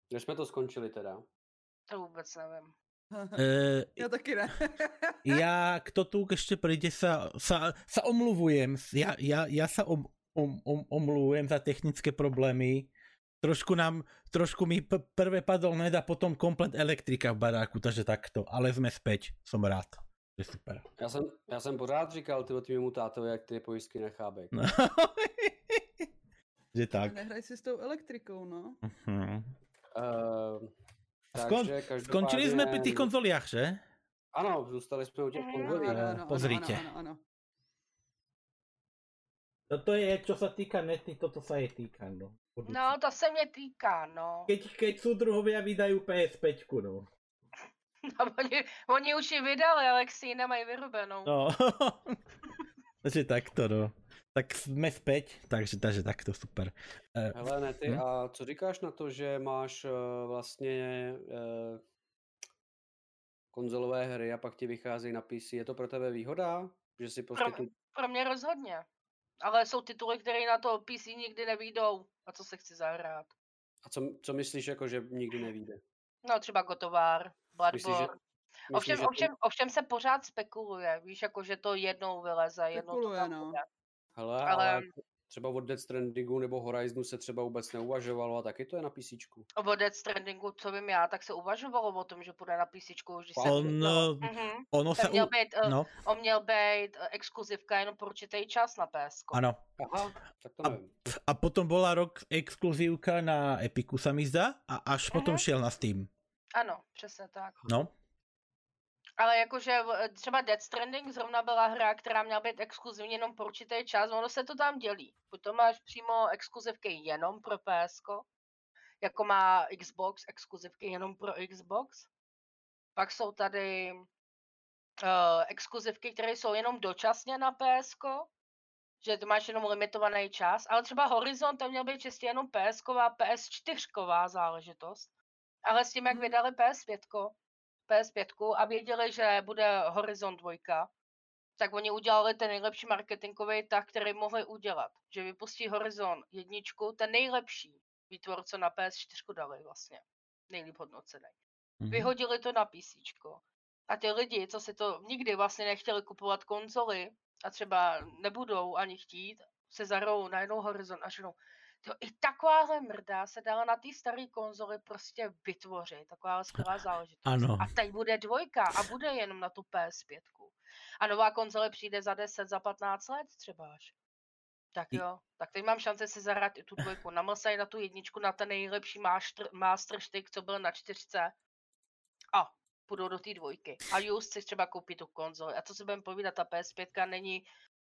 Kde jsme to skončili teda? To vůbec nevím. Ja taky ne. Ja, kto tu ešte príde, sa omluvujem. Ja sa omluvujem za technické problémy. Trošku mi prvé padol ned a potom komplet elektrika v baráku, takže takto. Ale sme späť, som rád. Je super. Já jsem pořád říkal tvýmu tátovi, jak ty pojistky nechábej. No. Že tak. Nehraj si s tou elektrikou, no. Skončili sme pri tých konzoliách, že? Ano, zůstali jsme u těch konzolí. Pozrite. Ano. Toto je, čo sa týka nety, toto sa je týka, no. No, to se mě týká, no. Keď súdruhovia vydajú PS5, no. No, oni už ji vydali, ale si ji nemají vyrobenou. No. Takže takto, no. Tak jsme späť, takže takto super. Hele, Nety, a co říkáš na to, že máš vlastně konzolové hry a pak ti vycházejí na PC? Je to pro tebe výhoda? Že si prostě pro mě rozhodně. Ale jsou tituly, které na to PC nikdy nevyjdou. A co se chci zahrát? A co myslíš, jako že nikdy nevyjde? No třeba God of War, Bloodborne. Ovšem se pořád spekuluje, víš, jako že to jednou vyleze, jednou to tam bude. Hele, ale třeba od Death Strandingu nebo Horizonu se třeba vůbec neuvažovalo a taky to je na PCčku. O Death Strandingu, co vím já, tak se uvažovalo o tom, že půjde na PCčku. Už on měl být exkluzivka jenom pro určitý čas na PS. Ano. Aha, tak to nevím. A potom bola rok exkluzívka na Epiku, sa mi zdá, a až potom šiel na Steam. Ano, přesně tak. No. Ale jakože třeba Death Stranding zrovna byla hra, která měla být exkluzivní jenom pro určitý čas, ono se to tam dělí. Potom máš přímo exkluzivky jenom pro PS, jako má Xbox exkluzivky jenom pro Xbox. Pak jsou tady exkluzivky, které jsou jenom dočasně na PS, že to máš jenom limitovaný čas, ale třeba Horizon to měl být čistě jenom PS-ková, PS4-ková záležitost. Ale s tím, jak vydali PS5 a věděli, že bude Horizon 2, tak oni udělali ten nejlepší marketingový tah, který mohli udělat. Že vypustí Horizon 1, ten nejlepší výtvor, co na PS4 dali vlastně. Nejlíp hodnocený. Vyhodili to na PC. A ty lidi, co si to nikdy vlastně nechtěli kupovat konzoly a třeba nebudou ani chtít, se zahrou na jednou Horizon a řeknou, i takováhle mrda se dala na té staré konzoli prostě vytvořit, taková skvělá záležitost. Ano. A teď bude 2 a bude jenom na tu PS5. A nová konzole přijde za 10, za 15 let třeba až. Tak jo, tak teď mám šanci si zahrát i tu 2. Namlsaj na tu 1, na ten nejlepší master stick, co byl na 4. A půjdou do té 2. A just si třeba koupit tu konzoli. A co si budeme povídat, ta PS5 není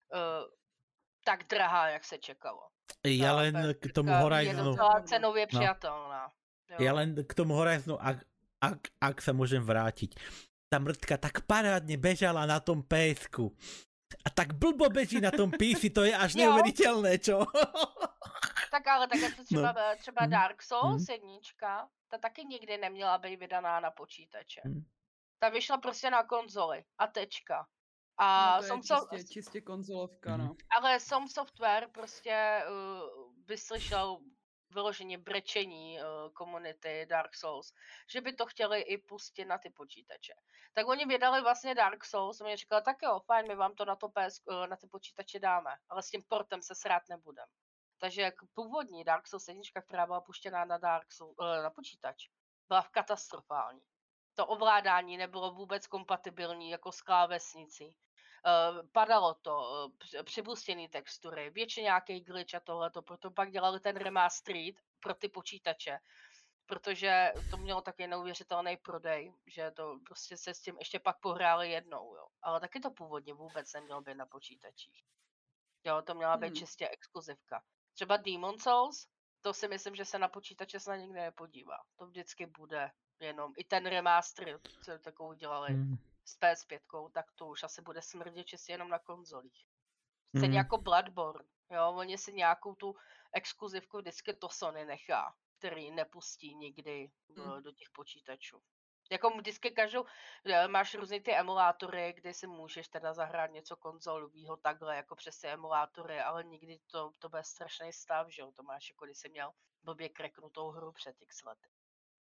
tak drahá, jak se čekalo. Ja len k tomu Horizonu... Je docela cenově přijatelná. Jo. Ja len k tomu Horizonu, ak sa môžem vrátiť. Tá mrtka tak parádne bežala na tom PS-ku. A tak blbo beží na tom PC, to je až neuveriteľné, čo? Tak ale tak třeba Dark Souls 1, ta taky nikdy neměla být vydaná na počítače. Ta vyšla prostě na konzoli a tečka. A no to je čistě konzolovka, no. Ale Some Software prostě vyslyšel vyloženě brečení komunity Dark Souls, že by to chtěli i pustit na ty počítače. Tak oni vydali vlastně Dark Souls a mě říkali, tak jo, fajn, my vám to na, na ty počítače dáme, ale s tím portem se srát nebudem. Takže jak původní Dark Souls 1, která byla puštěná na počítač, byla katastrofální. To ovládání nebylo vůbec kompatibilní jako s klávesnicí. Padalo to, připustěné textury, většině nějaký glitch a tohleto, proto pak dělali ten remastered pro ty počítače, protože to mělo taky neuvěřitelný prodej, že to prostě se s tím ještě pak pohráli jednou, jo. Ale taky to původně vůbec nemělo být na počítačích. Jo, to měla být čistě exkluzivka. Třeba Demon's Souls, to si myslím, že se na počítače snad nikdy nepodívá. To vždycky bude jenom i ten remaster, co takovou dělali s PS5, tak to už asi bude smrdět čistě jenom na konzolích. Stejně jako Bloodborne, jo, oni si nějakou tu exkluzivku vždycky to Sony nechá, který nepustí nikdy do těch počítačů. Jako vždycky máš různý ty emulátory, kde si můžeš teda zahrát něco konzolového takhle, jako přes ty emulátory, ale nikdy to bude strašný stav, že jo, to máš jako když jsi měl blbě kreknutou hru před x lety.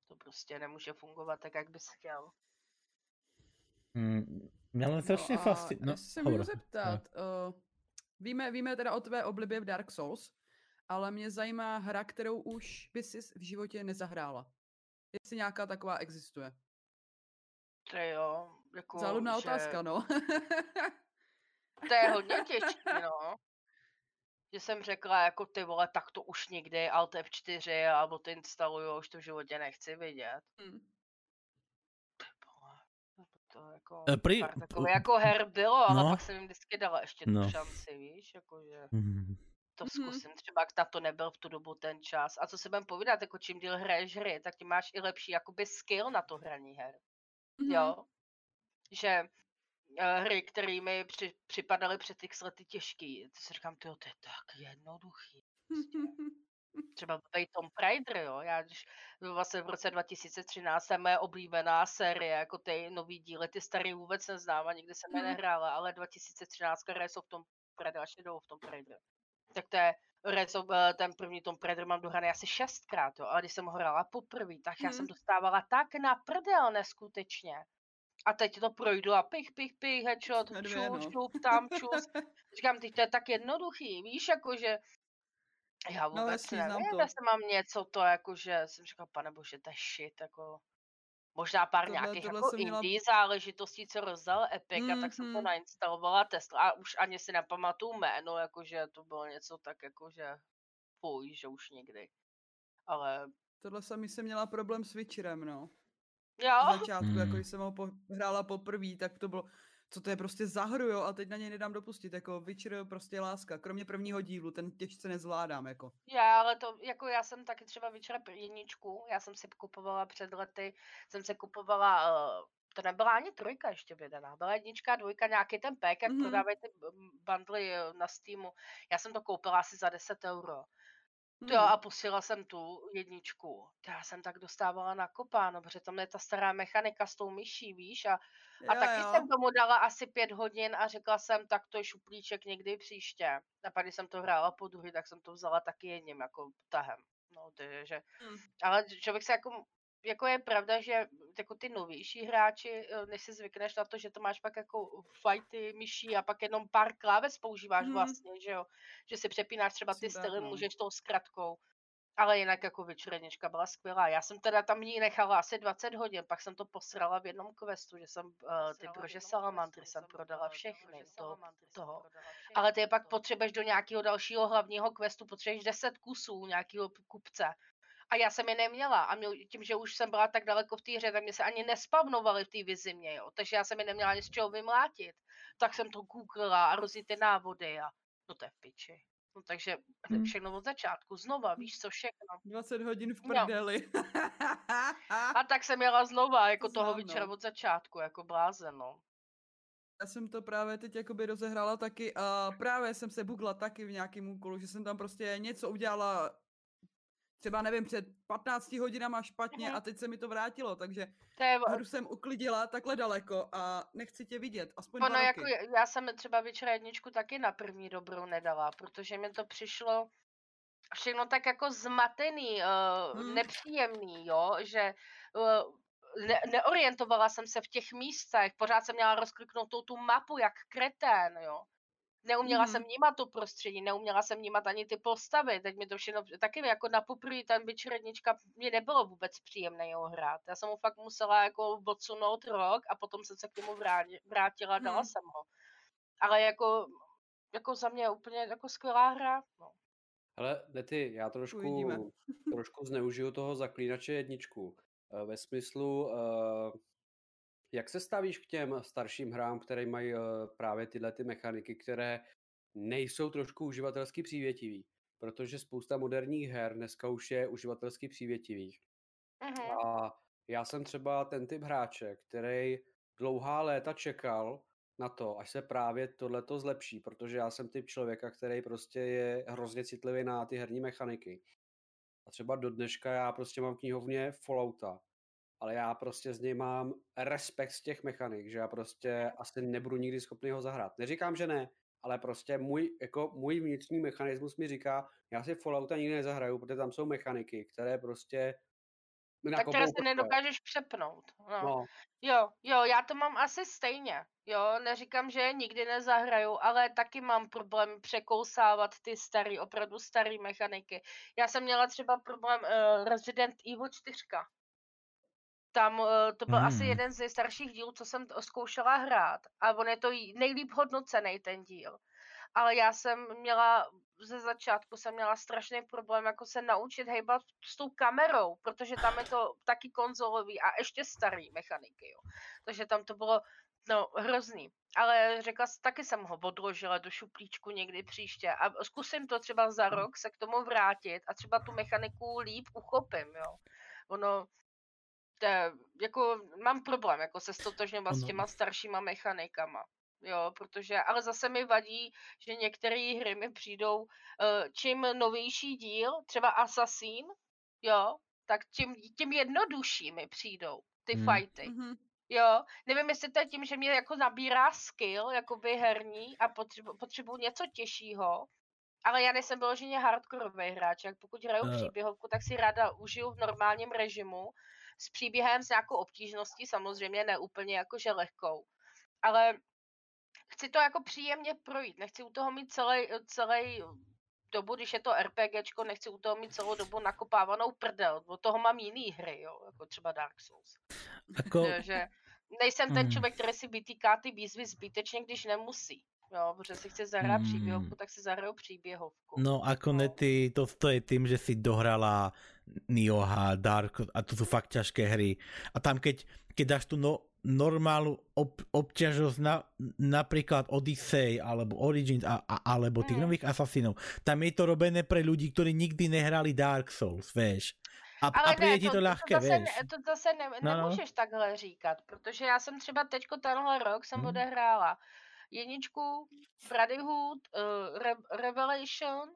To prostě nemůže fungovat tak, jak bys chtěl. Mě len strašně fascinuje. Já se můžu zeptat. Víme teda o tvé oblibě v Dark Souls, ale mě zajímá hra, kterou už by si v životě nezahrála. Jestli nějaká taková existuje. To jo, jako, Záludná že... otázka, no. To je hodně těžký, no. Že jsem řekla, jako ty vole, tak to už nikdy, Alt F4, alebo to instaluju, už to v životě nechci vidět. To jako, pár takové jako her bylo, ale pak jsem jim vždycky dala ještě tu šanci, víš, jakože to zkusím, třeba jak na to nebyl v tu dobu ten čas. A co se budem povídat, jako čím díl hraješ hry, tak ty máš i lepší jakoby skill na to hraní her. Jo, že hry, které mi připadaly před x lety těžký, to si říkám, tyjo, to je tak jednoduchý. Prostě. Třeba Tomb Raider, jo, já když vlastně v roce 2013 je moje oblíbená série, jako ty nový díly, ty starý vůbec neznám a nikdy jsem je nehrála, ale 2013 Rise of Tomb Raider, až jdou v Tomb Raider. Tak to je ten první Tomb Raider mám dohraný asi 6krát, jo, ale když jsem ho hrála poprvé, tak já jsem dostávala tak na prdel neskutečně. A teď to projdu a pich, headshot, čup, tam, čus. Říkám, teď to je tak jednoduchý, víš, jakože já vůbec nevím, jestli mám něco to, jakože jsem říkal, panebože, to je shit, jako možná pár nějakých jako indie záležitostí, co rozdal Epic, a tak jsem to nainstalovala Tesla a už ani si nepamatuju jméno, jakože to bylo něco tak jakože fuj, že už nikdy. Ale... Tohle sami jsem měla problém s Witcherem, no. Jo? V začátku, jako když jsem ho hrála poprvé, tak to bylo, co to je prostě za hru, jo, a teď na něj nedám dopustit, jako Witcher prostě láska, kromě prvního dílu, ten těžce nezvládám, jako. Já, ale to, jako já jsem taky třeba Witcher 1, já jsem si kupovala před lety, to nebyla ani 3 ještě vydaná, byla 1, 2, nějaký ten pack, jak prodávají ty bundly na Steamu, já jsem to koupila asi za 10 €. Jo, a pustila jsem tu 1. Já jsem tak dostávala nakopáno, protože tam je ta stará mechanika s tou myší, víš, a taky jsem tomu dala asi 5 hodin a řekla jsem, tak to je šuplíček někdy příště. A pak, když jsem to hrála po druhý, tak jsem to vzala taky jedním, jako tahem. No, takže, ale člověk se jako je pravda, že jako ty novější hráči, než si zvykneš na to, že to máš pak jako fighty myší a pak jenom pár kláves používáš vlastně, že jo, že si přepínáš třeba ty styly, můžeš tou zkratkou, ale jinak jako Witcher byla skvělá. Já jsem teda tam ní nechala asi 20 hodin, pak jsem to posrala v jednom questu, že jsem ty brože salamandry jsem prodala všechny toho. Ale ty pak potřebuješ do nějakého dalšího hlavního questu, potřebuješ 10 kusů nějakého kupce. A já jsem je neměla a tím, že už jsem byla tak daleko v té hře, tak mě se ani nespavnovaly v té vizimě, jo. Takže já jsem je neměla ani z čeho vymlátit. Tak jsem to googlila a rozjít ty návody a no to je v piči. No takže všechno od začátku, znova, víš co, všechno. 20 hodin v prdeli. No. A tak jsem jela znova, jako toho Witchera od začátku, jako blázen, no. Já jsem to právě teď jakoby rozehrála taky a právě jsem se bugla taky v nějakém úkolu, že jsem tam prostě něco udělala třeba nevím, před 15 hodinama špatně a teď se mi to vrátilo, takže hru jsem uklidila takhle daleko a nechci tě vidět, aspoň 2 roky. Jako já jsem třeba Witcher 1 taky na první dobrou nedala, protože mi to přišlo všechno tak jako zmatený, nepříjemný, jo, že neorientovala jsem se v těch místech, pořád jsem měla rozkliknout tu mapu jak kretén, jo. Neuměla jsem vnímat to prostředí, neuměla jsem vnímat ani ty postavy, teď mi to všechno, taky jako na poprvé ten Witcher 1 mě nebylo vůbec příjemné ho hrát. Já jsem ho fakt musela jako odsunout rok a potom jsem se k němu vrátila a dala jsem ho. Ale jako za mě úplně jako skvělá hra, no. Ale Nety, já trošku zneužiju toho Zaklínače 1. Ve smyslu, jak se stavíš k těm starším hrám, které mají právě tyhle ty mechaniky, které nejsou trošku uživatelsky přívětivý? Protože spousta moderních her dneska už je uživatelsky přívětivých. A já jsem třeba ten typ hráče, který dlouhá léta čekal na to, až se právě tohleto zlepší, protože já jsem typ člověka, který prostě je hrozně citlivý na ty herní mechaniky. A třeba do dneška já prostě mám knihovně Fallouta, ale já prostě z něj mám respekt z těch mechanik, že já prostě asi nebudu nikdy schopný ho zahrát. Neříkám, že ne, ale prostě můj vnitřní mechanismus mi říká, já si Fallouta nikdy nezahraju, protože tam jsou mechaniky, které prostě Tak které si nedokážeš přepnout. No. Jo, já to mám asi stejně. Jo, neříkám, že je nikdy nezahraju, ale taky mám problém překousávat ty opravdu starý mechaniky. Já jsem měla třeba problém Resident Evil 4. Tam to byl asi jeden z nejstarších dílů, co jsem zkoušela hrát. A on je to nejlíp hodnocený ten díl. Ale já jsem měla, ze začátku jsem měla strašný problém, jako se naučit hejbat s tou kamerou, protože tam je to taky konzolový a ještě starý mechaniky, jo. Takže tam to bylo, hrozný. Ale řekla, taky jsem ho odložila do šuplíčku někdy příště a zkusím to třeba za rok se k tomu vrátit a třeba tu mechaniku líp uchopím, jo. Ono, jako mám problém jako se stotožňovat s těma staršíma mechanikama. Jo, protože, ale zase mi vadí, že některé hry mi přijdou, čím novější díl, třeba Assassin, jo, tak tím jednodušší mi přijdou ty fighty. Jo, nevím, jestli to je tím, že mě jako nabírá skill, jakoby herní a potřebuji něco těžšího, ale já nejsem vyloženě hardkorový hráč, jak pokud hraju příběhovku, tak si ráda užiju v normálním režimu, s příběhem, s nějakou obtížností, samozřejmě ne úplně jakože lehkou, ale chci to jako příjemně projít, nechci u toho mít celý dobu, když je to RPGčko, nechci u toho mít celou dobu nakopávanou prdel, od toho mám jiný hry, jo, jako třeba Dark Souls. Že nejsem ten člověk, který si vytýká ty výzvy zbytečně, když nemusí. Jo, protože si chce zahrát příběhovku, tak si zahraju příběhovku. No, ako Nety, to je tým, že si dohrala Nioha, Dark, a to sú fakt ťažké hry. A tam, keď dáš tú normálnu obťažnosť napríklad Odyssey, alebo Origins, alebo tých nových Assassinov, tam je to robené pre ľudí, ktorí nikdy nehrali Dark Souls, vieš. A přijde ti to ľahké, vieš. To zase nemůžeš takhle říkat, protože já jsem třeba teďko tenhle rok jsem odehrála jedničku, Brotherhood, Revelation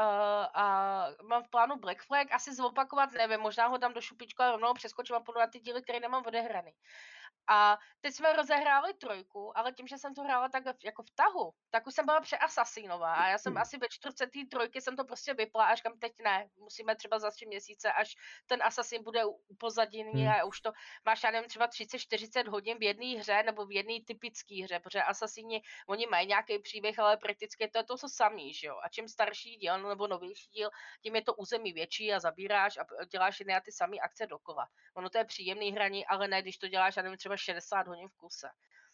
a mám v plánu Black Flag, asi zopakovat nevím, možná ho dám do šupičku a rovnou přeskočím a půjdu na ty díly, které nemám odehraný. A teď jsme rozehráli 3, ale tím, že jsem to hrála tak jako v tahu, tak už jsem byla přeasasínová a já jsem asi ve 43. jsem to prostě vypla a říkám, teď ne, musíme třeba za 3 měsíce, až ten asasín bude upozaděný a už to máš, já nevím, třeba 30-40 hodin v jedné hře nebo v jedné typické hře, protože asasíni, oni mají nějaký příběh, ale prakticky to je to samý, že jo. A čím starší díl nebo novější díl, tím je to území větší a zabíráš a děláš jiné a ty samé akce dokola. Ono to je příjemný hraní, ale ne, když to děláš, já nevím, třeba 60 hodin v kuse.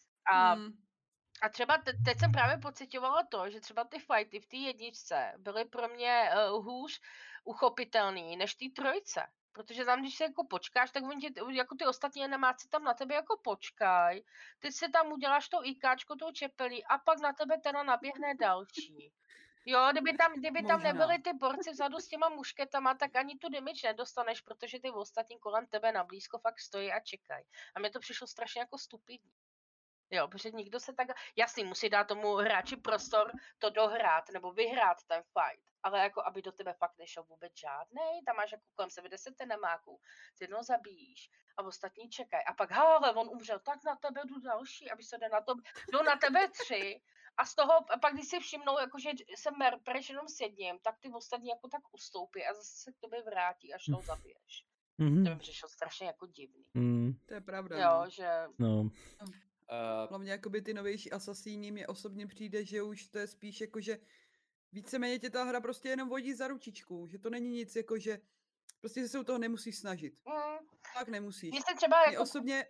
A třeba teď jsem právě pocitovala to, že třeba ty fighty v té jedničce byly pro mě hůř uchopitelný než ty 3. Protože tam, když se jako počkáš, tak oni jako ty ostatní animáci tam na tebe jako počkaj. Ty si tam uděláš to IKčko, tou čepelí a pak na tebe teda naběhne další. Jo, kdyby tam nebyly ty borci vzadu s těma mušketama, tak ani tu damage nedostaneš, protože ty ostatní kolem tebe na blízko fakt stojí a čekají. A mně to přišlo strašně jako stupidní. Jo, protože nikdo se tak... Jasný, musí dát tomu hráči prostor to dohrát nebo vyhrát ten fight. Ale jako, aby do tebe fakt nešel vůbec žádnej, tam máš jako kolem sebe 10 nemáků, ty jednou zabíjíš a ostatní čekají. A pak, ale on umřel, tak na tebe jdu další, aby se jdu na tebe 3. A z toho, a pak když si všimnou, jako, že se merpreš jenom s jedním, tak ty ostatní jako tak ustoupí a zase se k tobě vrátí, až to zabiješ. To mi přišlo strašně jako divný. To je pravda. Jo, že... No. Hlavně jakoby ty novější asasíny mě osobně přijde, že už to je spíš jako, že víceméně tě ta hra prostě jenom vodí za ručičku, že to není nic jako, že prostě se u toho nemusíš snažit. Tak nemusíš. Mě se třeba jako... osobně...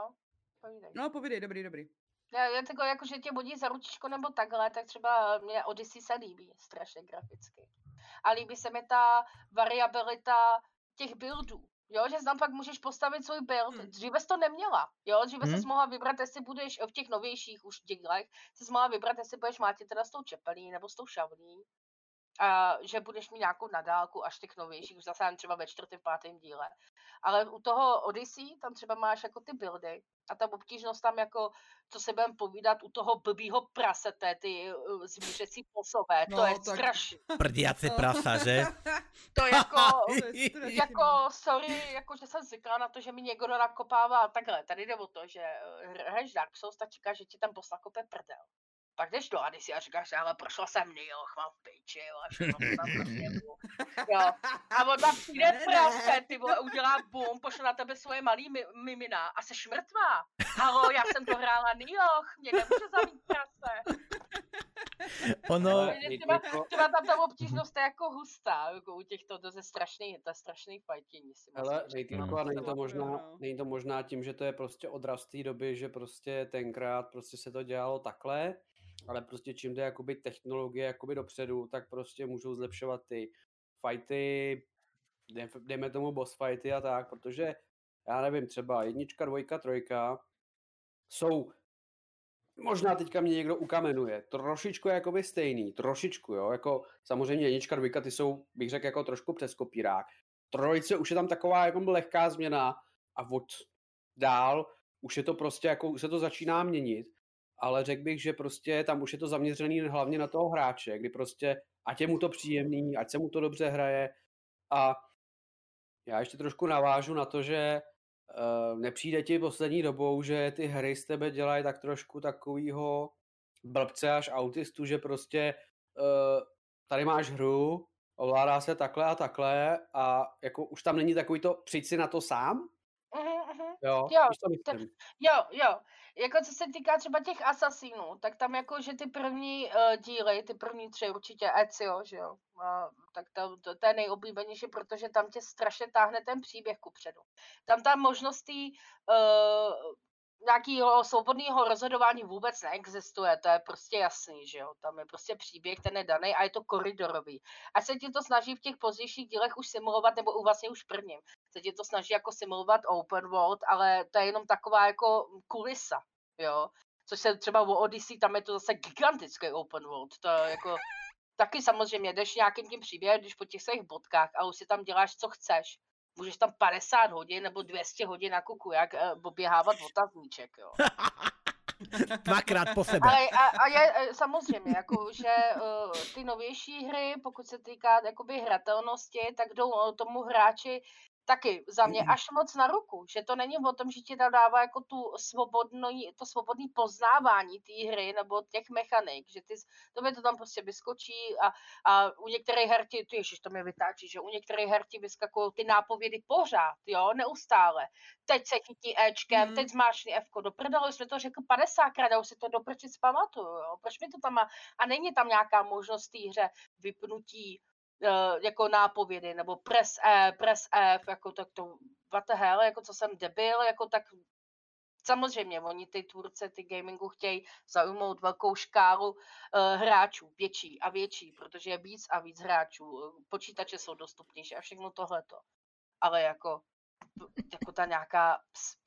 Povídej, dobrý. Já tako jako, že tě vodí za ručičku nebo takhle, tak třeba mě Odyssey se líbí strašně graficky. A líbí se mi ta variabilita těch buildů. Jo, že tam pak můžeš postavit svůj build. Dříve jsi to neměla. Jo, dříve jsi mohla vybrat, jestli budeš v těch novějších už dílech, jsi mohla vybrat, jestli budeš mátit teda s tou čepelí nebo s tou šavlí. A že budeš mít nějakou nadálku až těch novějších, už zase třeba ve 4., 5. díle. Ale u toho Odyssey tam třeba máš jako ty buildy a ta obtížnost tam jako, co se budeme povídat u toho blbýho prasete, ty zvířecí posové, to je strašný. Prdiace prasa, že? To jako, sorry, jako že jsem zvykla na to, že mi někdo nakopává takhle. Tady jde o to, že hraješ Dark Souls, tak čekáš, že ti tam posla kope prdel. pak jdeš do Odyssey a říkáš, ale prošla jsem Nioh, mám piči, jo, a všechno to tam prostě bylo. Jo. A on tam přijde prase, ty vole, udělá boom, pošle na tebe svoje malý mimina a seš mrtvá. Halo, já jsem dohrála Nioh, mě nemůže zabít prase. Ono... Třeba tam ta obtížnost je jako hustá, jako u těchto, to je strašný fajtění. Ale není to možná tím, že to je prostě odraz té doby, že prostě tenkrát prostě se to dělalo takhle, ale prostě čím jde jakoby technologie jakoby dopředu, tak prostě můžou zlepšovat ty fighty, dejme tomu boss fighty a tak, protože já nevím, třeba 1, 2, 3 jsou, možná teďka mě někdo ukamenuje, trošičku jakoby stejný, trošičku, jo, jako samozřejmě 1, 2, ty jsou, bych řekl, jako trošku přes kopírák. 3 už je tam taková jako lehká změna a od dál už je to prostě jako, už se to začíná měnit, ale řekl bych, že prostě tam už je to zaměřený hlavně na toho hráče, kdy prostě ať je mu to příjemný, ať se mu to dobře hraje a já ještě trošku navážu na to, že nepřijde ti poslední dobou, že ty hry z tebe dělají tak trošku takovýho blbce až autistu, že prostě tady máš hru, ovládá se takhle a takhle a jako už tam není takový to přijď si na to sám? Jo. Jako co se týká třeba těch Asasínů, tak tam jako, že ty první díly, ty první 3 určitě Ezio, že jo, tak to je nejoblíbenější, protože tam tě strašně táhne ten příběh kupředu. Tam možností nějakého svobodného rozhodování vůbec neexistuje, to je prostě jasný, že jo, tam je prostě příběh, ten je daný a je to koridorový. A se ti to snaží v těch pozdějších dílech už simulovat, nebo vlastně už v prvním, se ti to snaží jako simulovat open world, ale to je jenom taková jako kulisa, jo, což se třeba o Odyssey, tam je to zase gigantický open world, to je jako, taky samozřejmě jdeš nějakým tím příběhem, když po těch svých bodkách a už si tam děláš, co chceš. Můžeš tam 50 hodin nebo 200 hodin na kuku, jak oběhávat otazníček, jo. 2krát po sebe. Ale a je samozřejmě, jako, že ty novější hry, pokud se týká jakoby hratelnosti, tak jdou tomu hráči taky za mě až moc na ruku, že to není o tom, že ti dává jako to svobodné poznávání té hry nebo těch mechanik, že to tam prostě vyskočí a u některých her to mě vytáčí, že u některých her ti vyskakují ty nápovědy pořád, jo, neustále. Teď se chytí Ečkem, teď zmáčkni Fko, do prdele, jsme to řekl 50krát, já už si to do prčic pamatuju, jo, proč mi to tam má, a není tam nějaká možnost té hře vypnutí jako nápovědy, nebo press F, jako tak to, what the hell, jako co jsem debil, jako tak samozřejmě, oni ty tvůrce, ty gamingu chtějí zaujmout velkou škálu hráčů, větší a větší, protože je víc a víc hráčů, počítače jsou dostupnější a všechno tohleto. Ale jako ta nějaká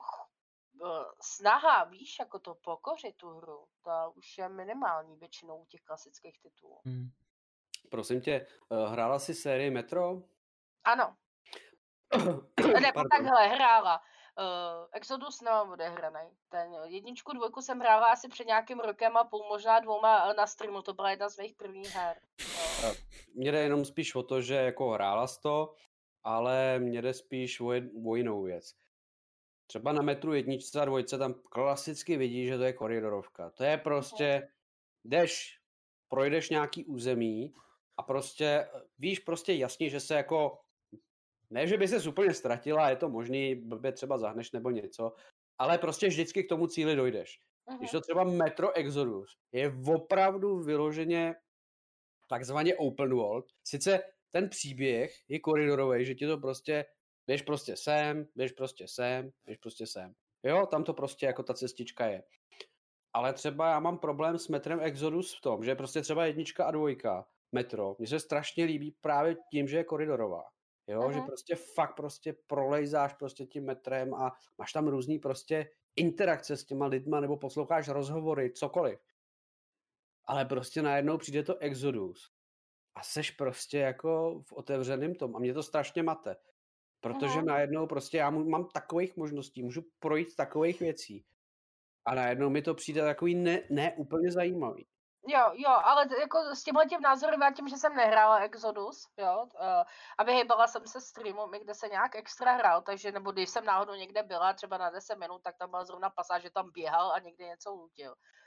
snaha, víš, jako to pokořit tu hru, ta už je minimální většinou u těch klasických titulů. Prosím tě, hrála jsi sérii Metro? Ano. Nebo takhle, hrála. Exodus nemám odehranej. Ten 1, 2 jsem hrála asi před nějakým rokem a půl, možná 2 na streamu, to byla jedna z mých prvních her. Mně jde jenom spíš o to, že jako hrála jsi to, ale mně jde spíš o jinou věc. Třeba na Metru 1 a 2 tam klasicky vidíš, že to je koridorovka. To je prostě, projdeš nějaký území a prostě víš prostě jasně, že se jako, ne, že by ses úplně ztratila, je to možný, blbě třeba zahneš nebo něco, ale prostě vždycky k tomu cíli dojdeš. Když to třeba Metro Exodus je opravdu vyloženě takzvaně open world, sice ten příběh je koridorový, že ti to prostě, běž prostě sem, běž prostě sem, běž prostě sem. Jo, tam to prostě jako ta cestička je. Ale třeba já mám problém s Metrem Exodus v tom, že prostě třeba 1 a 2 Metro, mně se strašně líbí právě tím, že je koridorová. Jo, že prostě fakt prostě prolejzáš prostě tím metrem a máš tam různý prostě interakce s těma lidma nebo posloucháš rozhovory, cokoliv. Ale prostě najednou přijde to Exodus a seš prostě jako v otevřeném tom a mě to strašně mate. Protože najednou prostě já mám takových možností, můžu projít takových věcí a najednou mi to přijde takový ne úplně zajímavý. Jo, ale jako s tímhletím názorem, já tím, že jsem nehrála Exodus, jo, a vyhýbala jsem se streamu, kde se nějak extra hrál, takže, nebo když jsem náhodou někde byla, třeba na 10 minut, tak tam byla zrovna pasáž, že tam běhal a někde něco lutil.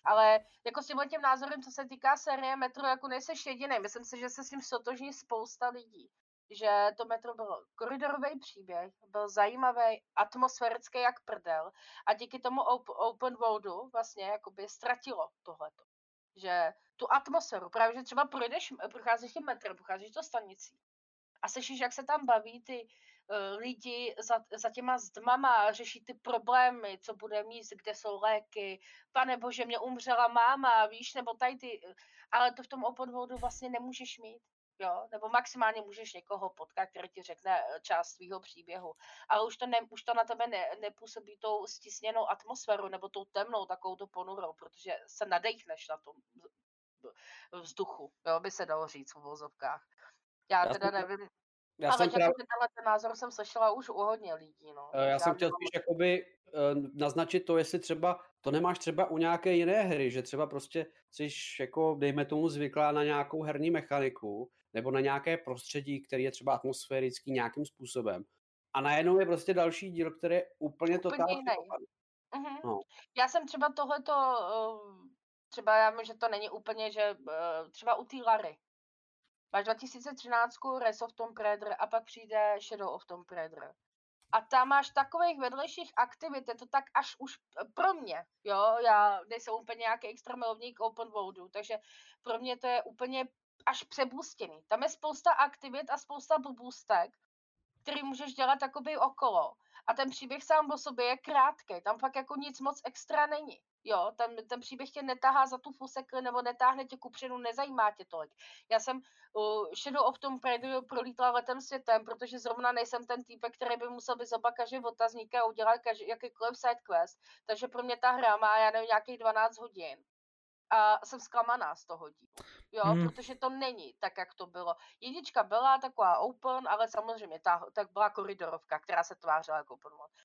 Ale jako s tímhle tím názorem, co se týká série Metro, jako nejseš jediný. Myslím si, že se s tím stotožní spousta lidí. Že to Metro bylo koridorový příběh, byl zajímavý, atmosférický jak prdel a díky tomu open worldu vlastně jakoby ztratilo tohleto. Že tu atmosféru, právě že třeba procházíš tím metrem, procházíš to stanicí a slyšíš, jak se tam baví ty lidi za těma zdmama, řeší ty problémy, co bude mít, kde jsou léky, pane bože, mě umřela máma, víš, nebo tady ty, ale to v tom open worldu vlastně nemůžeš mít. Jo, nebo maximálně můžeš někoho potkat, který ti řekne část svého příběhu. Ale už to na tebe nepůsobí tou stisněnou atmosféru nebo tou temnou, takovou to ponurou, protože se nadechneš na tom vzduchu, jo, by se dalo říct v uvozovkách. Já teda nevím, ale že ten názor jsem slyšela už u hodně lidí. No. Já jsem chtěl spíš jakoby naznačit to, jestli třeba to nemáš třeba u nějaké jiné hry, že třeba prostě jsi jako, dejme tomu, zvyklá na nějakou herní mechaniku nebo na nějaké prostředí, který je třeba atmosférický nějakým způsobem. A najednou je prostě další díl, který je úplně totálně no. Já jsem třeba tohleto, třeba já vím, že to není úplně, že třeba u té Lary. Máš 2013 Rise of Tomb Raider a pak přijde Shadow of Tomb Raider. A tam máš takových vedlejších aktivit, je to tak až už pro mě, jo, já nejsem úplně nějaký extra milovník open worldu, takže pro mě to je úplně až přebustěný. Tam je spousta aktivit a spousta blbůstek, který můžeš dělat jakoby okolo. A ten příběh sám o sobě je krátký, tam fakt jako nic moc extra není. Jo, ten příběh tě netahá za tu fusekli nebo netáhne tě kupředu, nezajímá tě tolik. Já jsem Shadow of Tomb Raider prolítla letem světem, protože zrovna nejsem ten týpek, který by musel vyzobat každý otazník a udělat jakýkoliv side quest. Takže pro mě ta hra má, já nevím, nějakých 12 hodin. A jsem zklamaná z toho dílu, jo, protože to není tak, jak to bylo. Jednička byla taková open, ale samozřejmě tak byla koridorovka, která se tvářila jako open world.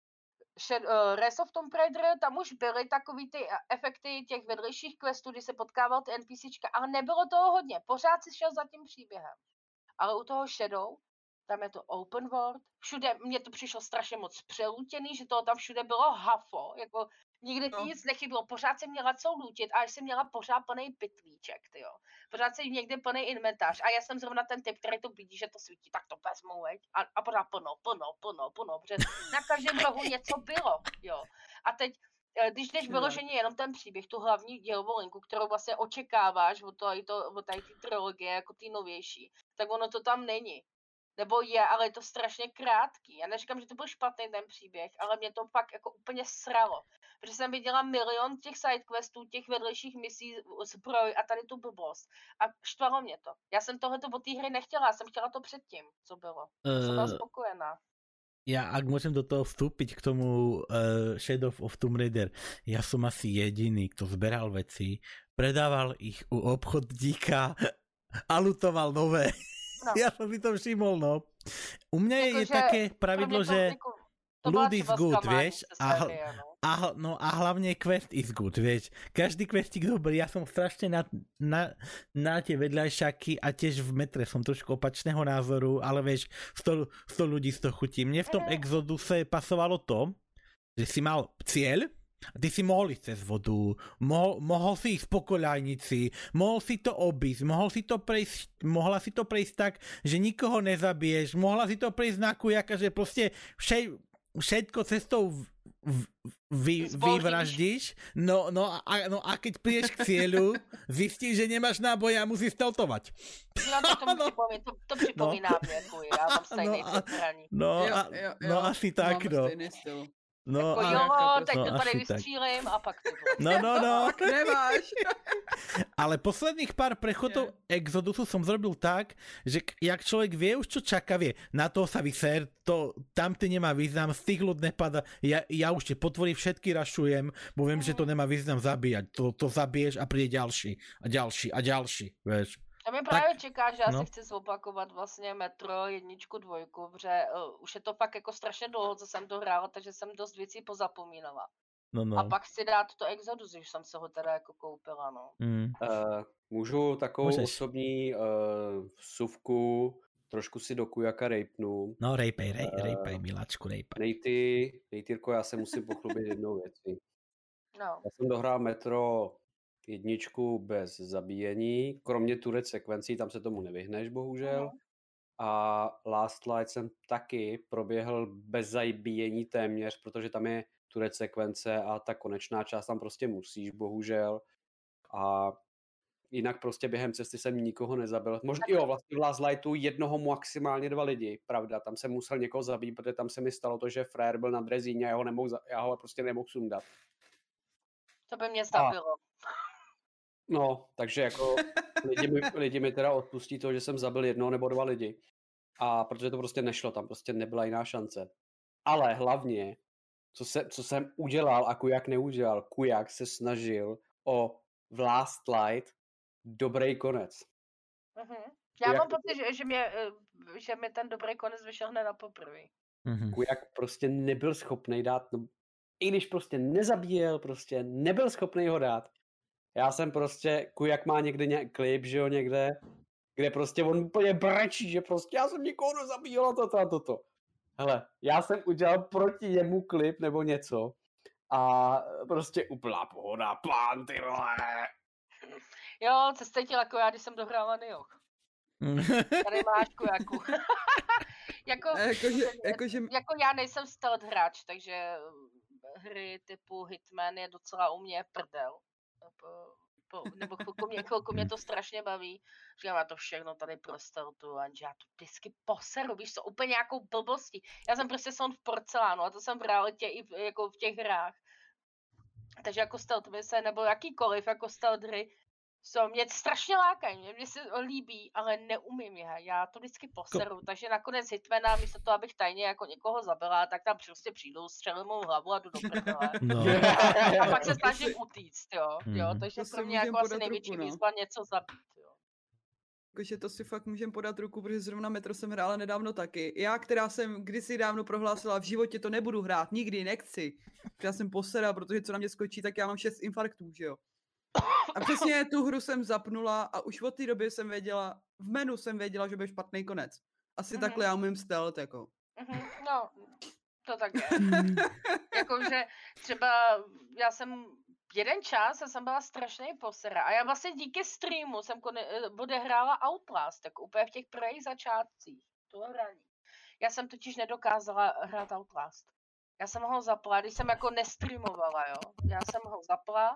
Rise of Tomb Raider, tam už byly takový ty efekty těch vedlejších questů, kdy se potkával ty NPCčka, ale nebylo toho hodně, pořád si šel za tím příběhem. Ale u toho Shadow, tam je to open world, všude, mně to přišlo strašně moc přelůtěný, že toho tam všude bylo hafo, jako nikdy ti nic nechybilo, pořád jsem měla co lůtit a až jsem měla pořád plný pytlíček, tyjo. Pořád jsem někde plný inventář a já jsem zrovna ten typ, který to vidí, že to svítí, tak to vezmu, veď, a pořád plno, protože na každém rohu něco bylo, jo. A teď, když jdeš vyloženě jenom ten příběh, tu hlavní dělovou linku, kterou vlastně očekáváš od tady ty trilogie, jako ty novější, tak ono to tam není. Nebo je, ale je to strašně krátký. Já neříkám, že to byl špatný ten příběh, ale mě to pak jako úplně sralo. Protože jsem viděla milion těch sidequestů, těch vedlejších misí, zbroj a tady tu blbost. A štvalo mě to. Já jsem tohleto od té hry nechtěla, já jsem chtěla to předtím, co bylo. Jsem byla spokojená. Ja, ak môžem do toho vstúpiť k tomu Shadow of Tomb Raider, ja som asi jediný, kto zberal veci, predával ich u obchodníka a lutoval nové. No. Ja som si to všimol, no. U mňa je také pravidlo, že loot is good, vieš, a hlavne quest is good, vieš. Každý questík dobrý, ja som strašne na tie vedľajšaky a tiež v metre som trošku opačného názoru, ale vieš, 100 ľudí z toho chutí. Mne v tom Exoduse pasovalo to, že si mal cieľ, a ty si mohol ísť cez vodu, mohol si ísť po koľajnici, mohol si to obísť, mohla si to prejsť tak, že nikoho nezabiješ, mohla si to prejsť na kujaka, že proste všetko cestou vyvraždíš, no a keď prídeš k cieľu, zistíš, že nemáš náboje a musíš steltovať. To připomíná věku, já mám stejný zbraní. No asi tak, no. No, jako jo, teď to tady vystřílim a pak to bylo. No. Tak nemáš. Ale posledných pár prechodov Exodusu som zrobil tak, že jak človek vie už čo čaká, vie, na toho sa vyser, tam ty nemá význam, z tých ľud nepada, ja už tie potvory všetky rašujem, bo viem, že to nemá význam zabíjať, to zabiješ a príde ďalší, vieš. A mě právě čeká, že já si chci zopakovat vlastně Metro 1, 2, protože už je to fakt jako strašně dlouho, co jsem to hrála, takže jsem dost věcí pozapomínala. No. A pak si dát to Exodus, když jsem se ho teda jako koupila, no. Můžu takovou osobní vsuvku, trošku si do kujaka rejpnu. No rejpej, miláčku, rejpej. Nejtýrko, já se musím pochlubit jednou věcí. No. Já jsem dohrál Metro jedničku bez zabíjení, kromě turret sekvencí, tam se tomu nevyhneš, bohužel. A Last Light jsem taky proběhl bez zabíjení téměř, protože tam je turret sekvence a ta konečná část tam prostě musíš, bohužel. A jinak prostě během cesty jsem nikoho nezabil. Možná jo, vlastně v Last Lightu jednoho, maximálně 2 lidi, pravda, tam jsem musel někoho zabít, protože tam se mi stalo to, že frajer byl na drezíně a já ho prostě nemohl sundat. To by mě zabilo. No, takže jako lidi mi teda odpustí to, že jsem zabil 1 nebo 2 lidi. A protože to prostě nešlo, tam prostě nebyla jiná šance. Ale hlavně, co jsem udělal a Kujak neudělal, Kujak se snažil o v Last Light dobrý konec. Já mám pocit, že mi ten dobrý konec vyšel hned na poprvé. Kujak prostě nebyl schopný dát, no, i když prostě nezabíjel, prostě nebyl schopný ho dát. Já jsem prostě, Kujak má někde klip, že jo, někde, kde prostě on úplně brečí, že prostě já jsem někoho nezabíjel a toto. Hele, já jsem udělal proti němu klip nebo něco a prostě úplná pohoda, plán, ty vole. Jo, co jste jako já, když jsem dohrála Nioh. Tady máš Kujaku. Jako já nejsem stealth hráč, takže hry typu Hitman je docela u mě prdel. Nebo chvilku mě to strašně baví. Říkám, já to všechno tady pro stealthu, anže já to vždycky poseru, víš co, úplně nějakou blbostí. Já jsem prostě sound v porcelánu a to jsem v realitě i jako v těch hrách. Takže jako stealth mise nebo jakýkoliv jako stealth hry, mě strašně lákají, mě se líbí, ale neumím je. Já to vždycky poseru, takže nakonec Hitmana, místo toho, abych tajně jako někoho zabila, tak tam prostě přijdu, střelím mu hlavu a jdu do prdele. No. A pak se snažím utíct, jo. Takže to pro mě jako asi největší výzva něco zabít, jo. Jakože to si fakt můžem podat ruku, protože zrovna Metro jsem hrála nedávno taky. Já, která jsem kdysi dávno prohlásila, v životě to nebudu hrát, nikdy, nechci. Já jsem posera, protože co na mě skočí, tak já mám 6 infarktů, že jo. A přesně tu hru jsem zapnula a už od té doby jsem věděla, v menu jsem věděla, že bude špatný konec. Asi takhle já umím stealth, jako. No, to tak je. Jakože třeba já jsem jeden čas jsem byla strašný posera a já vlastně díky streamu jsem odehrála Outlast, tak úplně v těch prvních začátcích toho hraní. Já jsem totiž nedokázala hrát Outlast. Já jsem ho zapla, když jsem jako nestreamovala, jo. Já jsem ho zapla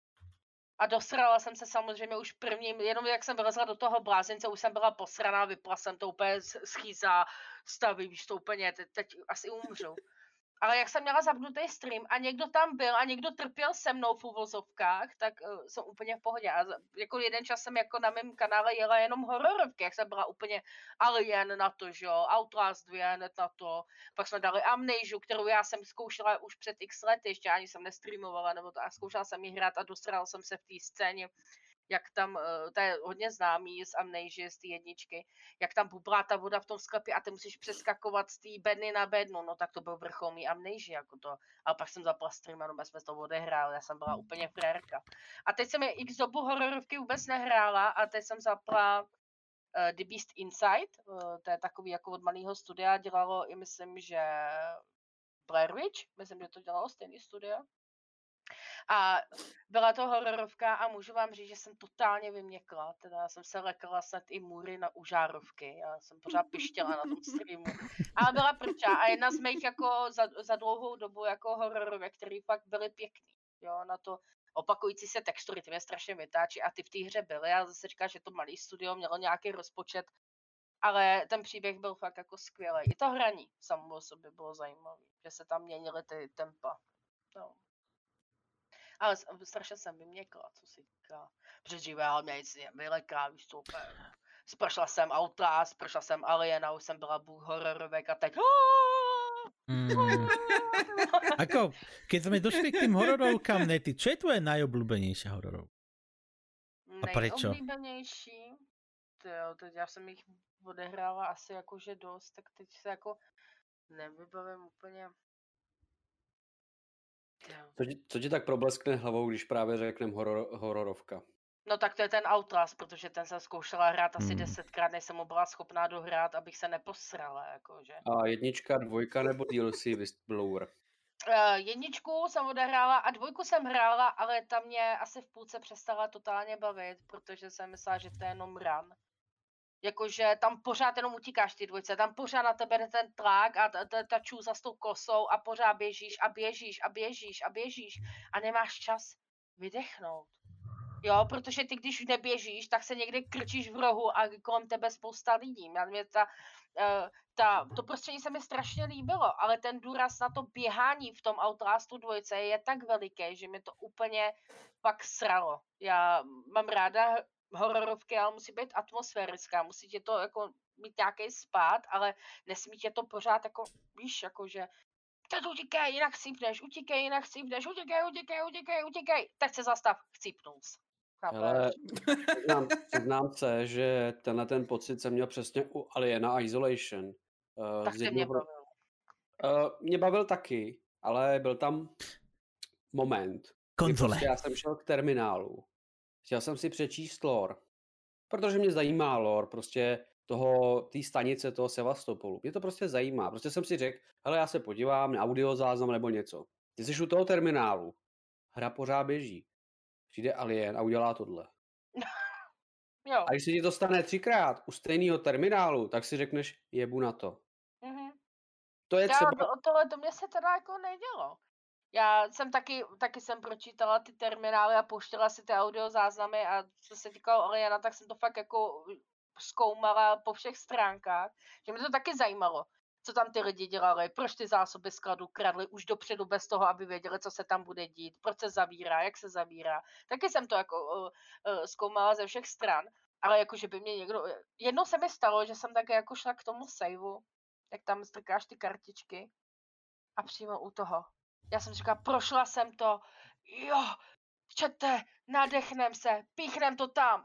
a dosrala jsem se samozřejmě už prvním, jenom jak jsem vylezla do toho blázince, už jsem byla posraná, vypla jsem to úplně schýzá stavy, víš to úplně, teď asi umřu. Ale jak jsem měla zapnutý stream a někdo tam byl a někdo trpěl se mnou v uvozovkách, tak jsem úplně v pohodě. A jako jeden čas jsem jako na mém kanále jela jenom hororovky, jak jsem byla úplně Alien na to, že jo, Outlast 2 hned na to. Pak jsme dali Amnesia, kterou já jsem zkoušela už před x lety, ještě ani jsem nestreamovala, nebo to, a zkoušela jsem ji hrát a dostala jsem se v té scéně, jak tam, to je hodně známý z Amnesia, z té jedničky, jak tam bublá ta voda v tom sklepě a ty musíš přeskakovat z té bedny na bednu, no tak to byl vrcholný Amnesia, jako to. Ale pak jsem zapla stream a no, jsme to odehráli, já jsem byla úplně frérka. A teď jsem je x dobu hororovky vůbec nehrála a teď jsem zapla The Beast Inside, to je takový jako od malého studia, dělalo i myslím, že Blair Witch, myslím, že to dělalo stejný studia. A byla to hororovka a můžu vám říct, že jsem totálně vyměkla. Teda jsem se lekala snad i můry na užárovky. Já jsem pořád pištěla na tom streamu. Ale byla prča. A jedna z mých jako za dlouhou dobu jako hororovek, který fakt byly pěkný. Jo, na to opakující se textury, ty mě strašně vytáčí a ty v té hře byly. Já zase říkám, že to malý studio mělo nějaký rozpočet, ale ten příběh byl fakt jako skvělý. I to hraní samo o sobě bylo zajímavé, že se tam měnily ty tempa. No. Ale strašně jsem vyměkla, co si říká. Přežívala mě nic vyleká, víš to úplně. Prošla jsem Outlast, prošla jsem Aliena, už jsem byla bůh hororovek a teď... Ako, keď sme došli k tým hororovkám, Nety, čo je tvoje najobľúbenejšia hororovka? A prečo? Nejobľúbenejší? Teď já jsem jich odehrála asi jakože dost, tak teď se jako nevybavím úplně... Co ti tak probleskne hlavou, když právě řekneme hororovka? No tak to je ten Outlast, protože ten jsem zkoušela hrát asi 10krát, než jsem mu byla schopná dohrát, abych se neposrala, jakože. A 1, 2 nebo DLC Whistleblower? Jedničku jsem odehrála a dvojku jsem hrála, ale ta mě asi v půlce přestala totálně bavit, protože jsem myslela, že to je jenom run. Jakože tam pořád jenom utíkáš ty dvojce, tam pořád na tebe jde ten tlak a ta čůza s tou kosou a pořád běžíš a běžíš a běžíš a běžíš a nemáš čas vydechnout. Jo, protože ty, když neběžíš, tak se někde krčíš v rohu a kolem tebe spousta lidí. Mě to prostředí se mi strašně líbilo, ale ten důraz na to běhání v tom Outlastu 2 je tak veliký, že mi to úplně pak sralo. Já mám ráda hororovky, ale musí být atmosférická, musí tě to jako mít nějaký spát, ale nesmí tě to pořád jako, víš, jakože teď utíkej, jinak chcípneš, utíkej, jinak chcípneš, utíkej, teď se zastav, chcípnul jsi. Ale přiznám se, že ten pocit jsem měl přesně u Aliena Isolation. Tak se mě bavil. Mě bavil taky, ale byl tam moment, kdy prostě já jsem šel k terminálu. Chtěl jsem si přečíst lore, protože mě zajímá lore prostě té stanice, toho Sevastopolu. Mě to prostě zajímá. Prostě jsem si řekl, hele, já se podívám na audiozáznam nebo něco. Ty jsi u toho terminálu. Hra pořád běží. Přijde alien a udělá tohle. Jo. A když se ti to stane 3krát u stejného terminálu, tak si řekneš, jebu na to. Mm-hmm. To je třeba... Tohle to mě se teda jako nedělo. Já jsem taky jsem pročítala ty terminály a pouštěla si ty audiozáznamy a co se týkalo Aliena, tak jsem to fakt jako zkoumala po všech stránkách, že mě to taky zajímalo, co tam ty lidi dělali, proč ty zásoby skladu kradli už dopředu bez toho, aby věděli, co se tam bude dít, proč se zavírá, jak se zavírá. Taky jsem to jako zkoumala ze všech stran, ale jako, že by mě někdo... Jednou se mi stalo, že jsem také jako šla k tomu saveu, jak tam strkáš ty kartičky a přímo u toho. Já jsem říkala, prošla jsem to, jo, čete, nadechnem se, píchnem to tam.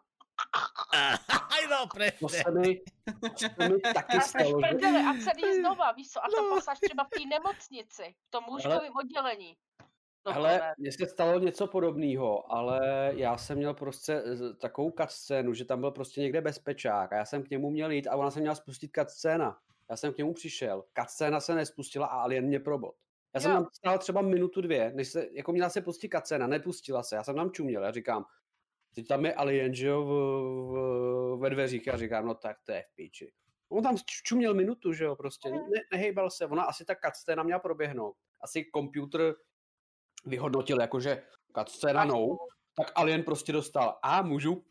No, presne. To se mi taky stalo. A celý znova, víš co, a to pasáš třeba v té nemocnici, v tom lůžkovém oddělení. Hele, mně se stalo něco podobného, ale já jsem měl prostě takovou cutscénu, že tam byl prostě někde bezpečák a já jsem k němu měl jít a ona se měla spustit cutscéna. Já jsem k němu přišel, cutscéna se nespustila a alien mě probot. Já jsem tam stál třeba minutu, 2, než se, jako měla se pustit cutscéna, nepustila se, já jsem tam čuměl, já říkám, teď tam je alien, že jo, ve dveřích, já říkám, no tak to je v píči. On tam čuměl minutu, že jo, prostě, nehejbal se, ona asi ta cutscéna měla proběhnout. Asi počítač vyhodnotil, jakože cutscéna tak alien prostě dostal. A můžu?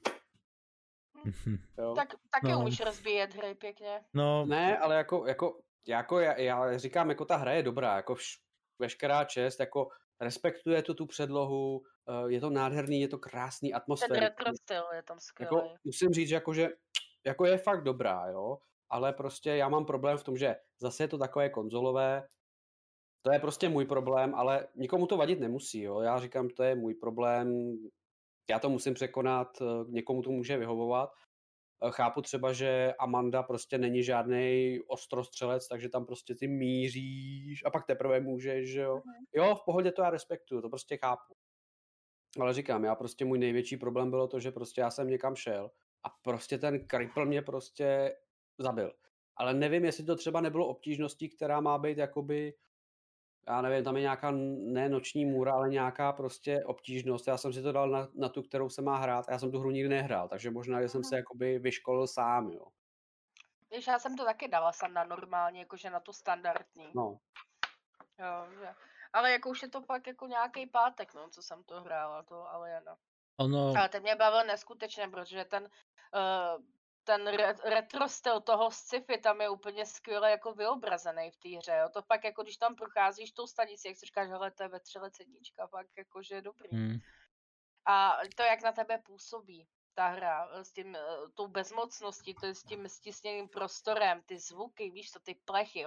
Tak taky umíš rozbíjet hry pěkně. No. Ne, ale jako já říkám, jako ta hra je dobrá, jako veškerá čest, jako respektuje tu předlohu, je to nádherný, je to krásný, atmosféra. Ten retro styl je tam skvělý. Jako, musím říct, že jako je fakt dobrá, jo, ale prostě já mám problém v tom, že zase je to takové konzolové, to je prostě můj problém, ale nikomu to vadit nemusí, jo, já říkám, to je můj problém, já to musím překonat, někomu to může vyhovovat. Chápu třeba, že Amanda prostě není žádný ostrostřelec, takže tam prostě ty míříš a pak teprve můžeš, že jo. Jo, v pohodě to já respektuju, to prostě chápu. Ale říkám, já prostě můj největší problém bylo to, že prostě já jsem někam šel a prostě ten cripple mě prostě zabil. Ale nevím, jestli to třeba nebylo obtížností, která má být jakoby, já nevím, tam je nějaká ne noční můra, ale nějaká prostě obtížnost. Já jsem si to dal na tu, kterou se má hrát a já jsem tu hru nikdy nehrál, takže možná, že jsem se jakoby vyškolil sám, jo. Víš, já jsem to taky dala sam na normálně, jakože na tu standardní. No. Jo, že. Ale jako už je to pak jako nějaký pátek, no, co jsem to hrála, to Aliena. Ale ten mě bavil neskutečně, protože ten retro styl toho sci-fi tam je úplně skvěle jako vyobrazený v té hře, jo. To pak jako když tam procházíš tou stanici, jak si říkáš, hele, to je Vetřelec 1, fakt jakože je dobrý. A to, jak na tebe působí ta hra, s tím, tou bezmocností, to je s tím stisněným prostorem, ty zvuky, víš co, ty plechy,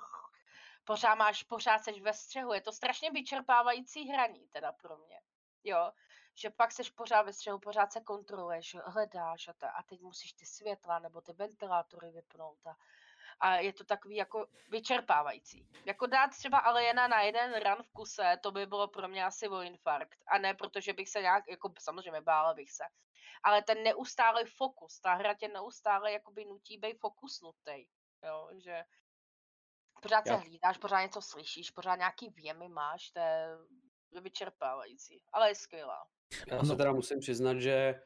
pořád seš ve střehu, je to strašně vyčerpávající hraní teda pro mě, jo. Že pak seš pořád ve střehu, pořád se kontroluješ, hledáš a teď musíš ty světla nebo ty ventilátory vypnout a je to takový jako vyčerpávající. Jako dát třeba Aliena na jeden run v kuse, to by bylo pro mě asi o infarkt. A ne protože bych se nějak, jako samozřejmě bála bych se. Ale ten neustálý fokus, ta hra tě neustále jakoby nutí být fokusnutej. Jo, že Pořád se hlídáš, pořád něco slyšíš, pořád nějaký věmy máš, to je vyčerpávající, ale je skvělá. Já se teda musím přiznat, že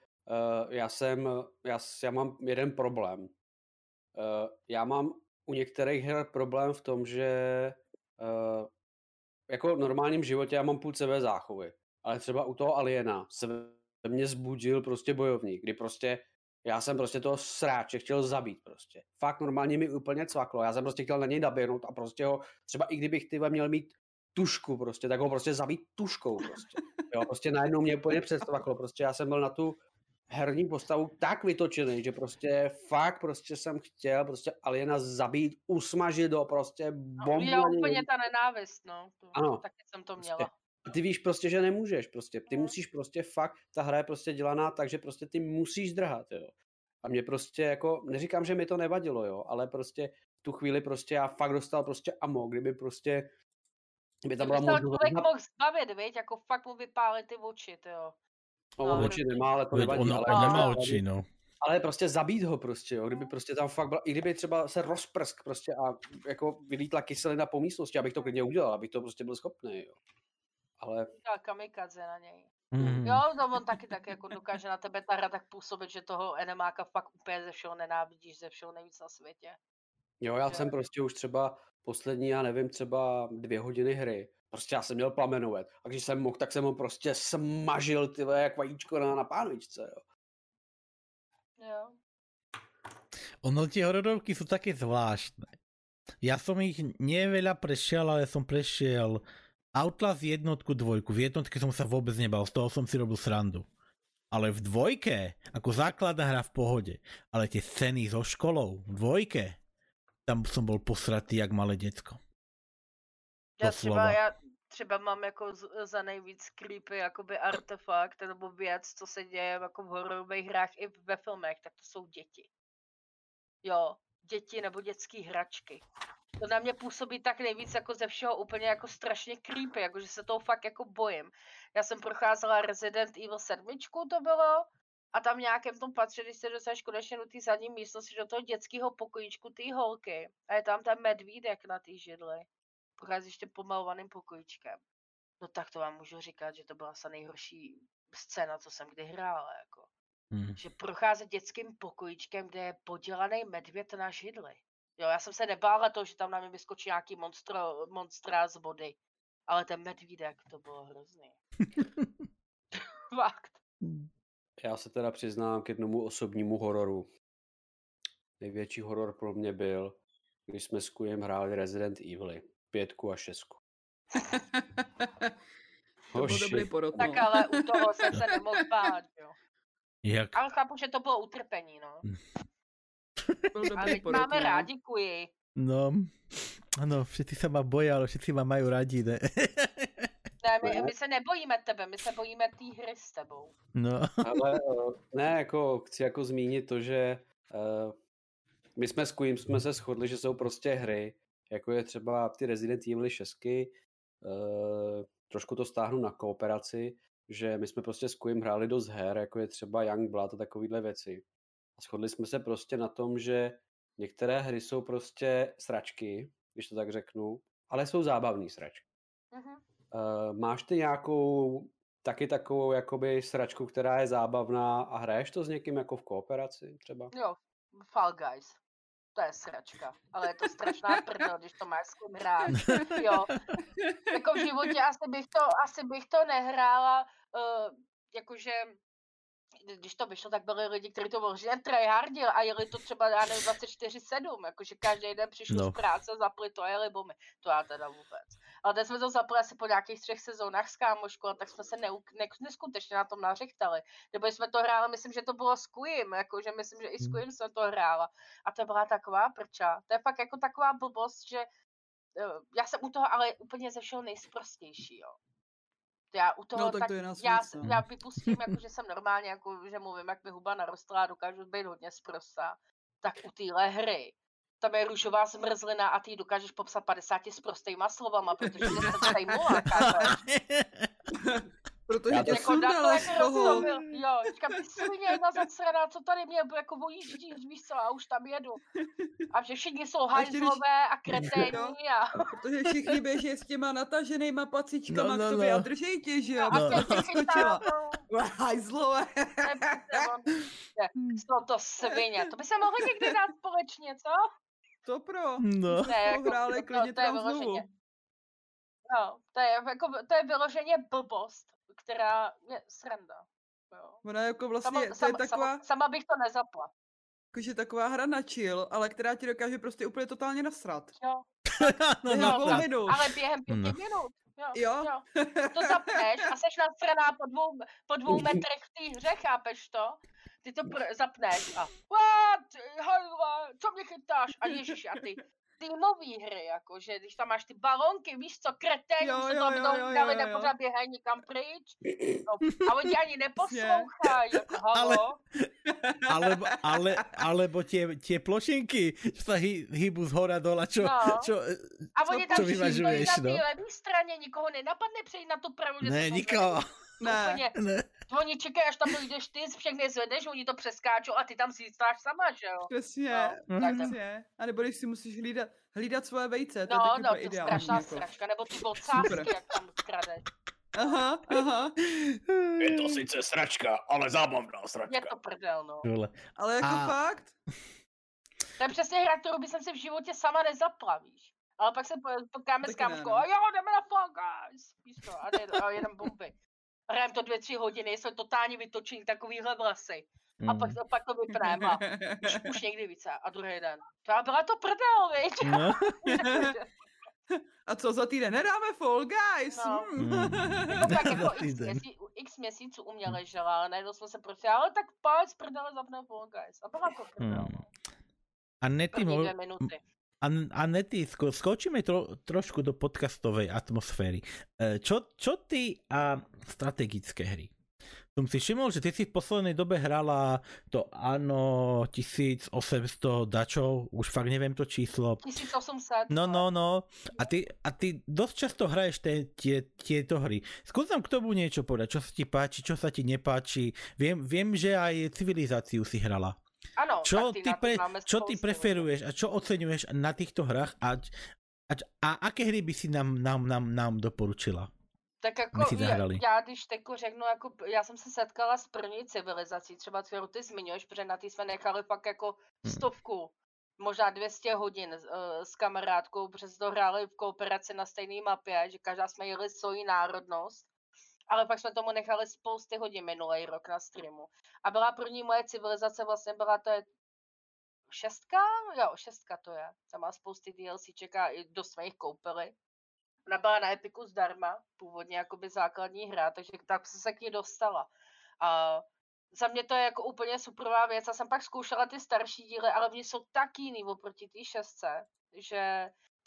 já mám jeden problém. Já mám u některých her problém v tom, že jako v normálním životě já mám půl sebe záchovy, ale třeba u toho Aliena se mě zbudil prostě bojovník, kdy prostě já jsem prostě toho sráče chtěl zabít prostě. Fakt normálně mi úplně cvaklo, já jsem prostě chtěl na něj naběhnout a prostě ho, třeba i kdybych měl mít tušku prostě, tak ho prostě zabít tuškou prostě. Jo, prostě najednou mě úplně přestvaklo, prostě já jsem byl na tu herní postavu tak vytočený, že prostě fakt prostě jsem chtěl prostě Aliena zabít, usmažit ho prostě bombu. Já úplně ta nenávist, no. Ano. Taky jsem to měla. Prostě. Ty víš prostě, že nemůžeš prostě. Ty musíš prostě fakt, ta hra je prostě dělaná tak, že prostě ty musíš zdrhat, jo. A mě prostě jako, neříkám, že mi to nevadilo, jo, ale prostě v tu chvíli prostě já fakt dostal prostě amok, kdyby prostě by tam byla možnost... Člověk mohl zbavit, viď, jako fakt mu vypálit ty oči, jo. On oči nemá, ale to nevadí. On nemá oči, no. Ale prostě zabít ho prostě, jo, kdyby prostě tam fakt byla, i kdyby třeba se rozprsk prostě a jako vylítla kyselina po místnosti, abych to klidně udělal, abych to prostě byl schopný, jo. Ale... Dal kamikaze na něj. Jo, no on taky tak jako dokáže na tebe ta hra tak působit, že toho enemáka fakt úplně ze všeho nenávidíš, ze všeho nejvíc na světě. Jo, já jsem prostě už třeba poslední, já nevím, třeba 2 hodiny hry. Prostě já jsem měl plamenovat. A když jsem mohl, tak jsem ho prostě smažil, tyhle, jak vajíčko na pánvičce, jo. Jo. Ono, tie hororovky sú také zvláštne. Ja som ich neveľa prešiel, ale som prešiel Outlast 1, 2. V jednotke som sa vôbec nebal, z toho som si robil srandu. Ale v 2, ako základná hra v pohode, ale tie scény so školou, v 2, tam som bol posratý jak malé decko. Já třeba mám jako za nejvíc creepy jakoby artefakt nebo věc, co se děje jako v hororových hrách i ve filmech, tak to jsou děti. Jo, děti nebo dětské hračky. To na mě působí tak nejvíc jako ze všeho úplně jako strašně creepy, jakože se toho fakt jako bojím. Já jsem procházela Resident Evil 7, to bylo, a tam nějakém tom patře, když se dostaneš konečně do té zadní místnosti, do toho dětského pokojíčku té holky a je tam ten medvídek na té židli. Procházíš tím pomalovaným pokojíčkem. No tak to vám můžu říkat, že to byla asi nejhorší scéna, co jsem kdy hrála, jako. Že procházet dětským pokojíčkem, kde je podělaný medvěd na židli. Jo, já jsem se nebála toho, že tam na mě vyskočí nějaký monstra z vody. Ale ten medvídek, to bylo hrozný. Fakt. Já se teda přiznám k jednomu osobnímu hororu. Největší horor pro mě byl, když jsme s Kujem hráli Resident Evil 5 a 6. To byl dobrý porod, tak ale u toho jsem se nemohl bát, jo. Jak? Ale chápu, že to bylo utrpení, no. Ale porod, máme rádi Kuji. No, ano, všetci sa ma boja, ale všetci ma majú radi, ne? Ne, my se nebojíme tebe, my se bojíme té hry s tebou. No. Ale ne, jako chci jako zmínit to, že my jsme s Kujem jsme se shodli, že jsou prostě hry, jako je třeba ty Resident Evil 6, trošku to stáhnu na kooperaci, že my jsme prostě s Kujem hráli dost her, jako je třeba Youngblood a takovýhle věci. A shodli jsme se prostě na tom, že některé hry jsou prostě sračky, když to tak řeknu, ale jsou zábavný sračky. Máš ty nějakou taky takovou jakoby sračku, která je zábavná a hraješ to s někým jako v kooperaci třeba? Jo, Fall Guys. To je sračka, ale je to strašná prdel, když to máš s kým hrát. Jo. Jako v životě asi bych to nehrála, jakože když to vyšlo, tak byli lidi, kteří to vložili tryhardili a jeli to třeba, já nevím, 24/7, jakože každý den přišli z práce, zapli to a jeli bomby. To já teda vůbec. Ale teď jsme to zapli asi po nějakých 3 sezónách s kámoškou a tak jsme se neskutečně na tom nařichtali. Nebo jsme to hráli, myslím, že to bylo s Kujem, jakože myslím, že i s Kujem jsme to hrála. A to byla taková prča. To je fakt jako taková blbost, že já jsem u toho ale úplně ze všeho nejsprostější, jo. Já u toho, no, tak to je já vypustím, jako, že jsem normálně, jako, že mluvím, jak mi huba narostla a dokážu být hodně sprostá. Tak u téhle hry, tam je růžová zmrzlina a ty dokážeš popsat 50 sprostejma slovama, protože se tady mula, Protože tě jako sundala z toho. Jo, říkám, ty svině jedna zacraná, co tady mě jako vojíždíš, víš co, a už tam jedu. A že všichni jsou hajzlové a kreténi a... Protože všichni běží s těma nataženýma pacičkama k tobě a držej tě, že jo? A tě chytá, hajzlové. Jsou to svině, to by se mohlo někdy dát společně, co? To pro. No. Ne, jako, hráli klidně tam znovu. No, to je vyloženě blbost, která je sranda. Jo. Ona jako vlastně, to je taková... Sama bych to nezapla. Jakože taková hra na chill, ale která ti dokáže prostě úplně totálně nasrat. Jo. Ale během 5 minut. Jo. To zapneš a seš nasraná po 2 metrech v té hře, chápeš to? Ty to zapneš a what? Co mě chytáš? A ježiš, a ty týmový hry, jako, že když tam máš ty balonky, víš co, kreténi, už se to dali nepořád běhají nikam pryč. No, a oni ani neposlouchají, jako halo. Alebo tie plošinky, čo sa hýbu z hora dola, čo oni tam všichni stojí na té levné straně, nikoho nenapadne přejít na tu pravou. Ne, nikoho. Ne. Oni čekají, až tam dojdeš ty, všechny zvedneš, oni to přeskáčou a ty tam si stáš sama, že jo? Přesně. A nebo když si musíš hlídat svoje vejce, to je taky ideální. Strašná sračka, nebo ty ocásky, jak tam kradeš. Aha. Je to sice sračka, ale zábavná sračka. Je to prdel, no. Ale jako fakt? To je přesně hra, kterou bych si v životě sama nezapla, víš. Ale pak se potkáme s kámoškou a jo, jdeme na Fall Guys. Víš to, a jenom bomby. Hrajeme to 2-3 hodiny, jsme totálně vytočení takovýhle vlasy. A pak to vypneme a už někdy více. A druhý den. Byla to prdel, viď? No. A co za týden? Nedáme Fall Guys? No. Tak jako x měsíců u mě ležela, ale najednou jsme se prostě, ale tak pojď prdele zapne Fall Guys. A byla to prdel. A Nety, 2 minuty. A Nety, skočíme trošku do podcastovej atmosféry. Čo ty a strategické hry? Som si všimol, že ty si v poslednej dobe hrala to Anno 1800 dačov, už fakt neviem to číslo. 1800. No. A ty dosť často hraješ tieto hry. Skús nám k tomu niečo povedať, čo sa ti páči, čo sa ti nepáči. Viem, že aj Civilizáciu si hrala. Ano, čo ty preferuješ a čo oceňuješ na týchto hrách a aké hry by si nám doporučila? Tak jako já když teďko řeknu, jako já jsem se setkala s první Civilizací, třeba kterou ty zmiňuješ, protože na té jsme nechali fakt jako 100, možná 200 hodin s kamarádkou, protože to hráli v kooperaci na stejné mapě, že každá jsme jeli svoji národnost. Ale pak jsme tomu nechali spousty hodin minulý rok na streamu. A byla první moje Civilizace, vlastně byla to 6? Jo, 6 to je. Tam má spousty DLCček a i dost jsme jich koupili. Ona byla na Epiku zdarma, původně jakoby základní hra, takže tak se k ní dostala. A za mě to je jako úplně superová věc. Já jsem pak zkoušela ty starší díly, ale oni jsou tak jiný oproti té 6, že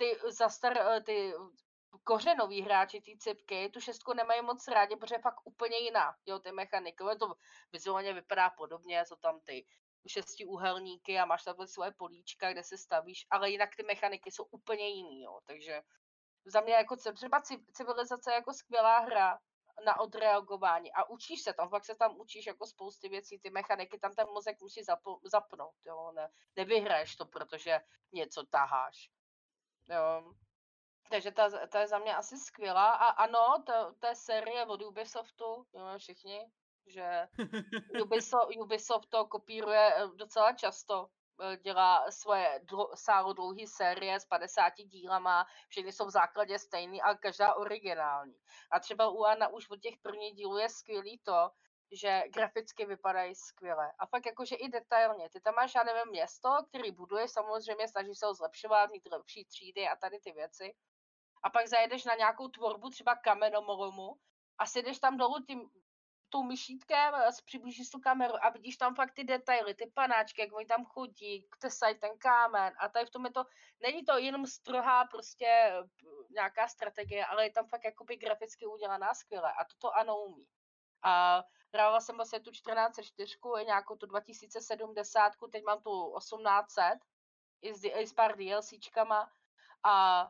ty kořenoví hráči, ty cipky, tu 6 nemají moc rádi, protože je fakt úplně jiná, jo, ty mechaniky, to vizuálně vypadá podobně, jsou tam ty 6úhelníky a máš tam svoje políčka, kde se stavíš, ale jinak ty mechaniky jsou úplně jiný, jo, takže za mě jako třeba Civilizace je jako skvělá hra na odreagování a učíš se tam, fakt se tam učíš jako spousty věcí, ty mechaniky, tam ten mozek musí zapnout, jo, nevyhraješ to, protože něco taháš, jo. Takže ta je za mě asi skvělá a ano, to je série od Ubisoftu, všichni, že Ubisoft to kopíruje docela často, dělá svoje sáhodlouhé série s 50 dílama, všechny jsou v základě stejný a každá originální. A třeba u Anna už od těch prvních dílů je skvělý to, že graficky vypadají skvěle. A fakt jakože i detailně. Ty tam máš, já nevím, město, který buduje, samozřejmě snaží se ho zlepšovat, mít lepší třídy a tady ty věci. A pak zajedeš na nějakou tvorbu, třeba kamenomolomu a sedeš tam dolů tou myšítkem, přiblížíš tu kameru a vidíš tam fakt ty detaily, ty panáčky, jak oni tam chodí, tesají ten kámen a tady v tom je to, není to jenom strohá prostě nějaká strategie, ale je tam fakt jakoby graficky udělaná skvěle a toto ano umí. A hrála jsem vlastně tu 1404, je nějakou tu 2070, teď mám tu 1800, i s pár DLCčkama a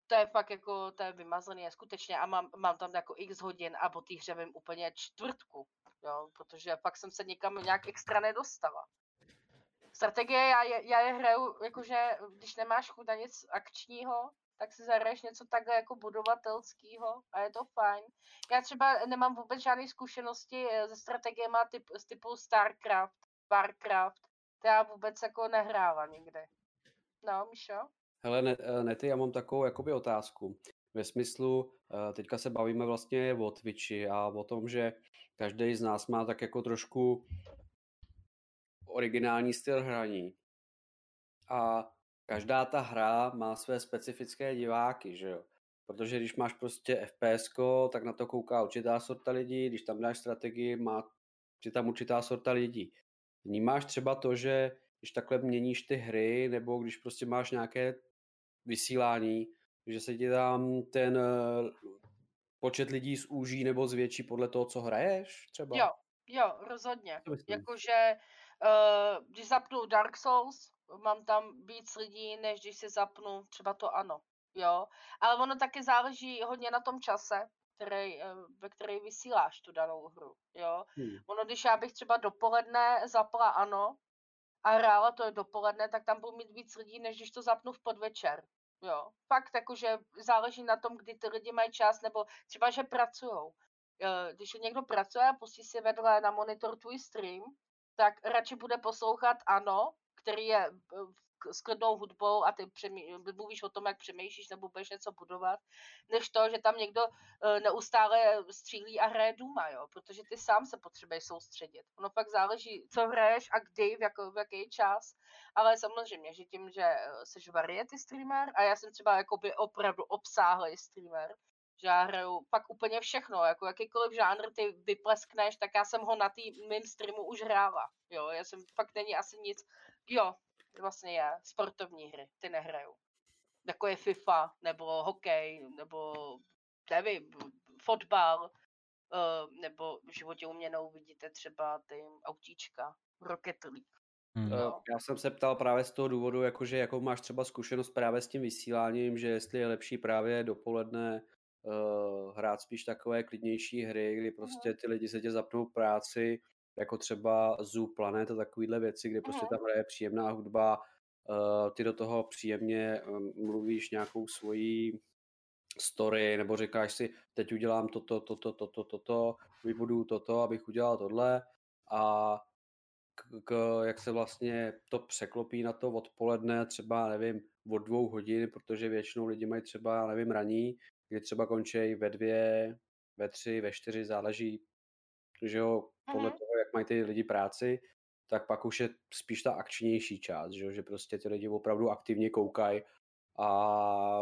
To je fakt jako, to je vymazaný skutečně a mám tam jako x hodin a po té hře vím úplně čtvrtku, jo, protože fakt jsem se nikam nějak extra nedostala. Strategie, já je hraju, jakože když nemáš chuť na nic akčního, tak si zahraješ něco takhle jako budovatelského a je to fajn. Já třeba nemám vůbec žádné zkušenosti se strategiemi z typu StarCraft, Warcraft, to já vůbec jako nehrála nikdy. No, Míšo? Hele, Nety, já mám takovou jakoby otázku. Ve smyslu, teďka se bavíme vlastně o Twitchi a o tom, že každý z nás má tak jako trošku originální styl hraní. A každá ta hra má své specifické diváky, že jo? Protože když máš prostě FPSko, tak na to kouká určitá sorta lidí, když tam dáš strategii, má tam určitá sorta lidí. Vnímáš třeba to, že když takhle měníš ty hry, nebo když prostě máš nějaké vysílání, že se ti tam ten počet z zúží nebo zvětší podle toho, co hraješ třeba? Jo, rozhodně. Jakože, když zapnu Dark Souls, mám tam víc lidí, než když si zapnu třeba to ANO, jo. Ale ono taky záleží hodně na tom čase, ve který vysíláš tu danou hru, jo. Ono, když já bych třeba dopoledne zapla ANO a hrála to dopoledne, tak tam budu mít víc lidí, než když to zapnu v podvečer. Jo, fakt jakože záleží na tom, kdy ty lidi mají čas, nebo třeba, že pracujou. Když někdo pracuje a pustí si vedle na monitor tvůj stream, tak radši bude poslouchat ANO, který je s klidnou hudbou a ty mluvíš o tom, jak přemýšlíš nebo budeš něco budovat, než to, že tam někdo neustále střílí a hraje Duma, jo, protože ty sám se potřebuješ soustředit. Ono fakt záleží, co hraješ a kdy, v jaký čas, ale samozřejmě, že tím, že jsi variety streamer a já jsem třeba jakoby opravdu obsáhlý streamer, že já hraju fakt úplně všechno, jako jakýkoliv žánr ty vypleskneš, tak já jsem ho na mým streamu už hrála, jo, já jsem fakt není asi nic, jo, vlastně je, sportovní hry, ty nehraju. Jako je FIFA, nebo hokej, nebo nevím, fotbal, nebo v životě u mě neuvidíte třeba ty autíčka, Rocket League. Já jsem se ptal právě z toho důvodu, jakože jakou máš třeba zkušenost právě s tím vysíláním, že jestli je lepší právě dopoledne hrát spíš takové klidnější hry, kdy prostě ty lidi se tě zapnou práci, jako třeba Zoo Planet a takovýhle věci, kde prostě tam hraje příjemná hudba, ty do toho příjemně mluvíš nějakou svojí story, nebo říkáš si, teď udělám toto, vybuduju toto, abych udělal tohle a jak se vlastně to překlopí na to odpoledne, třeba nevím, od 2 hodin, protože většinou lidi mají třeba, nevím, raní, kdy třeba končí ve 2, ve 3, ve 4, záleží, že jo, podle toho, jak mají ty lidi práci, tak pak už je spíš ta akčnější část, že prostě ty lidi opravdu aktivně koukají a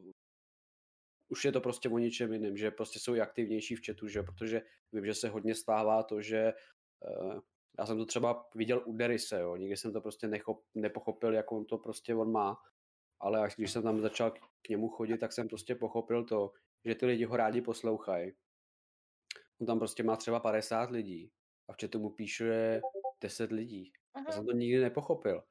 už je to prostě o ničem jiném, že prostě jsou i aktivnější v chatu, že protože vím, že se hodně stává to, že já jsem to třeba viděl u Derise, jo, nikdy jsem to prostě nepochopil, jak on to prostě on má, ale až když jsem tam začal k němu chodit, tak jsem prostě pochopil to, že ty lidi ho rádi poslouchají. On tam prostě má třeba 50 lidí a v chatu mu píše 10 lidí. Já jsem to nikdy nepochopil.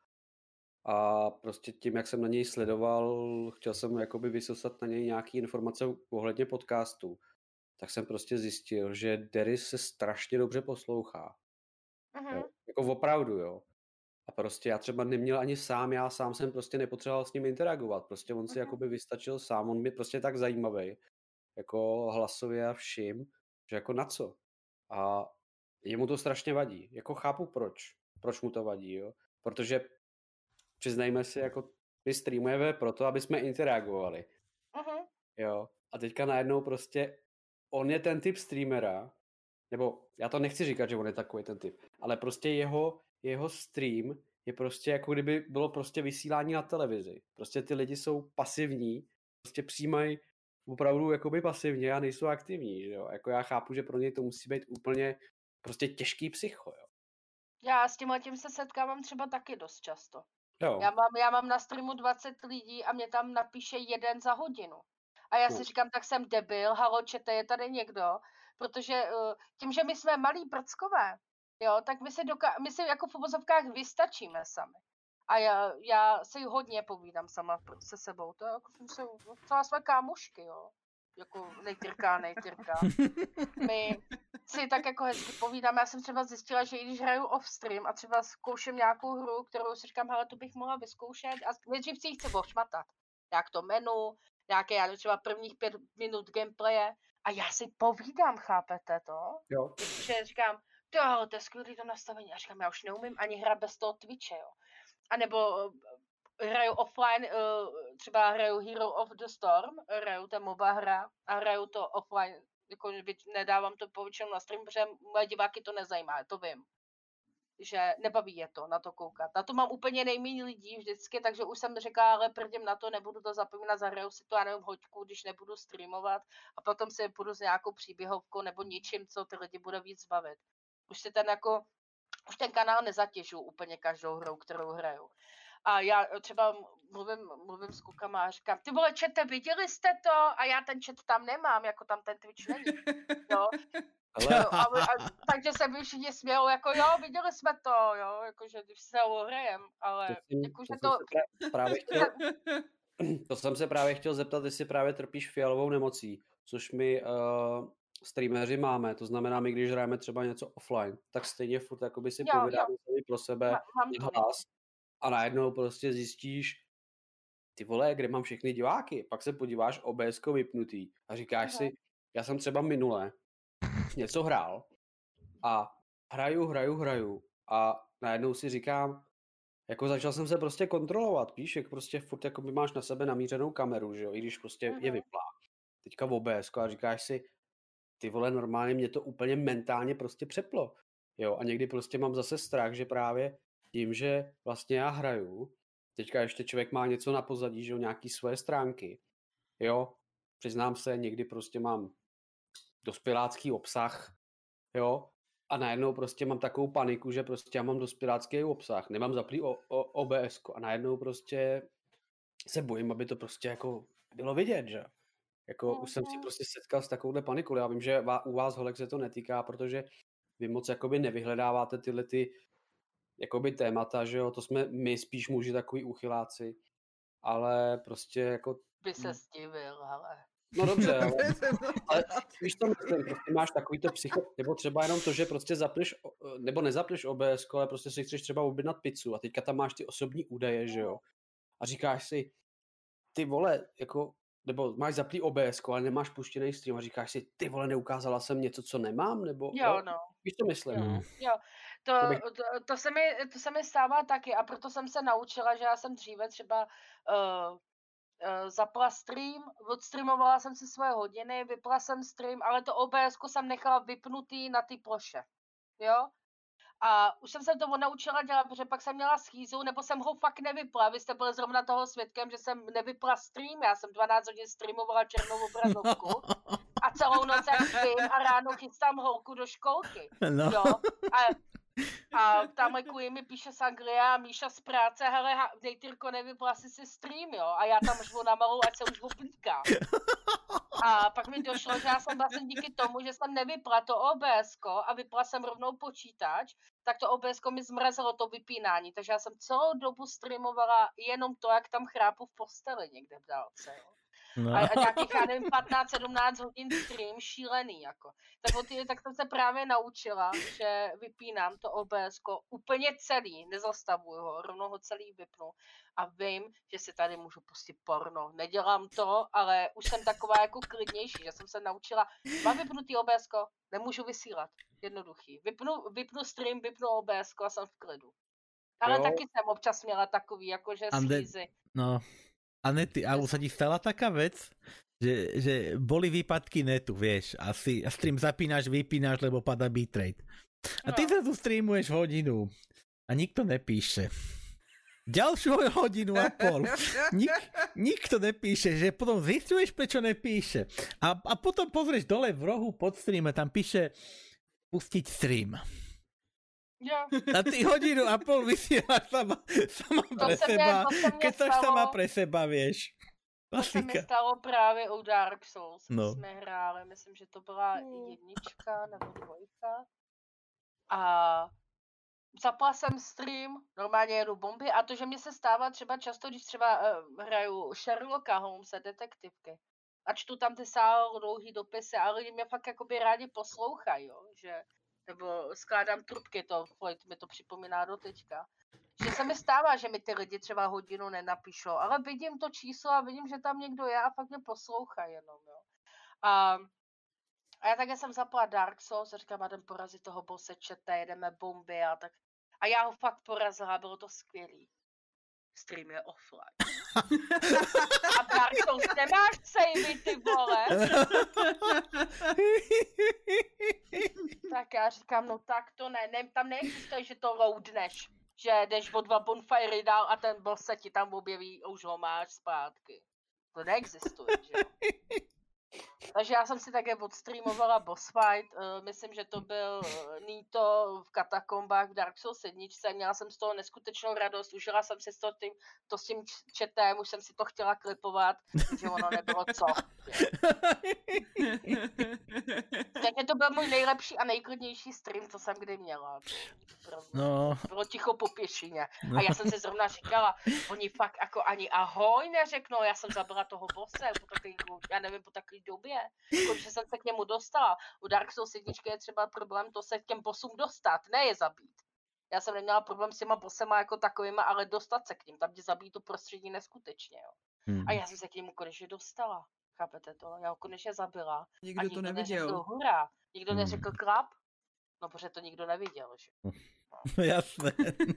A prostě tím, jak jsem na něj sledoval, chtěl jsem jakoby vysosat na něj nějaký informace ohledně podcastu, tak jsem prostě zjistil, že Deris se strašně dobře poslouchá. Jo, jako opravdu, jo. A prostě já třeba neměl ani já sám jsem prostě nepotřeboval s ním interagovat. Prostě on si jakoby vystačil sám, on byl prostě tak zajímavý, jako hlasově a vším, že jako na co. A jemu to strašně vadí. Jako chápu proč mu to vadí, jo. Protože přiznejme si, jako my streamujeme proto, aby jsme interagovali. Jo. A teďka najednou prostě on je ten typ streamera, nebo já to nechci říkat, že on je takový ten typ, ale prostě jeho stream je prostě jako kdyby bylo prostě vysílání na televizi. Prostě ty lidi jsou pasivní, prostě přijímají opravdu jakoby pasivně a nejsou aktivní, že jo. Jako já chápu, že pro něj to musí být úplně prostě těžký psycho, jo. Já s tím se setkávám třeba taky dost často. Jo. Já mám na streamu 20 lidí a mě tam napíše 1 za hodinu. A já si říkám, tak jsem debil, halo čete, je tady někdo? Protože tím, že my jsme malí prckové, jo, tak my si jako v uvozovkách vystačíme sami. A já si hodně povídám sama se sebou. To jako jsem se docela své kámošky, jo. Jako nejtyrka. My si tak jako hezky povídáme. Já jsem třeba zjistila, že i když hraju off-stream a třeba zkouším nějakou hru, kterou si říkám, hele, to bych mohla vyzkoušet a nejdřív si ji chci ošmatat. Jak to menu, nějaké, já třeba prvních 5 minut gameplaye a já si povídám, chápete to? Jo. Že říkám, to je skvělý to nastavení. A říkám, já už neumím ani hrát bez toho Twitche, jo. A nebo hraju offline, třeba hraju Hero of the Storm, hraju ta MOBA hra a hraju to offline, jako nedávám to povětšinou na stream, protože moje diváky to nezajímá, to vím. Že nebaví je to na to koukat. Na to mám úplně nejméně lidí vždycky, takže už jsem řekla, ale prdím na to, nebudu to zapomínat, zahraju si to, já nevím, hoďku, když nebudu streamovat a potom si půjdu s nějakou příběhovkou nebo něčím, co ty lidi bude víc bavit. Už ten kanál nezatěžuju úplně každou hrou, kterou hraju. A já třeba mluvím s klukama a říkám, ty vole, čete, viděli jste to? A já ten chat tam nemám, jako tam ten Twitch není. Jo. Takže se mi všichni smějou, jako jo, viděli jsme to, jo, jakože když se ohrajem, ale jakože to... To jsem se právě chtěl zeptat, jestli právě trpíš fialovou nemocí, což my streameři máme, to znamená, my když hrajeme třeba něco offline, tak stejně furt jakoby si povídáme sami pro sebe na hlas a najednou prostě zjistíš, ty vole, kde mám všechny diváky, pak se podíváš OBS-ko vypnutý a říkáš si, já jsem třeba minule něco hrál a hraju a najednou si říkám, jako začal jsem se prostě kontrolovat, víš, jak prostě furt jako by máš na sebe namířenou kameru, že jo, i když prostě je vyplá. Teďka v OBS-ko a říkáš si, ty vole, normálně mě to úplně mentálně prostě přeplo, jo, a někdy prostě mám zase strach, že právě tím, že vlastně já hraju, teďka ještě člověk má něco na pozadí, že jo, nějaký svoje stránky, jo, přiznám se, někdy prostě mám dospělácký obsah, jo, a najednou prostě mám takovou paniku, že prostě já mám dospělácký obsah, nemám zaplý OBS-ko a najednou prostě se bojím, aby to prostě jako bylo vidět, že? Jako už jsem si prostě setkal s takovouhle panikou. Já vím, že u vás, holek, se to netýká, protože vy moc jakoby nevyhledáváte tyhle ty jakoby témata, že jo, to jsme my spíš muži takový uchyláci, ale prostě jako... By se stivil, ale... No dobře, ale víš to myslím, prostě máš takovýto psycho, nebo třeba jenom to, že prostě zapneš, nebo nezapneš OBS, ale prostě si chceš třeba objednat pizzu a teďka tam máš ty osobní údaje, že jo, a říkáš si, ty vole, jako, nebo máš zaplý OBS, ale nemáš puštěný stream a říkáš si, ty vole, neukázala jsem něco, co nemám, nebo... Jo, no. Víš to myslím? Jo. To se mi stává taky a proto jsem se naučila, že já jsem dříve třeba... zapla stream, odstreamovala jsem si svoje hodiny, vypla jsem stream, ale to OBS-ko jsem nechala vypnutý na té ploše, jo? A už jsem se to naučila dělat, protože pak jsem měla schýzu, nebo jsem ho fakt nevypla. Vy jste byli zrovna toho svědkem, že jsem nevypla stream, já jsem 12 hodin streamovala černou obrazovku a celou noc jak spím a ráno chystám holku do školky, jo? A tamhle kvůli mi píše Sangria a Míša z práce, hele, Nejtyrko, nevypla si stream, jo, a já tam žvu na malou, ať se už oblíká. A pak mi došlo, že já jsem vlastně díky tomu, že jsem nevypla to OBS-ko a vypla jsem rovnou počítač, tak to OBS-ko mi zmrazilo to vypínání, takže já jsem celou dobu streamovala jenom to, jak tam chrápu v posteli někde v dálce, jo. No. A nějakých, já nevím, 15-17 hodin stream, šílený, jako. Tak jsem se právě naučila, že vypínám to OBS-ko úplně celý, nezastavuju ho, rovnou ho celý vypnu a vím, že si tady můžu pustit porno. Nedělám to, ale už jsem taková jako klidnější, že jsem se naučila, mám vypnutý OBS-ko, nemůžu vysílat, jednoduchý. Vypnu stream, vypnu OBS-ko a jsem v klidu. Ale jo. Taky jsem občas měla takový, jakože schýzy. No. Anety, a už sa ti stala taká vec, že boli výpadky netu, vieš, a stream zapínaš, vypínaš, lebo pada bitrate. A ty sa tu streamuješ hodinu a nikto nepíše. Ďalšiu hodinu a pol. Nikto nepíše, že potom zistuješ, prečo nepíše. A potom pozrieš dole v rohu pod streame, tam píše pustiť stream. Ja. A ty hodinu a pol vysielaš sama pre seba, keď sa sama pre seba, vieš. To se mi stalo právě u Dark Souls, no. Jsme hráli, myslím, že to byla 1 nebo 2. A zapla jsem stream, normálně jedu bomby a to, že mě se stává třeba často, když třeba hraju Sherlocka Holmese, detektivky a čtu tam ty dlouhý dopisy a lidi mě fakt jakoby rádi poslouchají, jo, že, nebo skládám trubky, to Floyd mi to připomíná do teďka. Že se mi stává, že mi ty lidi třeba hodinu nenapíšou, ale vidím to číslo a vidím, že tam někdo je a fakt mě poslouchají jenom, jo. A já také jsem zapla Dark Souls a říkám, jdem porazit toho bosse, jedeme bomby a tak. A já ho fakt porazila, bylo to skvělý. Stream je offline. A Dark Souls nemáš savey, ty vole. Tak já říkám, no tak to ne, tam neexistuje, že to loadneš. Že jdeš o 2 bonfire dál a ten boss se ti tam objeví a už ho máš zpátky. To neexistuje, že jo. Takže já jsem si také odstreamovala boss fight, myslím, že to byl Nito v katakombách v Dark Souls 1, měla jsem z toho neskutečnou radost, užila jsem si to s tím chatem, už jsem si to chtěla klipovat, že ono nebylo co. Takže to byl můj nejlepší a nejklidnější stream, co jsem kdy měla. No. Bylo ticho po pěšině. A já jsem si zrovna říkala, oni fakt jako ani ahoj neřeknou, já jsem zabila toho bosse já nevím, po takové době, že jsem se k němu dostala. U Dark Souls 1 je třeba problém to se k těm bossům dostat, ne je zabít. Já jsem neměla problém s těma bossema jako takovýma, ale dostat se k ním, tam tě zabít to prostředí neskutečně, jo. A já jsem se k němu konečně dostala. Chápete to? Já ho konečně zabila. Nikdo to neviděl. Neřekl hurá. Nikdo neřekl klap. No, protože to nikdo neviděl, že? No jasné.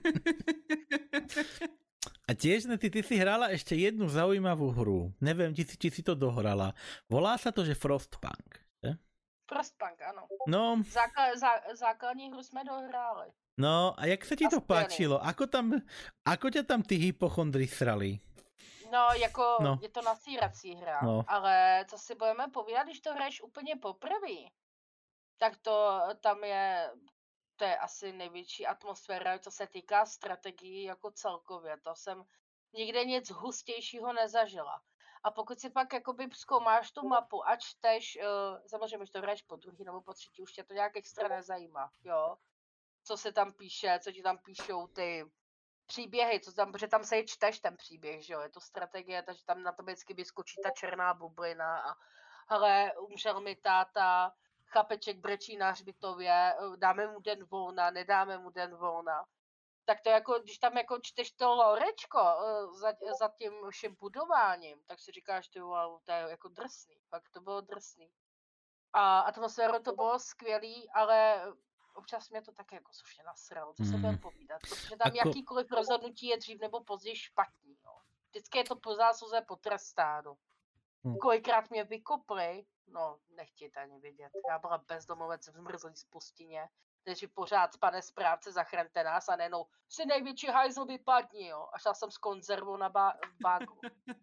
A tiež, ty si hrala ešte jednu zaujímavú hru. Neviem, či si to dohrala. Volá sa to, že Frostpunk, že? Frostpunk, áno. No. Základní hru sme dohráli. No, a jak sa ti to páčilo? Ako ťa tam ty hypochondry srali? No, jako je to nasírací hra, ale co si budeme povídat, když to hraješ úplně poprvé, tak to tam je... To je asi největší atmosféra, co se týká strategií jako celkově. To jsem nikde nic hustějšího nezažila. A pokud si pak jakoby zkoumáš tu mapu a čteš, samozřejmě, když to hraješ po druhý nebo po třetí, už tě to nějak extra nezajímá, jo. Co se tam píše, co ti tam píšou ty příběhy, protože tam se čteš ten příběh, že jo. Je to strategie, takže tam na to vždycky vyskočí ta černá bublina a hele, umřel mi táta, chlapeček brečí na hřbitově, dáme mu den volna, nedáme mu den volna. Tak to jako, když tam jako čteš to lorečko za tím vším budováním, tak si říkáš, ty wow, to je jako drsný. Fakt to bylo drsný. A atmosféru to bylo skvělý, ale občas mě to také jako slušně nasralo, co se budeme povídat. Protože tam jakýkoliv rozhodnutí je dřív nebo později špatný. No. Vždycky je to po zásluze potrestáno. Kolikrát mě vykopli, no, nechtějte ani vidět. Já byla bezdomovec v zmrzlý spustině, takže pořád, pane správce, zachraňte nás a nejenom si největší hajzl vypadni, jo. A šla jsem s konzervou na bágu.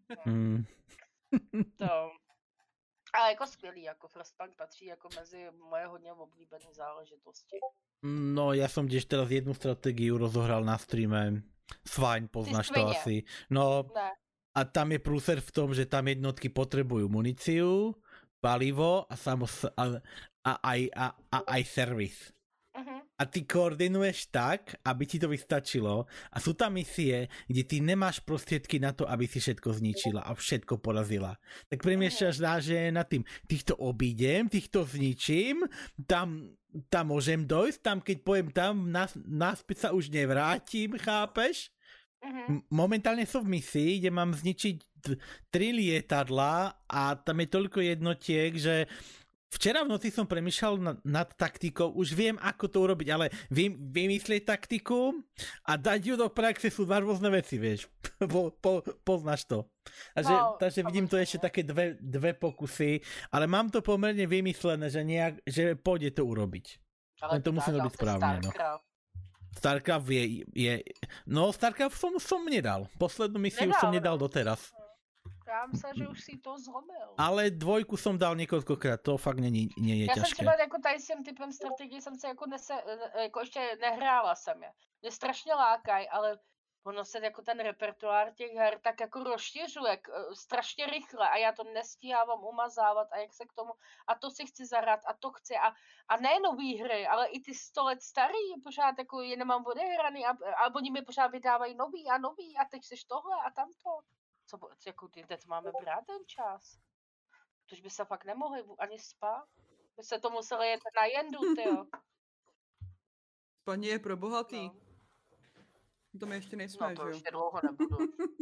To. Ale jako skvělý, jako Frostpunk patří jako mezi moje hodně oblíbené záležitosti. No, ja som tiež teraz jednu stratégiu rozohral na streame. Svaň, poznáš to asi. No, ne. A tam je prúser v tom, že tam jednotky potrebujú muníciu, palivo a aj servis. A ty koordinuješ tak, aby ti to vystačilo. A sú tam misie, kde ty nemáš prostriedky na to, aby si všetko zničila a všetko porazila. Tak premýšľaš na tým, týchto obídem, týchto zničím, tam môžem dojsť, tam keď pojem tam, naspäť sa už nevrátim, chápeš? Momentálne som v misii, kde mám zničiť 3 lietadla a tam je toľko jednotiek, že včera v noci som premýšľal nad taktikou, už viem, ako to urobiť, ale vymyslieť taktiku a dať ju do praxe sú dva rôzne veci, vieš. Poznáš to. Takže vidím tu ešte také dve pokusy, ale mám to pomerne vymyslené, že pôjde to urobiť. Ale to musí robiť správne. No. Starcraft je... No, Starcraft som nedal. Poslednú misiu som nedal doteraz. Já myslím, že už si to zlomil. Ale 2 som dal niekoľkokrát, to fakt nie je ťažké. Já jsem třeba jako tady s tím typem strategie jsem se jako ještě nehrála jsem je. Mě strašně lákají, ale ono se jako ten repertoár těch her tak jako rozšiřuje strašně rychle a já to nestíhávám umazávat a jak se k tomu, a to si chci zahrát a to chci a ne nový hry, ale i ty 100 let starý, pořád jako je nemám odehraný a oni mi pořád vydávají nový a teď seš tohle a tamto. Co jako kde to máme brát ten čas? Tož by se fakt nemohli ani spát. By se to museli jet na jendu, tyjo. Spaní je pro bohatý. No. To my ještě nejsme, No to že jo? ještě dlouho nebudu.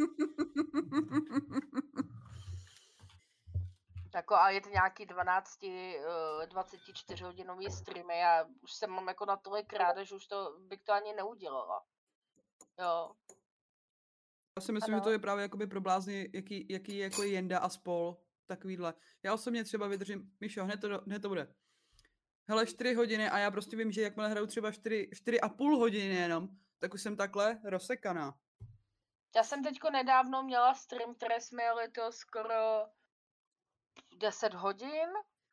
Jako a je to nějaký 24 hodinový streamy, já už jsem mám jako na tolikrát, že už bych to ani neudělala. Jo. Já si myslím, že to je právě jakoby pro blázny, jaký je jako Jenda a spol, takovýhle. Já osobně třeba vydržím, Míšo, hned to bude. Hele, 4 hodiny a já prostě vím, že jakmile hraju třeba 4,5 hodiny jenom, tak už jsem takhle rozsekaná. Já jsem teďko nedávno měla stream, které jsme jeli to skoro 10 hodin,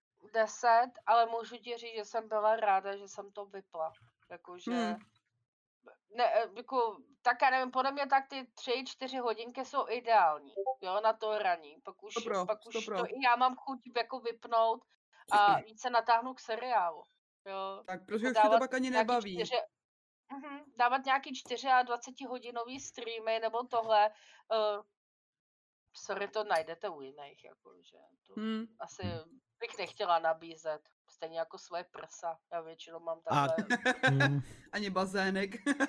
ale můžu ti říct, že jsem byla ráda, že jsem to vypla. Jakože, ne, jako, tak já nevím, podle mě tak ty 3-4 hodinky jsou ideální, jo, na to hraní. Pak už to i já mám chuť jako vypnout a víc se natáhnu k seriálu, jo. Tak protože už to pak ani nebaví. Dávat nějaký 24 hodinový streamy nebo tohle, sorry, to najdete u jiných, jakože to asi bych nechtěla nabízet, stejně jako svoje prsa, já většinou mám takhle. Ani bazének.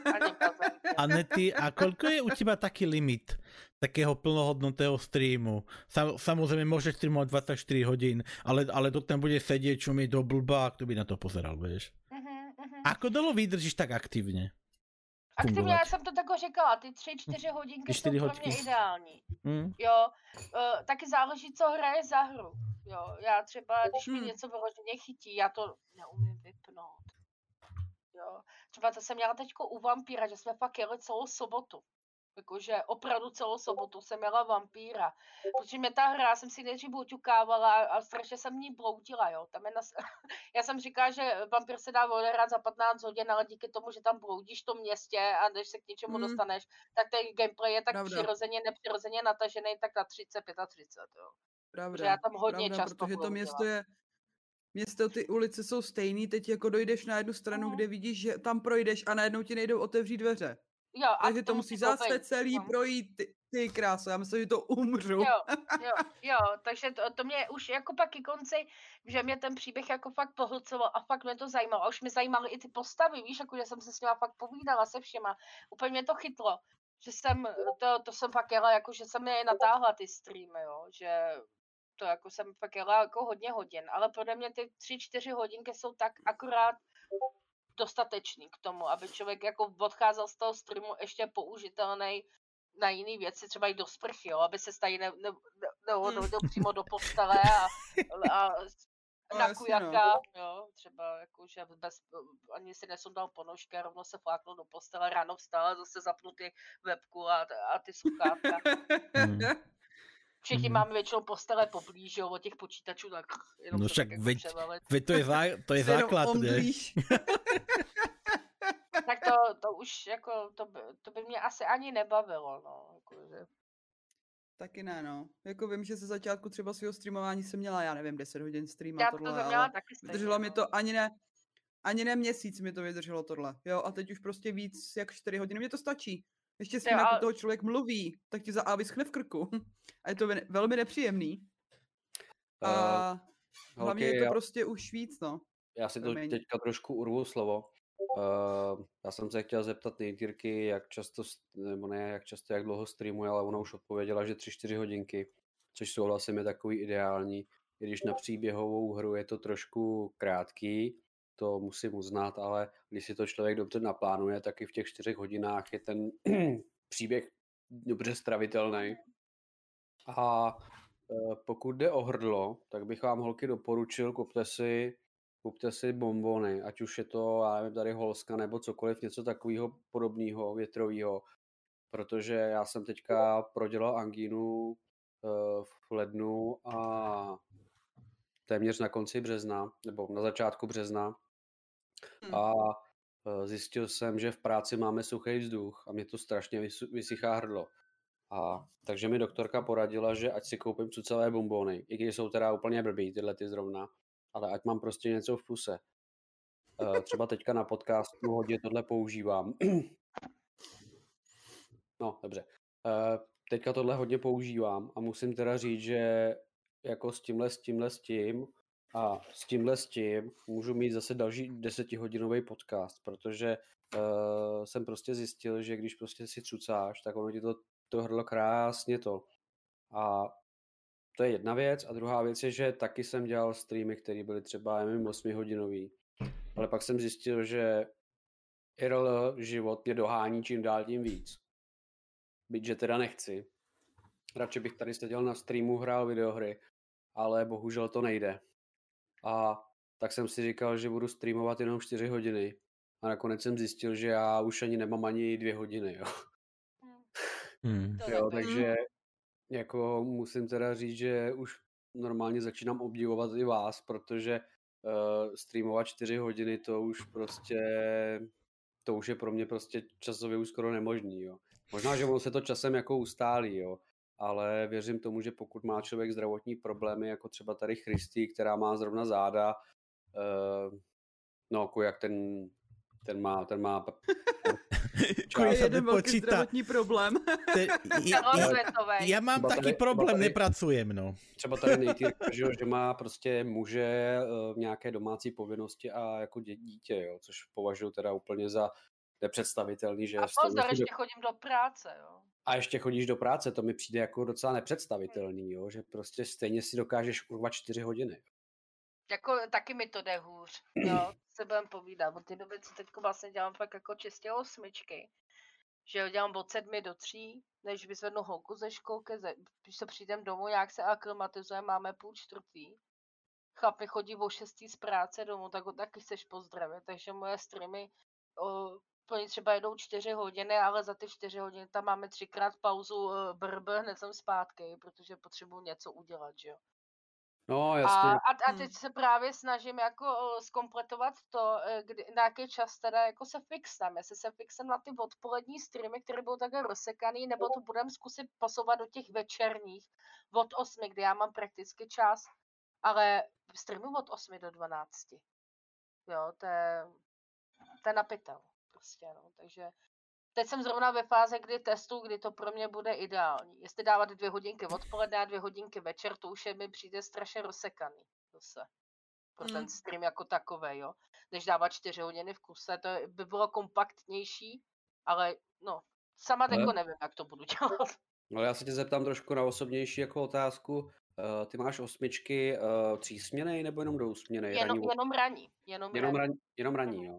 Anety, a koľko je u teba taký limit takého plnohodnotného streamu? Samozrejme, môžeš streamovať 24 hodín, ale to tam bude sedieť, čumieť do blba, kto by na to pozeral, vieš? Ako dlho vydržíš tak aktivně? Aktivně, já jsem to tako říkala, ty 3-4 hodinky jsou pro mě ideální. Jo, taky záleží, co hraje za hru. Jo, já třeba, když mi něco vyloženě chytí, já to neumím vypnout. Jo, třeba to jsem měla teďko u Vampíra, že jsme fakt jeli celou sobotu. Jakože opravdu celou sobotu jsem měla Vampíra. Protože mě ta hra, já jsem si nejdřív uťukávala a strašně jsem ní bloudila, jo. Tam je já jsem říkala, že Vampír se dá odehrát za 15 hodin, ale díky tomu, že tam bloudíš v tom městě a než se k něčemu dostaneš, tak ten gameplay je tak nepřirozeně natažený tak na 30-35, jo. Pravda, že já tam hodně často protože to město, ty ulice jsou stejný, teď jako dojdeš na jednu stranu, kde vidíš, že tam projdeš a najednou ti nejdou otevřít dveře. Jo, takže to musí zase celý projít, ty kráso, já myslím, že to umřu. Jo, takže to mě už jako pak ke konci, že mě ten příběh jako fakt pohlcoval a fakt mě to zajímalo. A už mě zajímaly i ty postavy, víš, jako že jsem se s nima fakt povídala se všema. Úplně mě to chytlo, že jsem, to jsem fakt jela, jako že jsem je natáhla ty streamy, jo, že to jako jsem fakt jela jako hodně hodin, ale podle mě ty 3-4 hodinky jsou tak akorát dostatečný k tomu, aby člověk jako odcházel z toho streamu ještě použitelný na jiné věci, třeba i do sprchy, jo, aby se tady nehodil přímo do postele a na kujaka, jo, třeba jakože ani si nesundal ponožky, rovno se fláknul do postele, ráno vstal, zase zapnul ty webku a ty sluchátka. Všichni máme většinou postele poblíž, jo, od těch počítačů, tak jenom no však jako to je základ, ne? Tak to už jako, to by mě asi ani nebavilo, no. Jakože. Taky ne, no. Jako vím, že ze začátku třeba svého streamování jsem měla, já nevím, 10 hodin stream a tohle, to měla taky stejně, vydrželo mi to ani ne měsíc mi to vydrželo tohle, jo, a teď už prostě víc jak 4 hodiny, mě to stačí. Ještě s tím, jako toho člověk mluví, tak ti vyschne v krku. A je to velmi nepříjemný. A hlavně je to prostě už víc, no. Já si to teďka trošku urvu slovo. Já jsem se chtěl zeptat Nejtýrky, jak dlouho streamuje, ale ona už odpověděla, že 3-4 hodinky, což souhlasím je takový ideální. I když na příběhovou hru je to trošku krátký, to musím uznat, ale když si to člověk dobře naplánuje, tak i v těch 4 hodinách je ten příběh dobře stravitelný. A pokud jde o hrdlo, tak bych vám, holky, doporučil, kupte si bonbony, ať už je to, já nevím, tady Holska nebo cokoliv, něco takového podobného, větrového, protože já jsem teďka prodělal angínu v lednu a téměř na konci března, nebo na začátku března. A zjistil jsem, že v práci máme suchý vzduch a mě to strašně vysychá hrdlo. A takže mi doktorka poradila, že ať si koupím cucavé bonbony, i když jsou teda úplně blbý tyhle ty zrovna, ale ať mám prostě něco v puse. Třeba teďka na podcastu hodně tohle používám. No, dobře. Teďka tohle hodně používám a musím teda říct, že jako s tím a s tím můžu mít zase další 10hodinový podcast, protože jsem prostě zjistil, že když prostě si cucáš, tak ono ti to hrdlo krásně to. A to je jedna věc. A druhá věc je, že taky jsem dělal streamy, které byly třeba 8hodinový. Ale pak jsem zjistil, že IRL život mě dohání čím dál tím víc. Byť, že teda nechci. Radši bych tady seděl na streamu, hrál videohry, ale bohužel to nejde. A tak jsem si říkal, že budu streamovat jenom 4 hodiny. A nakonec jsem zjistil, že já už ani nemám ani 2 hodiny, jo. Jo, takže jako musím teda říct, že už normálně začínám obdivovat i vás, protože streamovat 4 hodiny, to už je pro mě prostě časově už skoro nemožný, jo. Možná, že ono se to časem jako ustálí, jo, ale věřím tomu, že pokud má člověk zdravotní problémy, jako třeba tady Christy, která má zrovna záda, no, jak ten má jeden velký zdravotní problém. Já mám taky problém, nepracujem, no. Třeba tady Nejtýrka, že má prostě muže v nějaké domácí povinnosti a jako dítě, jo, což považuji teda úplně za nepředstavitelný, že... A pozor, ještě chodím do práce, jo. A ještě chodíš do práce, to mi přijde jako docela nepředstavitelný, jo, že prostě stejně si dokážeš kurva 4 hodiny. Jako taky mi to jde hůř, jo, se budem povídat, od té doby, co teď vlastně dělám fakt jako čistě 8, že jo, dělám od 7 do 3, než vyzvednu holku ze školky, když se přijdem domů, nějak se aklimatizujeme, máme 3:30. Chlap mi chodí o 6 z práce domů, tak ho taky chceš pozdravit, takže moje streamy plně třeba jedou 4 hodiny, ale za ty 4 hodiny tam máme 3krát pauzu hned jsem zpátky, protože potřebuji něco udělat, že jo. No, jasně. A teď se právě snažím jako zkompletovat to, na jaký čas teda jako se fixnem. Jestli se fixem na ty odpolední streamy, které budou takhle rozsekaný, nebo to budeme zkusit posouvat do těch večerních od 8, kdy já mám prakticky čas, ale streamu od 8 do 12. Jo, to je napitel prostě, no, takže teď jsem zrovna ve fázi, kdy testu, kdy to pro mě bude ideální. Jestli dávat 2 hodinky odpoledne a 2 hodinky večer, to už mi přijde strašně rozsekaný zase. Pro ten stream jako takovej, jo. Než dávat 4 hodiny v kuse, to by bylo kompaktnější, ale no, sama jako nevím, jak to budu dělat. No já se tě zeptám trošku na osobnější jako otázku. Ty máš 8 třísměnej nebo jenom dvousměnej? Jenom ranní, jo.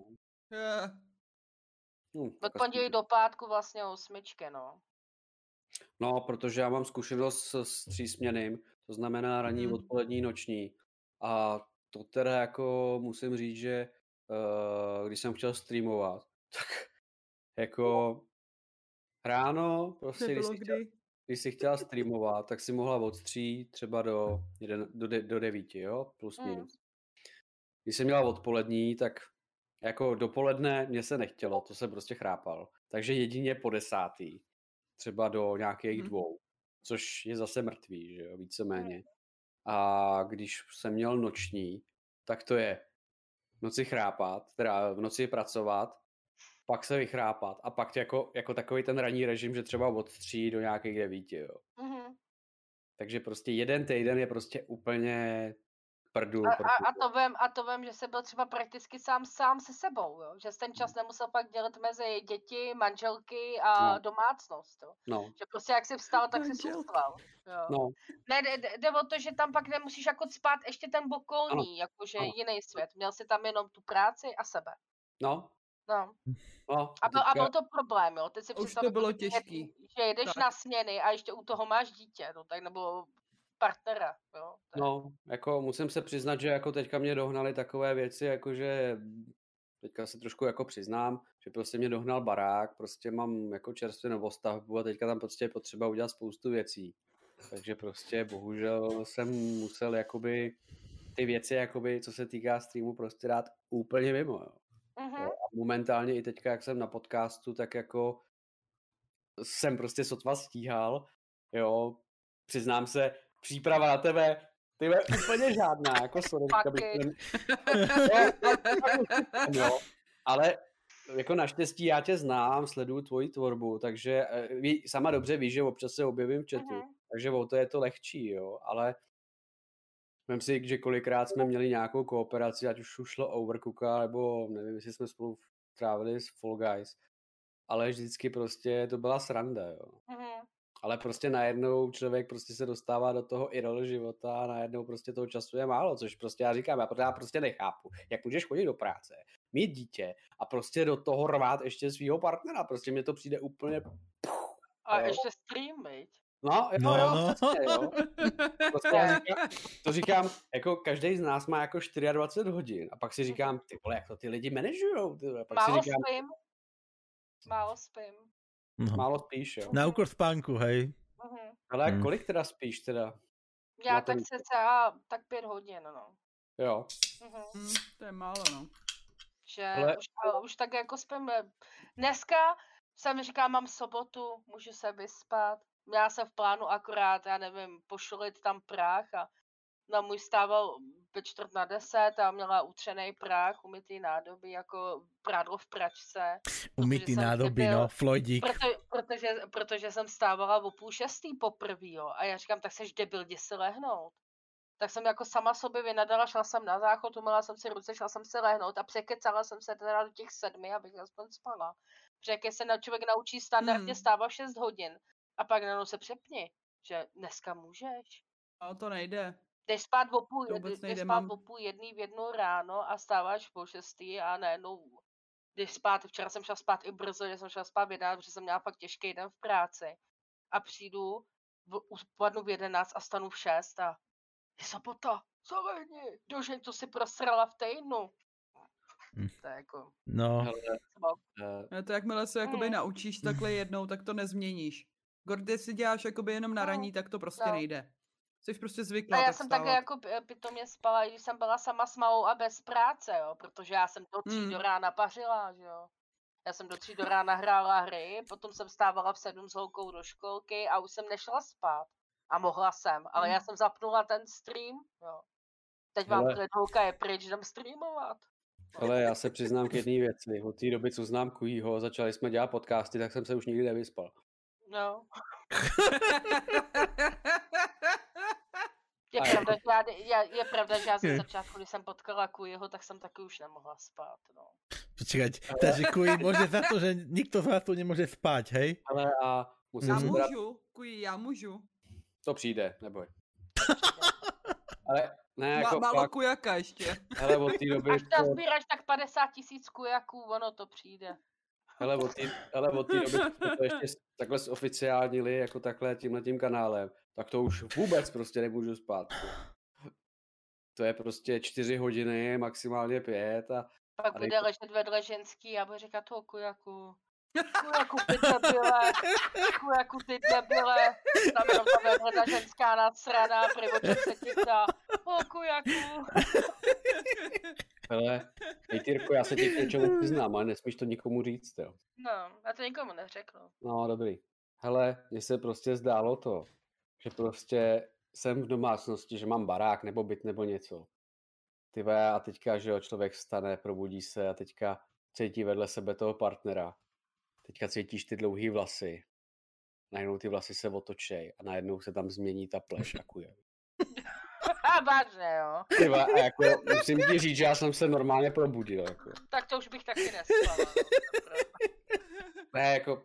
Od pondělí do pátku vlastně 8, no. No, protože já mám zkušenost s třísměným, to znamená ranní, odpolední, noční. A to teda jako musím říct, že když jsem chtěl streamovat, tak jako ráno prostě, když jsi chtěla streamovat, tak si mohla od 3 třeba do 9, jo, plus minus. Když jsem měla odpolední, tak jako dopoledne mě se nechtělo, to jsem prostě chrápal. Takže jedině po 10, třeba do nějakých 2, což je zase mrtvý, že jo, víceméně. A když jsem měl noční, tak to je v noci chrápat, teda v noci pracovat, pak se vychrápat a pak jako takový ten ranní režim, že třeba od 3 do nějakých 9, jo. Takže prostě jeden týden je prostě úplně prdu. A to vím, že jsi byl třeba prakticky sám se sebou, jo? Že jsi ten čas nemusel pak dělat mezi děti, manželky a domácnost, jo? No. Že prostě jak jsi vstal, tak jsi vstal, jo? No. Ne, jde o to, že tam pak nemusíš jako spát ještě ten okolní, jakože jiný svět. Měl jsi tam jenom tu práci a sebe. No. A byl to problém, jo? Teď si už to bylo těžký. Že jedeš na směny a ještě u toho máš dítě, no tak nebo partnera, jo. No, jako musím se přiznat, že jako teďka mě dohnaly takové věci, jakože teďka se trošku jako přiznám, že prostě mě dohnal barák, prostě mám jako čerstvě novostavbu a teďka tam prostě je potřeba udělat spoustu věcí. Takže prostě bohužel jsem musel jakoby ty věci, jakoby, co se týká streamu, prostě dát úplně mimo, jo. Jo? A momentálně i teďka, jak jsem na podcastu, tak jako jsem prostě sotva stíhal, jo, přiznám se, příprava na tebe úplně žádná, jako Sonicka bych jo, ale jako naštěstí já tě znám, sleduju tvoji tvorbu, takže sama dobře víš, že občas se objevím v chatu, takže o to je to lehčí, jo, ale vem si, že kolikrát jsme měli nějakou kooperaci, ať už šlo Overcooka, nebo nevím, jestli jsme spolu trávili s Fall Guys, ale vždycky prostě to byla sranda, jo. Ale prostě najednou člověk prostě se dostává do toho IRL života a najednou prostě toho času je málo, což prostě já říkám, já prostě nechápu, jak můžeš chodit do práce, mít dítě a prostě do toho rvát ještě svýho partnera, prostě mě to přijde úplně... A ještě stream, viď? No, přesně, jo. Prostě já říkám, jako každý z nás má jako 24 hodin a pak si říkám, ty vole, jak to ty lidi manažujou, ty vole. Pak Málo si říkám, spím. Málo spíš, jo. Na úkor spánku, hej. Ale kolik teda spíš teda? Já tak se celá, tak 5 hodin, no. Jo. To je málo, no. Že už tak jako spím. Dneska jsem říkala, mám sobotu, můžu se vyspat. Měla jsem v plánu akorát, já nevím, pošulit tam prach a na můj stával ve 9:45 a měla utřený prach, umytý nádobí, jako prádlo v pračce. Umytý nádobí, no, Floydík. Protože jsem stávala o 5:30 poprvé, jo. A já říkám, tak seš debil, jdi si lehnout. Tak jsem jako sama sobě vynadala, šla jsem na záchod, umyla jsem si ruce, šla jsem si lehnout a překecala jsem se teda do těch 7, abych aspoň spala. Protože jak se člověk naučí standardně stávat 6 hodin a pak najednou se přepni, že dneska můžeš. No to nejde. Jdeš spát o půl jedný v 1 ráno a stáváš po 6 a najednou jdeš spát. Včera jsem šla spát i brzo, že jsem šla spát v 11, protože jsem měla fakt těžký den v práci. A přijdu, upadnu v 11 a stanu v 6 a je sobota, zalehni, dožeň, co si prosrala v týdnu. To je jako... No. To jakmile se jakoby naučíš takhle jednou, tak to nezměníš. Když si děláš jakoby jenom na raní, tak to prostě nejde. Jsi prostě zvyklá. A já jsem také jako pitomě spala, když jsem byla sama s malou a bez práce, jo, protože já jsem do 3 do rána pařila, že jo. Já jsem do 3 do rána hrála hry, potom jsem vstávala v 7 s holkou do školky a už jsem nešla spát. A mohla jsem, ale já jsem zapnula ten stream, jo. Teď vám holka je pryč, jdem streamovat. Ale já se přiznám k jedné věci. Od té doby, co znám Kujího, začali jsme dělat podcasty, tak jsem se už nikdy nevyspal. No. Je pravda, že já ze začátku, když jsem potkala Kujího, tak jsem taky už nemohla spát, no. Počkať, takže Kují může za to, že nikto z vás tu nemůže spát, hej? Ale a musím Kují, já můžu. To přijde, neboj. Ale ne, jako málo kujaka ještě. Hele, od té doby... Až tam sbíráš tak 50 000 kujaků, ono to přijde. Hele, od té doby to ještě takhle zoficiálnili, jako takhle tímhletím kanálem, tak to už vůbec prostě nemůžu spát. To je prostě 4 hodiny, maximálně 5 a... Pak bude ležet vedle ženský a bude říkat toho kujaku. Kujaku ty debile, kujaku ty debile, tam jenom ta vedle ženská nadsraná, privočem se ti ptá, kujaku. Hele, Tyrko, já se ti k něčemu přiznám, ale nesmíš to nikomu říct, jo. No, já to nikomu neřeknu. No, dobrý. Hele, mně se prostě zdálo to, že prostě jsem v domácnosti, že mám barák nebo byt nebo něco. Tyve, a teďka, že jo, člověk vstane, probudí se a teďka cítí vedle sebe toho partnera. Teďka cítíš ty dlouhý vlasy. Najednou ty vlasy se otočej a najednou se tam změní ta pleš a kuje. Vážně, jo. Tyve, a jako musím ti říct, že já jsem se normálně probudil. Jako. Tak to už bych taky nespala. Ne, jako...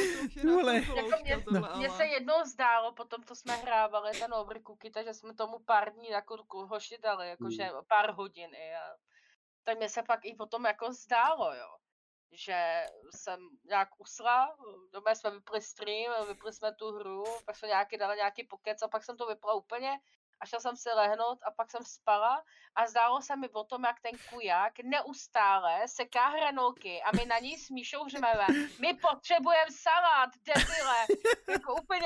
Mně se jednou zdálo, potom to jsme hrávali ten Overcooky, takže jsme tomu pár dní jako hoši dali, jakože pár hodin. Tak mně se pak i potom jako zdálo, jo. Že jsem nějak usla, doma jsme vypli stream, vypli jsme tu hru, pak jsme dali nějaký pokec a pak jsem to vypla úplně a šla jsem si lehnout a pak jsem spala a zdálo se mi o tom, jak ten kuják neustále seká hranolky a my na ní s Míšou řmeme. My potřebujeme salát, debile. Jako úplně...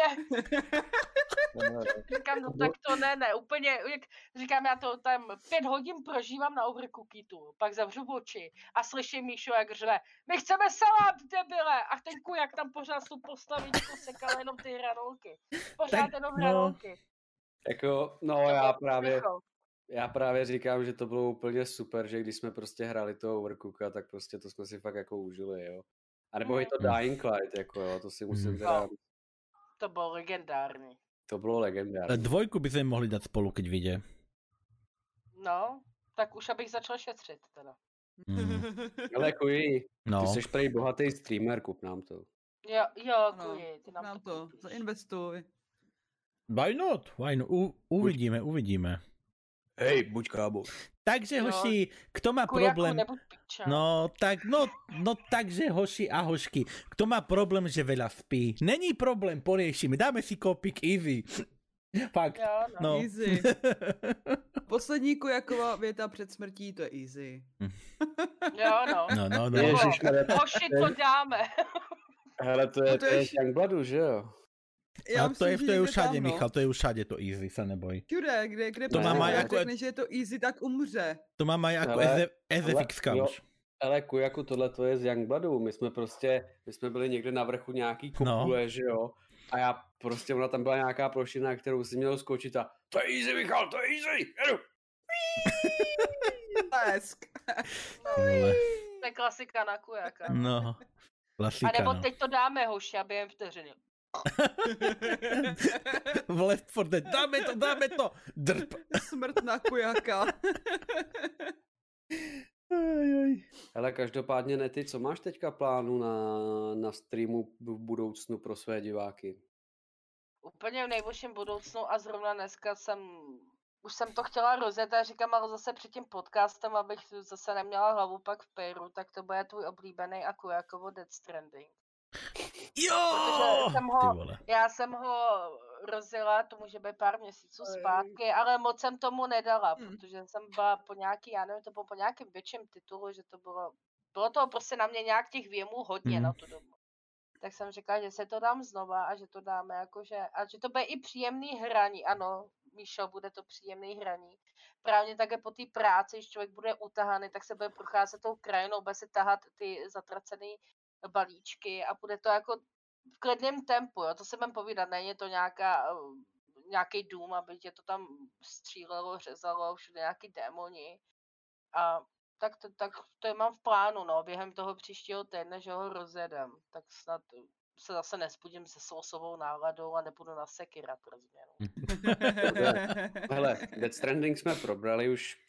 Říkám, no tak to ne, úplně, jak říkám, já to tam 5 hodin prožívám na Overcookitu, pak zavřu oči a slyším Míšu, jak řve, my chceme salát, debile, a ten kujak tam pořád s tu postavičkou sekal jenom ty hranolky, pořád jenom hranolky. Jako, no já právě říkám, že to bylo úplně super, že když jsme prostě hráli toho Overcooka, tak prostě to jsme si fakt jako užili, jo. A nebo i to Dying Light, jako jo, to si musím teda... To bylo legendární. To bylo legendární. 2 by sme mohli dať spolu, keď vyjde. No, tak už abych začal šetřit teda. Ale Kuji, ty jsi prej bohatý streamer, kup nám to. Jo, Kuji, ty nám to zainvestuj. Why not? Uvidíme. Hej, buď kámoš. Takže hoši, kto má problém... Takže hoši a hošky, kto má problém, že veľa spí, není problém, poriešime, dáme si kopík easy. Fakt, no. Easy. Poslední kujaková věta před smrtí, to je easy. No. Hoši, to dáme. Hele, to je Youngbloodu, že jo? A to je už všade, Michal, to je už všade, to easy, sa neboj. Všude, kde to mám aj ako... řekne, že je to easy, tak umře. To mám aj ako SFX-ka už. Ale Kujaku, tohle to je z Youngbloodu, my jsme byli někde na vrchu nějaký kopule, že jo? A já prostě, ona tam byla nějaká plošina, kterou si měl skočit a to je easy, Michal, to je easy, jedu. Lesk. To je klasika na Kujaka. No, klasika, a nebo teď to dáme, hoši, aby jen vteřiny. V Left 4 Dead, dáme to, drp. Smrt na Kujaka. Hele, každopádně Nety, co máš teďka plánu na streamu v budoucnu pro své diváky? Úplně v nejbližším budoucnu a zrovna dneska už jsem to chtěla rozjet a říkám, ale zase před tím podcastem, abych zase neměla hlavu pak v péru, tak to bude tvůj oblíbený a Kujakovo Death Stranding. Jo! Já jsem ho rozjela, to může být pár měsíců zpátky, ale moc jsem tomu nedala, protože jsem byla po nějaký, já nevím, to bylo po nějakým větším titulu, že to bylo toho prostě na mě nějak těch věmů hodně na tu dobu. Tak jsem říkala, že se to dám znova a že to dáme jakože, a že to bude i příjemný hraní, ano, Míšo, bude to příjemný hraní. Právě také po té práci, když člověk bude utahaný, tak se bude procházet tou krajinou, bude si tahat ty zatracený balíčky a bude to jako v klidném tempu, jo, to se budem povídat, není to nějaký dům, aby tě to tam střílelo, řezalo, všude nějaký démoni a tak to mám v plánu, no, během toho příštího týdne, že ho rozjedem, tak snad se zase nespudím se sousovou náladou a nepůjdu na Sekira pro změnu. Hele, Death Stranding jsme probrali už v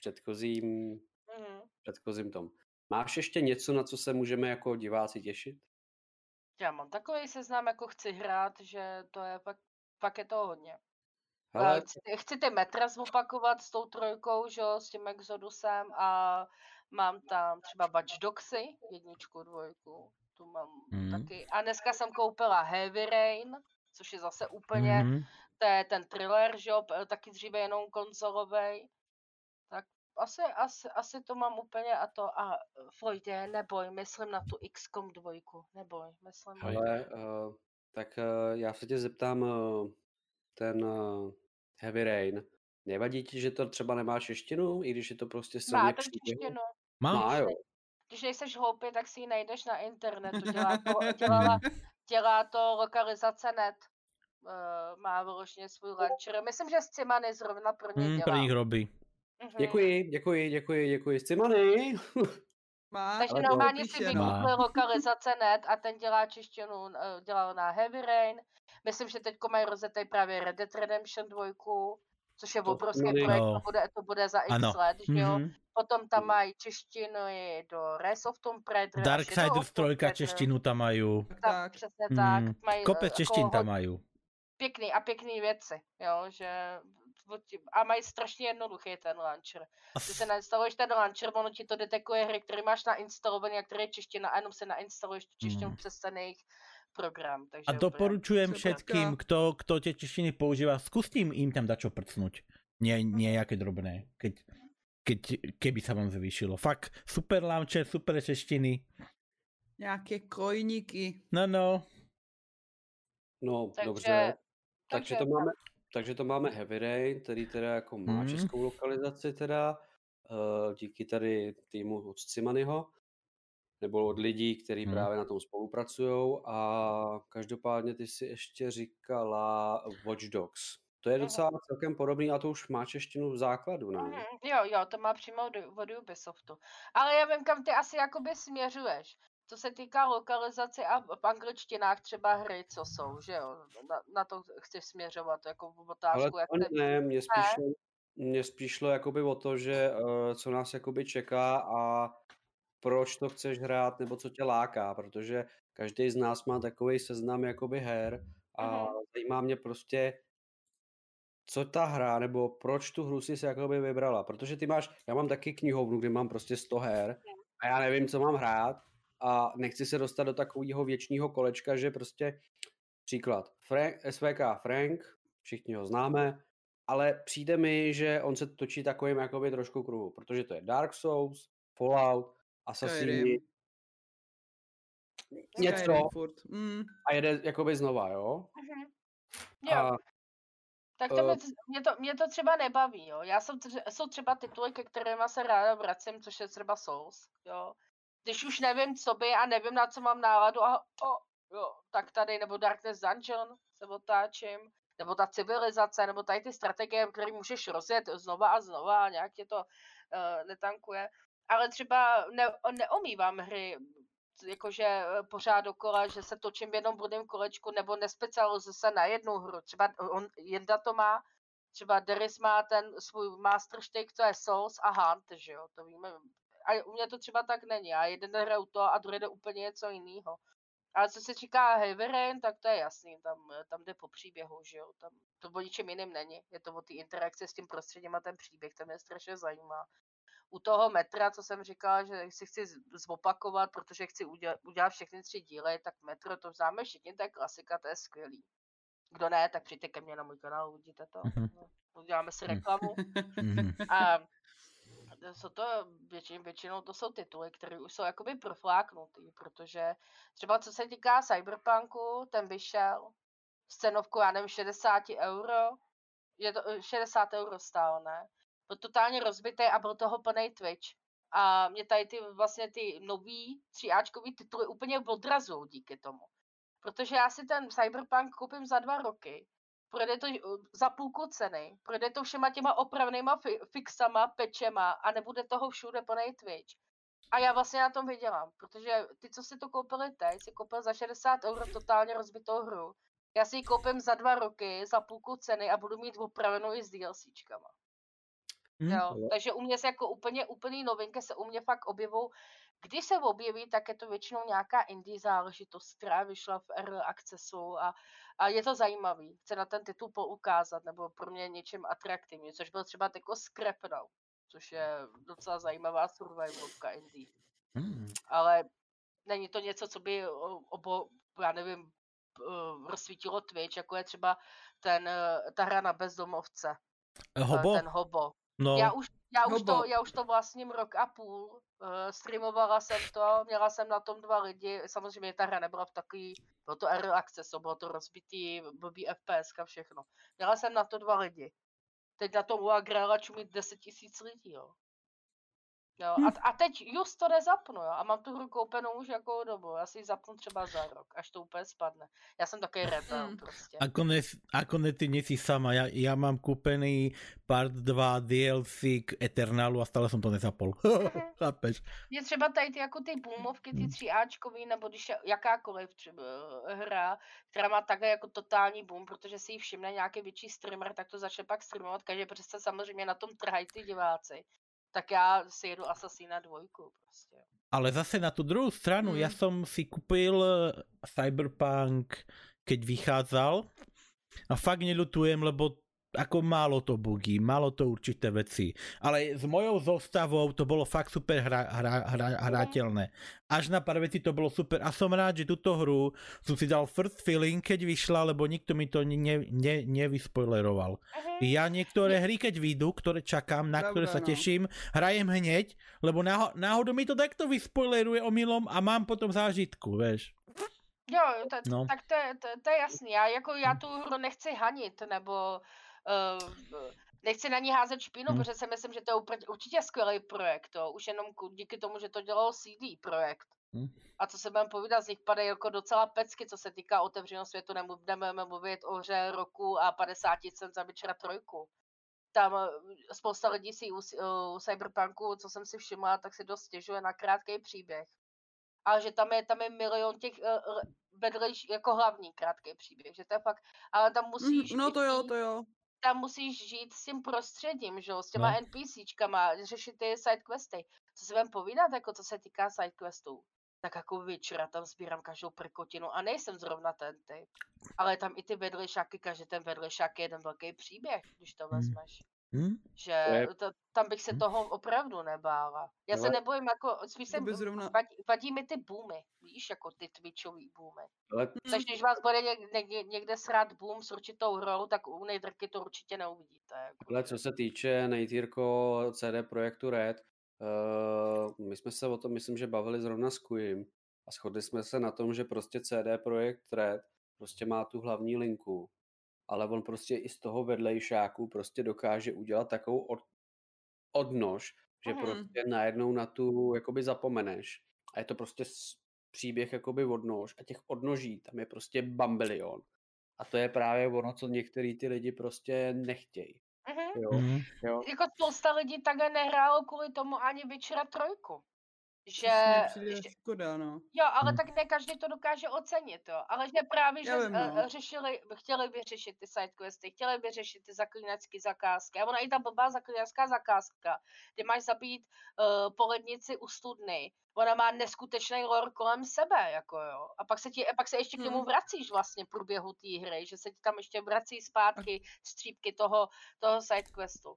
předchozím tom. Máš ještě něco, na co se můžeme jako diváci těšit? Já mám takový seznam, jako chci hrát, že to je fakt je to hodně. Hele. Chci ty metra zopakovat s tou 3, že jo, s tím Exodusem a mám tam třeba Watch Dogsy, 1, 2, tu mám taky. A dneska jsem koupila Heavy Rain, což je zase úplně, to je ten thriller, že jo, taky dříve jenom konzolovej. Tak asi to mám úplně a to a Floydě, neboj, myslím na tu XCOM 2, neboj, myslím. Ale tak já se tě zeptám, ten Heavy Rain, nevadí ti, že to třeba nemá češtinu, i když je to prostě silně má to češtinu. Má, jo. Když nejseš hloupý, tak si ji najdeš na internetu, dělá to lokalizace net. Má vyloženě svůj launcher. Myslím, že Cimany zrovna pro ně dělá. Pro nich robí. Děkuji. Cimany. Takže normálně si vygooglí lokalizace net a ten dělá češtinu, dělal na Heavy Rain. Myslím, že teď mají rozjetý právě Red Dead Redemption 2, což je obrovský projekt, to bude za x let, že jo. Potom tam mají češtinu do Rise of Tomb Raider. Darksiders 3 češtinu tam mají. Tak, přesně tak. Kopec češtin tam mají. Pěkný věci, jo, že a mají strašně jednoduchý ten launcher. Když se nainstaluješ ten launcher, ono ti to detekuje hry, které máš nainstalované a které je čeština a jenom se nainstaluješ tu češtinu přes ten jejich program. Takže a doporučujem všetkým, kto tie češtiny používa, skús im tam dačo prcnúť. nejaké drobné, keby sa vám zvýšilo. Fakt super launcher, super češtiny. Nějaké kojníky. No, dobře. Takže to máme Heavy Rain, který teda jako má českou lokalizaci teda, díky tady týmu od Cimanyho, nebo od lidí, kteří právě na tom spolupracujou. A každopádně ty si ještě říkala Watch Dogs. To je docela celkem podobný a to už má češtinu v základu, ne? Jo, to má přímo od Ubisoftu. Ale já vím, kam ty asi jakoby směřuješ. Co se týká lokalizace a v angličtinách třeba hry, co jsou, že jo? Na to chceš směřovat, jako v otázku. Ale jak ne, mě spíš šlo jakoby o to, že co nás jakoby čeká a proč to chceš hrát, nebo co tě láká, protože každý z nás má takový seznam jakoby her a zajímá mě prostě, co ta hra, nebo proč tu hru si jakoby vybrala, protože já mám taky knihovnu, kde mám prostě 100 her a já nevím, co mám hrát a nechci se dostat do takového věčního kolečka, že prostě příklad, SVK Frank, všichni ho známe, ale přijde mi, že on se točí takovým jakoby trošku kruhu, protože to je Dark Souls, Fallout, Assassini, něco a jede jakoby znova, jo? Jo. Tak to mě to třeba nebaví, jo. Jsou třeba tituly, ke kterým se ráda vracím, což je třeba Souls, jo. Když už nevím, co by a nevím, na co mám náladu tak tady, nebo Darkness Dungeon se otáčím, nebo ta civilizace, nebo tady ty strategie, které můžeš rozjet znova a znova a nějak tě to netankuje. Ale třeba neomývám hry, jakože pořád dokola, že se točím v jednom bludném kolečku, nebo nespecializuji se na jednu hru. Třeba Jenda to má, třeba Deris má ten svůj master shtick, to je Souls a Hunt, že jo, to víme. A u mě to třeba tak není, a jeden hraju to a druhý jde úplně něco jiného. Ale co se říká Heavy Rain, tak to je jasný, tam jde po příběhu, že jo, tam to o ničem jiným není. Je to o té interakci s tím prostředím a ten příběh, to mě strašně zajímá. U toho Metra, co jsem říkala, že si chci zopakovat, protože chci udělat všechny 3 díly, tak Metro to známe všichni, to je klasika, to je skvělý. Kdo ne, tak přijďte ke mně na můj kanál, uvidíte to. Uděláme si reklamu. A jsou to většinou to jsou tituly, které už jsou jakoby profláknutý, protože třeba co se týká Cyberpunku, ten vyšel s cenovkou, já nevím, 60 €, je to 60 € stál, ne? Byl totálně rozbitý a byl toho plný Twitch. A mě tady ty nový 3áčkový tituly úplně odrazují díky tomu. Protože já si ten Cyberpunk koupím za 2 roky, projde to za půlku ceny, projde to všema těma opravnýma fixama, pečema a nebude toho všude plný Twitch. A já vlastně na tom vydělám, protože ty, co si to koupili teď, si koupil za 60 € totálně rozbitou hru. Já si ji koupím za 2 roky, za půlku ceny a budu mít opravenou i s DLCčkama. Jo, takže u mě se jako úplný novinky se u mě fakt objevou. Když se objeví, tak je to většinou nějaká indie záležitost, která vyšla v Early Accessu a je to zajímavý. Chce na ten titul poukázat, nebo pro mě něčím atraktivní, což byl třeba jako Scrapnow, což je docela zajímavá survivalovka indie. Ale není to něco, co by já nevím, rozsvítilo Twitch, jako je třeba ta hra na bezdomovce. Ten Hobo. No. Já už to vlastním rok a půl, streamovala jsem to, měla jsem na tom 2 lidi, samozřejmě ta hra nebyla v takový, bylo to Early Access, bylo to rozbitý, blbý FPS a všechno. Měla jsem na to 2 lidi. Teď na tom hrála čumit 10 000 lidí, jo. Jo, a teď just to nezapnu, jo, a mám tu hru koupenou už jakou dobu, já si ji zapnu třeba za rok, až to úplně spadne. Já jsem takový rebel prostě. Ako ne, ty nejsi sama, ja mám kúpený part 2 DLC k Eternalu a stále som to nezapol. Chápeš? Je třeba tady jako ty boomovky, ty 3áčkový, nebo když je jakákoliv třeba hra, která má takhle jako totální boom, protože si ji všimne nějaký větší streamer, tak to začne pak streamovat, každý přece samozřejmě na tom trhají ty diváci. Tak já si jedu Assassina 2 prostě. Ale zase na tú druhú stranu, ja som si kúpil Cyberpunk, keď vychádzal a fakt neľutujem, lebo ako málo to bugy, málo to určité veci. Ale s mojou zostavou to bolo fakt super hrateľné. Až na pár veci to bolo super. A som rád, že túto hru som si dal first feeling, keď vyšla, lebo nikto mi to nevyspoileroval. Ja niektoré hry, keď vyjdú, ktoré čakám, na ktoré sa teším, hrajem hneď, lebo náhodou mi to takto vyspoileruje omylom a mám potom zážitku, vieš. Jo, tak to je jasný. Já tu hru nechci hanit, nebo nechci na ní házet špínu, protože si myslím, že to je určitě skvělý projekt. Už jenom díky tomu, že to dělalo CD Projekt. A co se budeme povídat, z nich padají jako docela pecky, co se týká otevřeného světu. Nebudeme mluvit o hře roku a 50 cent za Witchera 3. Tam spousta lidí si u Cyberpunku, co jsem si všimla, tak si dost stěžuje na krátký příběh. Ale že tam je milion těch vedlejších, jako hlavní krátký příběh, že to je fakt, ale tam musíš... to jo. Tam musíš žít s tím prostředím, že jo, s těma NPCčkama, řešit ty sidequesty. Co si budem povídat, jako co se týká sidequestů? Tak jako Witchera tam sbírám každou prkotinu a nejsem zrovna ten typ. Ale tam i ty vedlejšáky, každý ten vedlejšák je jeden velký příběh, když to vezmeš. Že tam bych se toho opravdu nebála. Já se nebojím, jako spíš vadí mi ty boomy, víš, jako ty Twitchový boomy. Což když vás bude někde srát boom s určitou hrou, tak u Nejdrky to určitě neuvidíte. Jako. Ale co se týče Nejtýrko CD Projektu Red, my jsme se o tom, myslím, že bavili zrovna s Kujim a shodli jsme se na tom, že prostě CD Projekt Red prostě má tu hlavní linku, ale on prostě i z toho vedlejšáku prostě dokáže udělat takovou odnož, že prostě najednou na tu jakoby zapomeneš a je to prostě příběh jakoby odnož a těch odnoží tam je prostě bambilion a to je právě ono, co některý ty lidi prostě nechtějí. Jo. Jako spousta lidí takhle nehrálo kvůli tomu ani Witchera 3. Že škoda, no. Jo, ale tak ne každý to dokáže ocenit, jo. Ale že právě, že chtěli vyřešit ty sidequesty, chtěli vyřešit ty zaklínačské zakázky. A ona i ta blbá zaklínačská zakázka, kde máš zabít polednici u studny. Ona má neskutečný lore kolem sebe, jako jo. A pak se ještě k tomu vracíš vlastně v průběhu té hry, že se ti tam ještě vrací zpátky střípky toho sidequestu.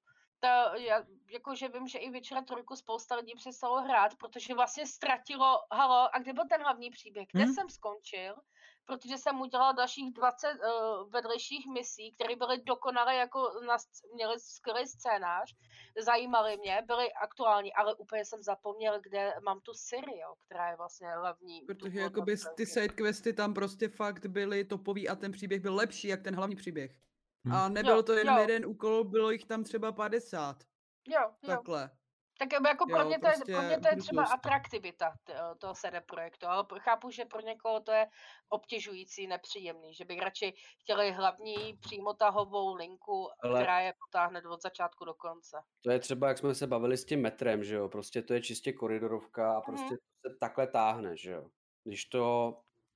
Jakože vím, že i Witchera 3 spousta lidí přestalo hrát, protože vlastně ztratilo, a kde byl ten hlavní příběh? Kde jsem skončil? Protože jsem udělal dalších 20 vedlejších misí, které byly dokonale, jako měly skvělý scénář, zajímaly mě, byly aktuální, ale úplně jsem zapomněl, kde mám tu Ciri, která je vlastně hlavní. Protože jakoby ty sidequesty tam prostě fakt byly topový a ten příběh byl lepší, jak ten hlavní příběh. A nebylo to jenom jeden úkol, bylo jich tam třeba 50. Jo. Takhle. Tak jako pro mě to je třeba atraktivita toho CD Projektu, ale chápu, že pro někoho to je obtěžující, nepříjemný, že bych radši chtěli hlavní přímotahovou linku, která je potáhne od začátku do konce. To je třeba, jak jsme se bavili s tím metrem, že jo, prostě to je čistě koridorovka a prostě se takhle táhne, že jo. Když to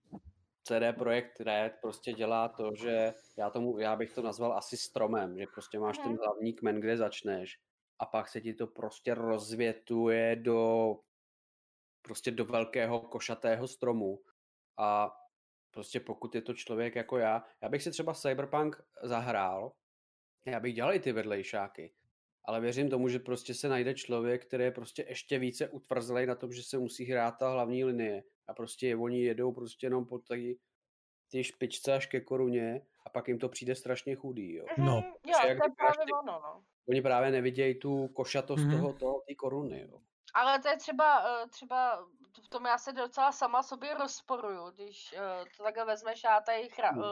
CD Projekt Red prostě dělá to, že já bych to nazval asi stromem, že prostě máš ten hlavní kmen, kde začneš a pak se ti to prostě rozvětuje do velkého košatého stromu a prostě pokud je to člověk jako já bych si třeba Cyberpunk zahrál, já bych dělal i ty vedlejšáky, ale věřím tomu, že prostě se najde člověk, který je prostě ještě více utvrzlej na tom, že se musí hrát ta hlavní linie a prostě oni jedou prostě jenom po ty špičce až ke koruně a pak jim to přijde strašně chudý, jo. No. Jo, to je právě ono, no. Oni právě nevidějí tu košatost té koruny, jo. Ale to je třeba v tom já se docela sama sobě rozporuju, když to takhle vezmeš, já tady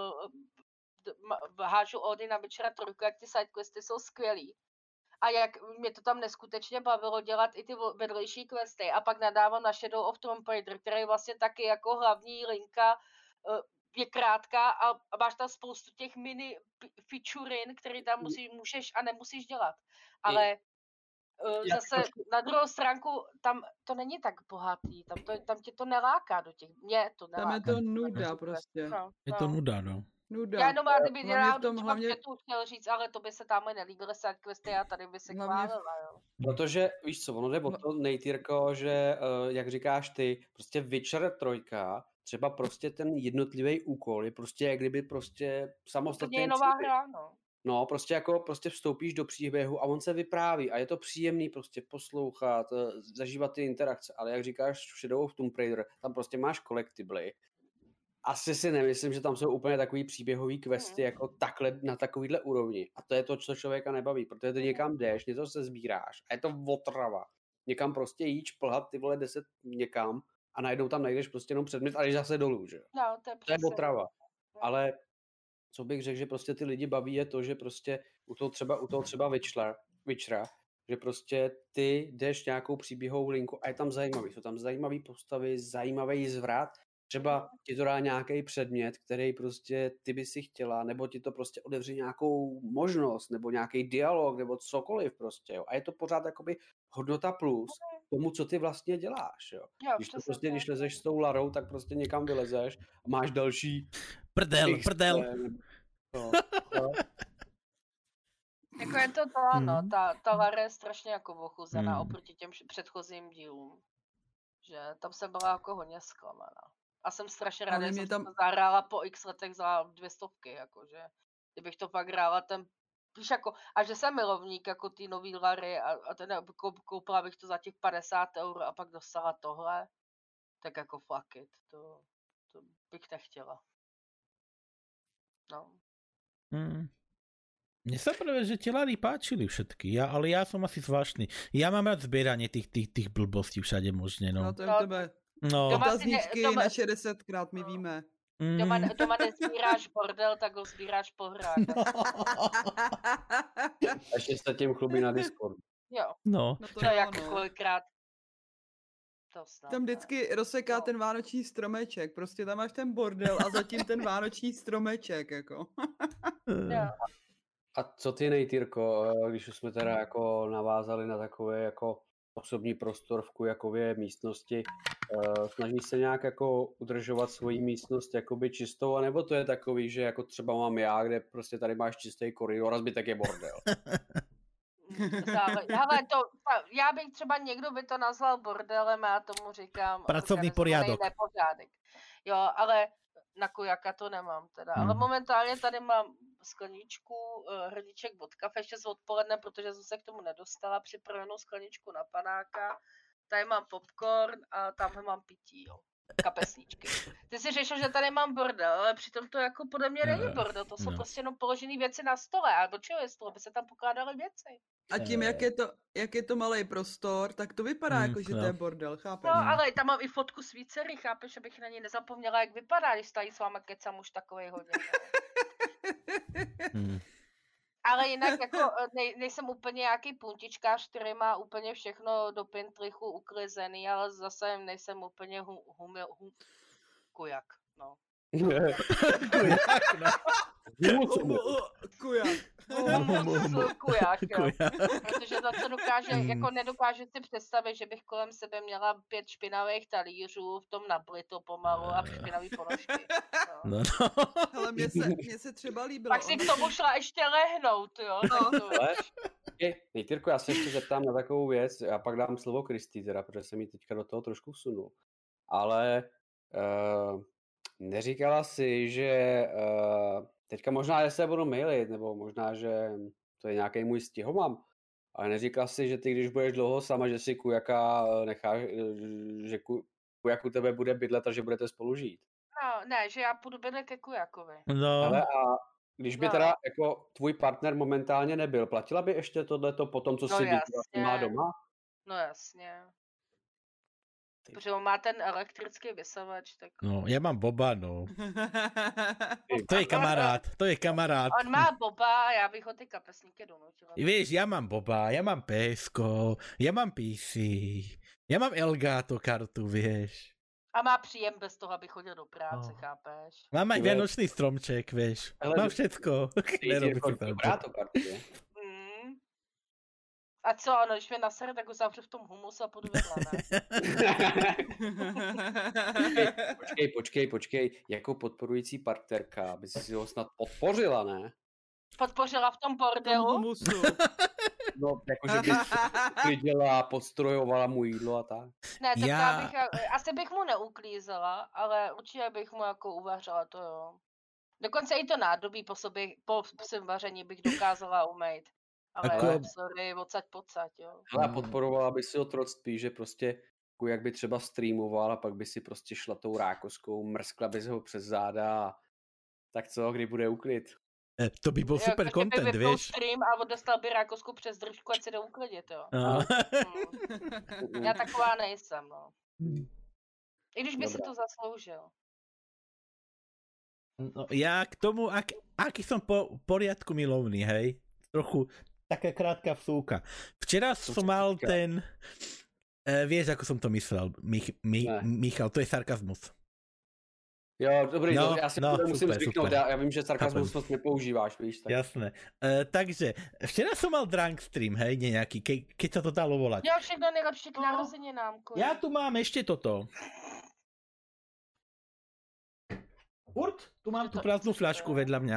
hážu Ody na Witchera 3, jak ty sidequesty jsou skvělý. A jak mě to tam neskutečně bavilo dělat i ty vedlejší questy a pak nadávám na Shadow of Tomb Raider, který je vlastně taky jako hlavní linka, je krátká a máš tam spoustu těch mini featurin, který tam můžeš a nemusíš dělat. Ale zase na druhou stránku tam to není tak bohatý, tam tě to neláká do těch, mě to neláká. Tam je to nuda prostě. Je to nuda, no. Nuda. Já jenom kdyby hlavně tu chtěl říct, ale to by se tam nelíbily sidequesty a tady by se chválila, jo. Protože, víš co, ono jde o to, Nejtýrko, že jak říkáš ty, prostě Witcher 3, třeba prostě ten jednotlivý úkol je prostě jak kdyby prostě samostatný je nová hra, no. No, prostě vstoupíš do příběhu a on se vypráví a je to příjemný prostě poslouchat, zažívat ty interakce, ale jak říkáš v Shadow of Tomb Raider, tam prostě máš kolektivly. Asi si nemyslím, že tam jsou úplně takový příběhový questy jako takhle, na takovýhle úrovni. A to je to, co člověka nebaví, protože ty někam jdeš, něco se sbíráš a je to otrava. Někam prostě jít, šplhat ty vole 10 někam a najednou tam najdeš prostě jenom předmět a jdeš zase dolů, že jo. No, to je otrava. Ale co bych řekl, že prostě ty lidi baví je to, že prostě u toho třeba Witchera, že prostě ty jdeš nějakou příběhovou linku a je tam zajímavý. Jsou tam zajímavý postavy, zajímavý zvrat. Třeba ti to dá nějaký předmět, který prostě ty by si chtěla, nebo ti to prostě otevře nějakou možnost, nebo nějaký dialog, nebo cokoliv prostě, jo. A je to pořád jakoby hodnota plus tomu, co ty vlastně děláš, jo. Když lezeš s tou Larou, tak prostě někam vylezeš a máš další... Prdel. No. Jako je to ano, ta Lara je strašně jako ochuzená oproti těm předchozím dílům. Že tam jsem byla jako hodně zklamaná. A jsem strašně ráda, že jsem to zahrála po x letech za 200, jakože. Kdybych to pak hrála ten, víš jako, a že jsem milovník jako ty nový Lary a teda koupila bych to za těch 50 € a pak dostala tohle, tak jako fuck it, to bych nechtěla. No. Mne sa práve, že tie Lary páčili všetky, ale ja som asi zvláštny. Ja mám rád zbieranie tých blbostí všade možne, no. No to je u tebe. No. Otazníčky na 60krát, my víme. Doma nezbíráš bordel, tak ho sbíráš po hrách. A ještě se tím chlubí na Discord. Jo. No to je jak kolikrát. Tam vždycky rozseká ten vánoční stromeček, prostě tam máš ten bordel a zatím ten vánoční stromeček, jako. A co ty, Nejtýrko, když už jsme teda jako navázali na takové jako osobní prostor v Kujakově místnosti, snažíš se nějak jako udržovat svoji místnost jakoby čistou, anebo to je takový, že jako třeba mám já, kde prostě tady máš čistý koridor a zbytek je bordel? Ale já bych třeba někdo by to nazval bordelem a já tomu říkám pracovní poriadok. Nepořádek. Jo, ale na Kujaka to nemám teda. Ale momentálně tady mám skleničku hrníček od kafe ještě z odpoledne, protože jsem se k tomu nedostala, připravenou skleničku na panáka. Tady mám popcorn a tamhle mám pití, jo. Kapesníčky. Ty si řešil, že tady mám bordel, ale přitom to jako podle mě není bordel, to jsou prostě jenom položené věci na stole, a do čeho je stůl, aby se tam pokládaly věci. A tím, jak je to malý prostor, tak to vypadá jako, že to je bordel, chápeš? No, ale tam mám i fotku s vícery, chápeš, abych na ní nezapomněla, jak vypadá, když tady s váma kecám už takovej hodně. Ale jinak jako nejsem úplně nějaký puntičkář, který má úplně všechno do pintrichu uklizený, ale zase nejsem úplně kujak, no. Kujak, jo. Protože to, co nedokáže si představit, že bych kolem sebe měla 5 špinavých talířů, v tom naplito pomalu a špinavý ponožky. No. Ale mně se třeba líbilo. Pak si k tomu šla ještě lehnout, jo. Nejtýrko, já se ještě zeptám na takovou věc, já pak dám slovo Kristý, teda, protože jsem jí teďka do toho trošku vsunul. Ale neříkala si, že teďka možná, že se budu mailit, nebo možná, že to je nějaký můj stihomam, ale neříkala si, že ty, když budeš dlouho sama, že si Kujaka necháš, že Kujak u tebe bude bydlet a že budete spolu žít. No, ne, že já půjdu bydlet ke Kujakovi. No. Ale a když by teda jako tvůj partner momentálně nebyl, platila by ještě tohleto po tom, co si má doma? No jasně. Protože on má ten elektrický vysavač, tak... No, já mám Boba, no. To je kamarád. On má Boba a já bych ho ty kapesníky donutila. Víš, já mám Boba, já mám PSko, já mám PC, já mám Elgato kartu, víš. A má příjem bez toho, aby chodil do práce, chápeš? Mám aj vianočný stromček, víš. Mám všetko. Dobrá to kartu, je? A co, ano, když mě nasere, tak ho zavřu v tom humusu a půjdu vedle, ne? Počkej, jako podporující partnerka by si ho snad podpořila, ne? Podpořila v tom bordelu? Humusu. No, jakože by klidila, podstrojovala mu jídlo a tak. Ne, tak asi bych mu neuklízela, ale určitě bych mu jako uvařila, to jo. Dokonce i to nádobí po svém vaření bych dokázala umýt. Ale sorry, odsaď pocať, jo. Ale podporovala by si otroctví, že prostě jak by třeba streamoval a pak by si prostě šla tou rákoskou, mrskla by se ho přes záda a tak co, kdy bude uklid? To by byl super content, víš? Stream a dostal by rákosku přes držku, ať si jde uklidit, jo. Já taková nejsem, no. I když by si to zasloužil. No, ja k tomu, aký som poriadku milovný, hej? Trochu taká krátka vsúka. Včera som mal ten... vieš, ako som to myslel, Michal, to je sarkazmus. Jo, dobrý, no, já si to musím zvyknout, já vím, že sarkazmus moc nepoužíváš, víš. Tak. Jasné. Takže, včera som mal drunk stream, hej, nejaký, keď sa to dalo volať. Jo, všechno nejlepší k narozeninám. Ja tu mám ešte toto. Furt? Tu mám tu prázdnu fľašku vedľa mňa.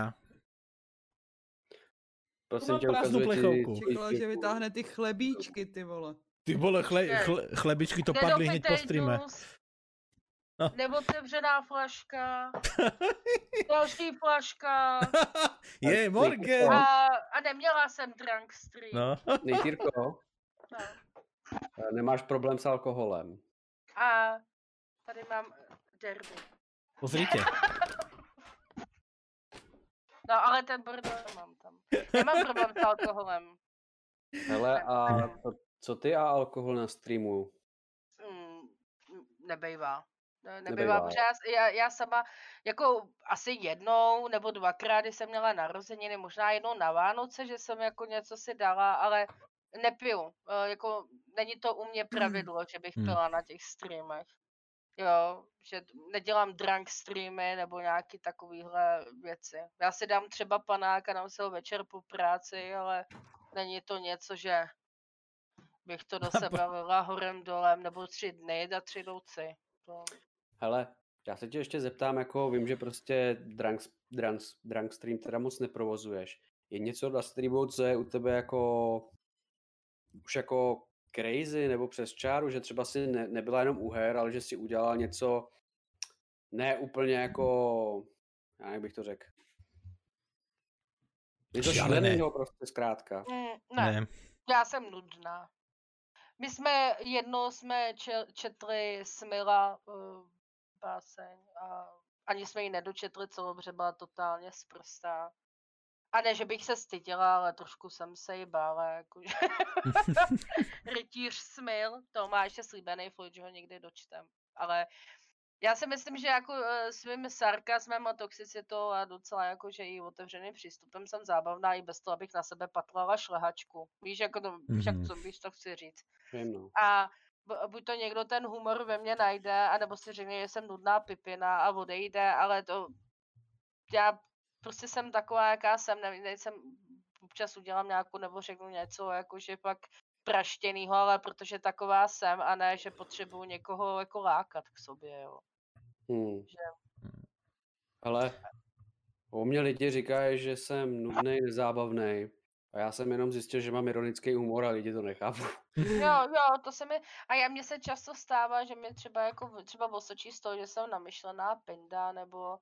Prosím tě, prázdnu plechovku. Čekala, že vytáhne ty chlebíčky, ty vole. Ty vole, chlebičky to padly hneď po streame. No. Neotevřená flaška. Další flaška. Je, Morgan. A neměla jsem drunk stream. No. Nejtýrko, no. Nemáš problém s alkoholem. A tady mám derby. Pozrite. No, ale ten bordel mám tam. Nemám problém s alkoholem. Hele, a co ty a alkohol na streamu? Nebejvá. Nebývá, protože já sama jako asi jednou nebo dvakrát, když jsem měla narozeniny, možná jednou na Vánoce, že jsem jako něco si dala, ale nepiju. Jako není to u mě pravidlo, že bych pila na těch streamech. Jo, že nedělám drunk streamy nebo nějaký takovýhle věci. Já si dám třeba panák a dám si ho večer po práci, ale není to něco, že bych to do sebe lila horem dolem nebo 3 dny a 3 noci. To... Hele, já se tě ještě zeptám, jako vím, že prostě drunk stream teda moc neprovozuješ. Je něco na streamu, co je u tebe jako už jako crazy nebo přes čáru, že třeba si nebyla jenom u her, ale že si udělala něco ne úplně jako, jak bych to řekl. Je to šílenýho prostě zkrátka. Ne, já jsem nudná. My jsme jednou četli Smila báseň a ani jsme ji nedočetli celou, protože byla totálně sprostá. A ne, že bych se styděla, ale trošku jsem se jí bála, jakože. Rytíř Smil, to má ještě slíbený Floyd, že ho někdy dočtem. Ale já si myslím, že jako svým sarkazmem a toxicitou a docela jakože i otevřeným přístupem jsem zábavná i bez toho, abych na sebe patlala šlehačku. Víš, jako to, víš, co chci říct. A buď to někdo ten humor ve mně najde, anebo si řekne, že jsem nudná pipina a odejde, ale to já prostě jsem taková, jaká jsem, nejsem, občas udělám nějakou nebo řeknu něco, jakože pak praštěnýho, ale protože taková jsem a ne, že potřebuju někoho jako lákat k sobě, jo. Že... Ale o mě lidi říkají, že jsem nudnej, nezábavnej a já jsem jenom zjistil, že mám ironický humor a lidi to nechápou. Jo, to se mi, a mně se často stává, že mi třeba osočí z toho, že jsem namyšlená pinda, nebo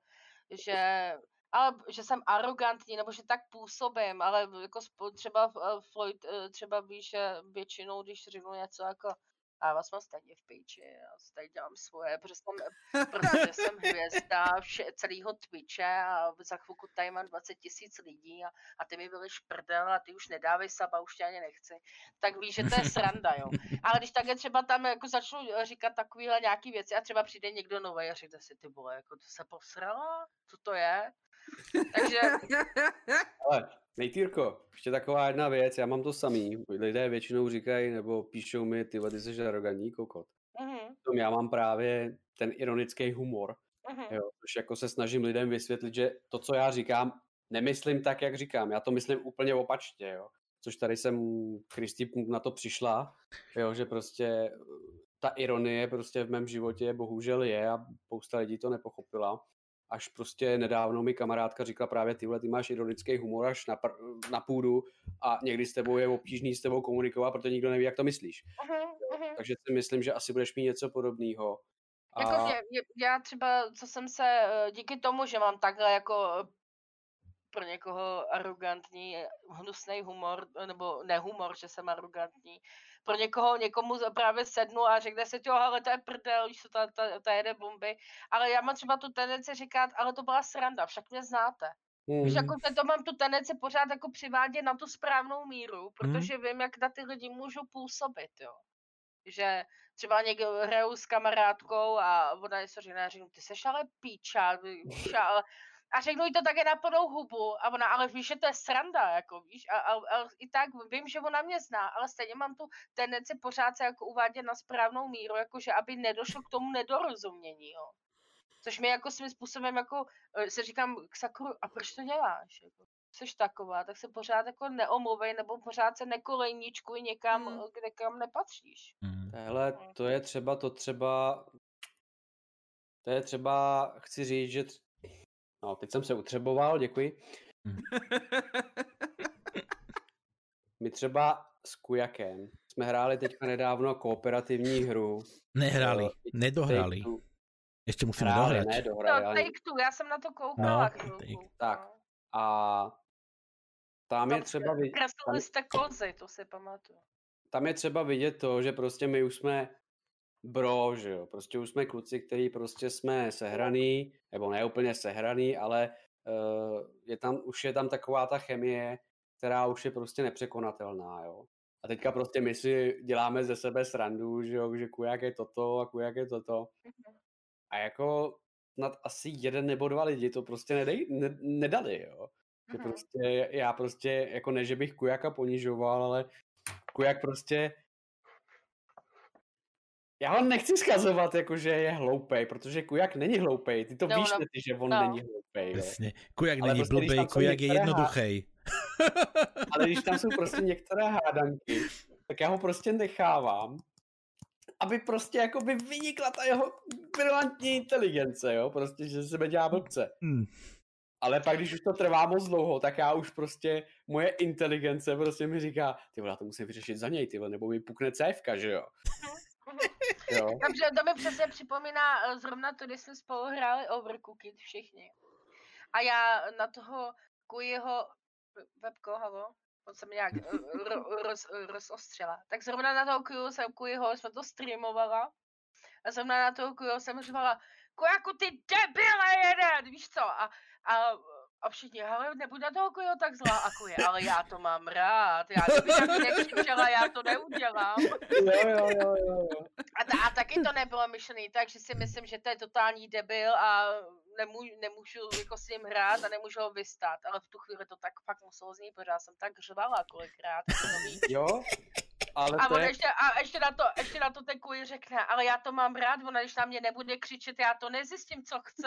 že jsem arrogantní, nebo že tak působím, ale jako třeba Floyd, třeba víš, že většinou, když řeknu něco jako a vás mám stejně v píči, já tady dělám svoje, protože jsem hvězda celého Twitche a za chvilku tady mám 20 000 lidí a ty mi byli šprdel a ty už nedávej saba, už tě ani nechci. Tak víš, že to je sranda, jo. Ale když také třeba tam jako začnu říkat takovýhle nějaký věci a třeba přijde někdo nový a řekne si, ty vole, jako to se posrala? Co to je? Takže... Ale Nejtýrko, ještě taková jedna věc, já mám to samý. Lidé většinou říkají, nebo píšou mi, ty jsi arrogantní kokot. Já mám právě ten ironický humor, jo, což jako se snažím lidem vysvětlit, že to, co já říkám, nemyslím tak, jak říkám. Já to myslím úplně opačně, jo. Což tady jsem Kristý na to přišla, jo, že prostě ta ironie prostě v mém životě bohužel je a spousta lidí to nepochopila. Až prostě nedávno mi kamarádka říkala právě ty máš ironický humor až na půdu a někdy s tebou je obtížný s tebou komunikovat, protože nikdo neví, jak to myslíš. Takže si myslím, že asi budeš mít něco podobného. A Jako já třeba, co jsem se, díky tomu, že mám takhle jako pro někoho arrogantní, hnusný humor, nebo nehumor, že jsem arrogantní, pro někomu právě sednu a řekne si, jo, ale to je prdel, víš, ta jede bomby, ale já mám třeba tu tendenci říkat, ale to byla sranda, však mě znáte. Víš, jako to mám tu tendenci pořád jako přivádět na tu správnou míru, protože vím, jak na ty lidi můžu působit, jo. Že třeba někdo hraju s kamarádkou a ona něco říká, řeknu, ty seš ale píča, víš, a řeknu jí to také na plnou hubu a ona, ale víš, že to je sranda, jako víš, a i tak vím, že ona mě zná, ale stejně mám tu tendenci pořád se jako uvádět na správnou míru, jakože aby nedošlo k tomu nedorozumění, jo. Což mi jako svým způsobem jako, se říkám k Sakuru, a proč to děláš, jako? Jsi taková, tak se pořád jako neomluvej, nebo pořád se nekolejničkuj někam, kde kam nepatříš. Hele, to je třeba, chci říct, že no, teď jsem se utřeboval, děkuji. My třeba s Kujakem jsme hráli teďka nedávno kooperativní hru. Nehráli, nedohrali. Ještě musíme dohrát. No, Take-Two, já jsem na to koupila. Tak. A tam je třeba vidět... Kreslili jste kozy, to si pamatuju. Tam je třeba vidět to, že prostě my už jsme bro, že jo. Prostě už jsme kluci, který prostě jsme sehraný, nebo ne úplně sehraný, ale už je tam taková ta chemie, která už je prostě nepřekonatelná, jo. A teďka prostě my si děláme ze sebe srandu, že jo, že Kujak je toto a Kujak je toto. A jako snad asi 1 nebo 2 lidi to prostě nedali, jo. Že prostě, já prostě, jako ne, že bych Kujaka ponižoval, ale Kujak prostě, já ho nechci schazovat, jako že je hloupej, protože Kujak není hloupej, ty to víš, že on není hloupej. Přesně, Kujak není prostě, blbej, Kujak je jednoduchej. Ale když tam jsou prostě některé hádanky, tak já ho prostě nechávám, aby prostě jakoby vynikla ta jeho brilantní inteligence, jo, prostě, že se sebe dělá blbce. Ale pak, když už to trvá moc dlouho, tak já už prostě, moje inteligence prostě mi říká, ty vole, já to musím vyřešit za něj, ty vole, nebo mi pukne cévka, že jo. Jo. Takže to mi přesně připomíná zrovna to, když jsme spolu hráli Overcooked všichni. A já na toho Kujiho webko, halo, on se mi nějak rozostřela. Tak zrovna na toho Kujiho jsme to streamovala. A zrovna na toho Kujiho jsem řívala, Kujaku, ty debile jeden, víš co? A všichni, hele, nebuď na toho Kujiho tak zlá, a Kuji, ale já to mám rád, já kdybych tak nekřičela, já to neudělám. Jo. A taky to nebylo myšlený, takže si myslím, že to je totální debil a nemůžu jako s ním hrát a nemůžu ho vystát, ale v tu chvíli to tak fakt muselo znít, protože já jsem tak řvala kolikrát. Jo, ale a, ještě na to ten Kuji řekne, ale já to mám rád, ona když na mě nebude křičet, já to nezjistím, co chce.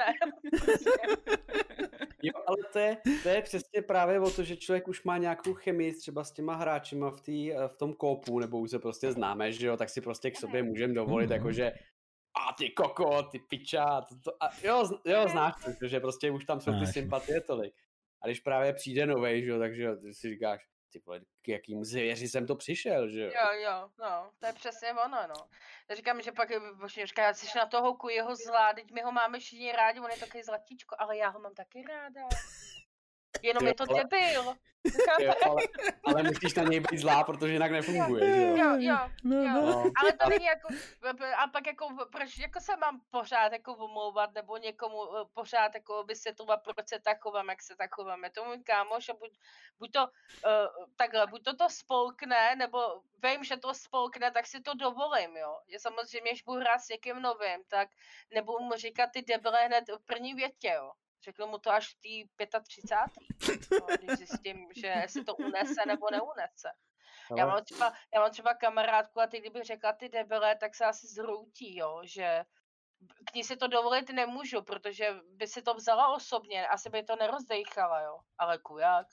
Jo, ale to je přesně právě o to, že člověk už má nějakou chemii třeba s těma hráčima v tom kópu, nebo už se prostě známe, že jo, tak si prostě k sobě můžeme dovolit, jakože a ty koko, ty piča, jo, znáš to, že prostě už tam jsou ty sympatie tolik. A když právě přijde novej, že jo, takže ty si říkáš, ty vole, k jakým zvěři jsem to přišel, že jo? Jo, no, to je přesně ono, no. Já říkám, že pak říká, jsi na toho Kujiho zlá, teď my ho máme všichni rádi, on je takový zlatíčko, ale já ho mám taky ráda. Jenom jo, je to debil. Jo, ale musíš na něj být zlá, protože jinak nefunguje, že jo? Jo. Ale to není jako, a pak jako, proč jako se mám pořád jako omlouvat, nebo někomu pořád jako vysvětlovat, proč se tak chovám, jak se tak chováme. To můj kámoš a buď to takhle, buď to spolkne, nebo vím, že to spolkne, tak si to dovolím, jo. Je samozřejmě, když budu hrát s někým novým, tak nebudu mu říkat ty debile hned v první větě, jo. Řeknu mu to až v té 35. No, když zjistím, že si to unese nebo neunese. Já mám třeba kamarádku a ty kdybych řekla ty debile, tak se asi zhroutí, jo, že k ní si to dovolit nemůžu, protože by si to vzala osobně, asi by to nerozdejchala, jo. Ale Kujak,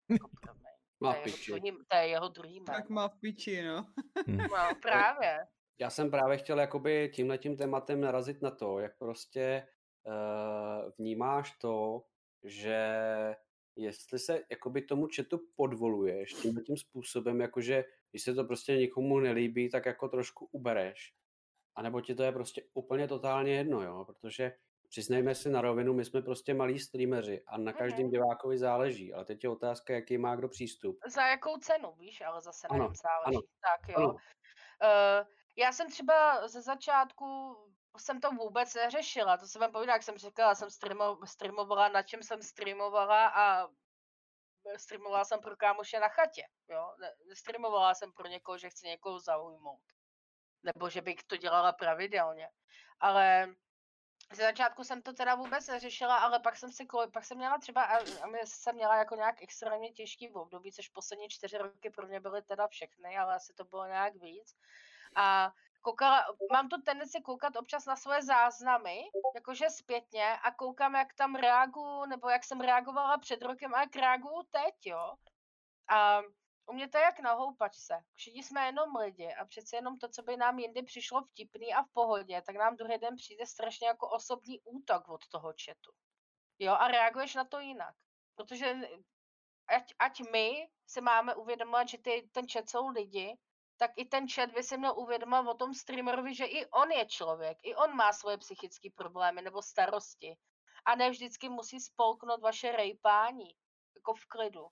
to je jeho druhý jméno. Tak má v piči, no. No, právě. Já jsem právě chtěl jakoby tímhletím tématem narazit na to, jak prostě vnímáš to, že jestli se jakoby tomu chatu podvoluješ tímhle tím způsobem, jakože když se to prostě někomu nelíbí, tak jako trošku ubereš. anebo ti to je prostě úplně totálně jedno, jo, protože přiznejme si na rovinu, my jsme prostě malí streameři a na každém divákovi záleží, ale teď je otázka, jaký má kdo přístup. Za jakou cenu, víš, ale zase na Ano, něm záleží. ano, Tak jo. ano. Já jsem třeba ze začátku jsem to vůbec neřešila, to se vám povídá, jak jsem říkala, jsem streamovala, na čem jsem streamovala a streamovala jsem pro kámoše na chatě, jo. Streamovala jsem pro někoho, že chci někoho zaujmout. Nebo že bych to dělala pravidelně. Ale ze začátku jsem to teda vůbec neřešila, ale pak jsem měla třeba, a jsem měla jako nějak extrémně těžký období, což poslední 4 roky pro mě byly teda všechny, ale asi to bylo nějak víc. A mám tu tendenci koukat občas na svoje záznamy, jakože zpětně, a koukám, jak tam reaguju, nebo jak jsem reagovala před rokem a jak reaguju teď, jo. A u mě to je jak na houpačce. Všichni jsme jenom lidi a přece jenom to, co by nám jindy přišlo vtipný a v pohodě, tak nám druhý den přijde strašně jako osobní útok od toho chatu. Jo, a reaguješ na to jinak. Protože ať my si máme uvědomovat, že ten chat jsou lidi, tak i ten chat by si měl uvědomovat o tom streamerovi, že i on je člověk, i on má svoje psychické problémy nebo starosti. A ne vždycky musí spolknout vaše rejpání, jako v klidu.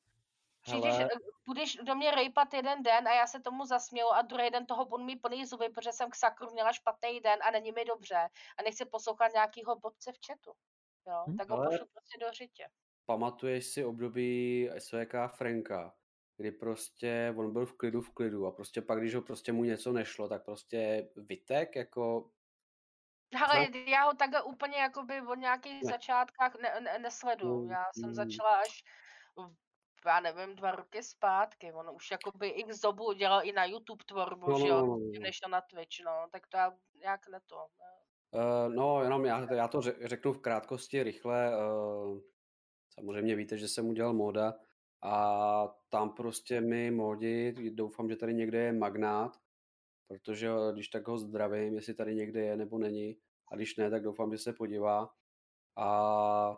Budeš do mě rejpat jeden den a já se tomu zasměju a druhý den toho budu mít plný zuby, protože jsem k sakru měla špatný den a není mi dobře a nechci poslouchat nějakýho bodce v chatu. Jo, tak ho pošlu prostě do řitě. Pamatuješ si období SVK Franka, kdy prostě on byl v klidu a prostě pak, když ho prostě mu něco nešlo, tak prostě vytek jako... Ale já ho takhle úplně jakoby od nějakých začátkách nesleduju. Já jsem začala až, já nevím, 2 roky zpátky. On už jakoby x dobu dělal i na YouTube tvorbu, že jo, než na Twitch, no, tak to já nějak neto. No, jenom já to řeknu v krátkosti, rychle. Samozřejmě víte, že jsem udělal moda a tam prostě my modi, doufám, že tady někde je Magnát, protože když tak ho zdravím, jestli tady někde je nebo není, a když ne, tak doufám, že se podívá. A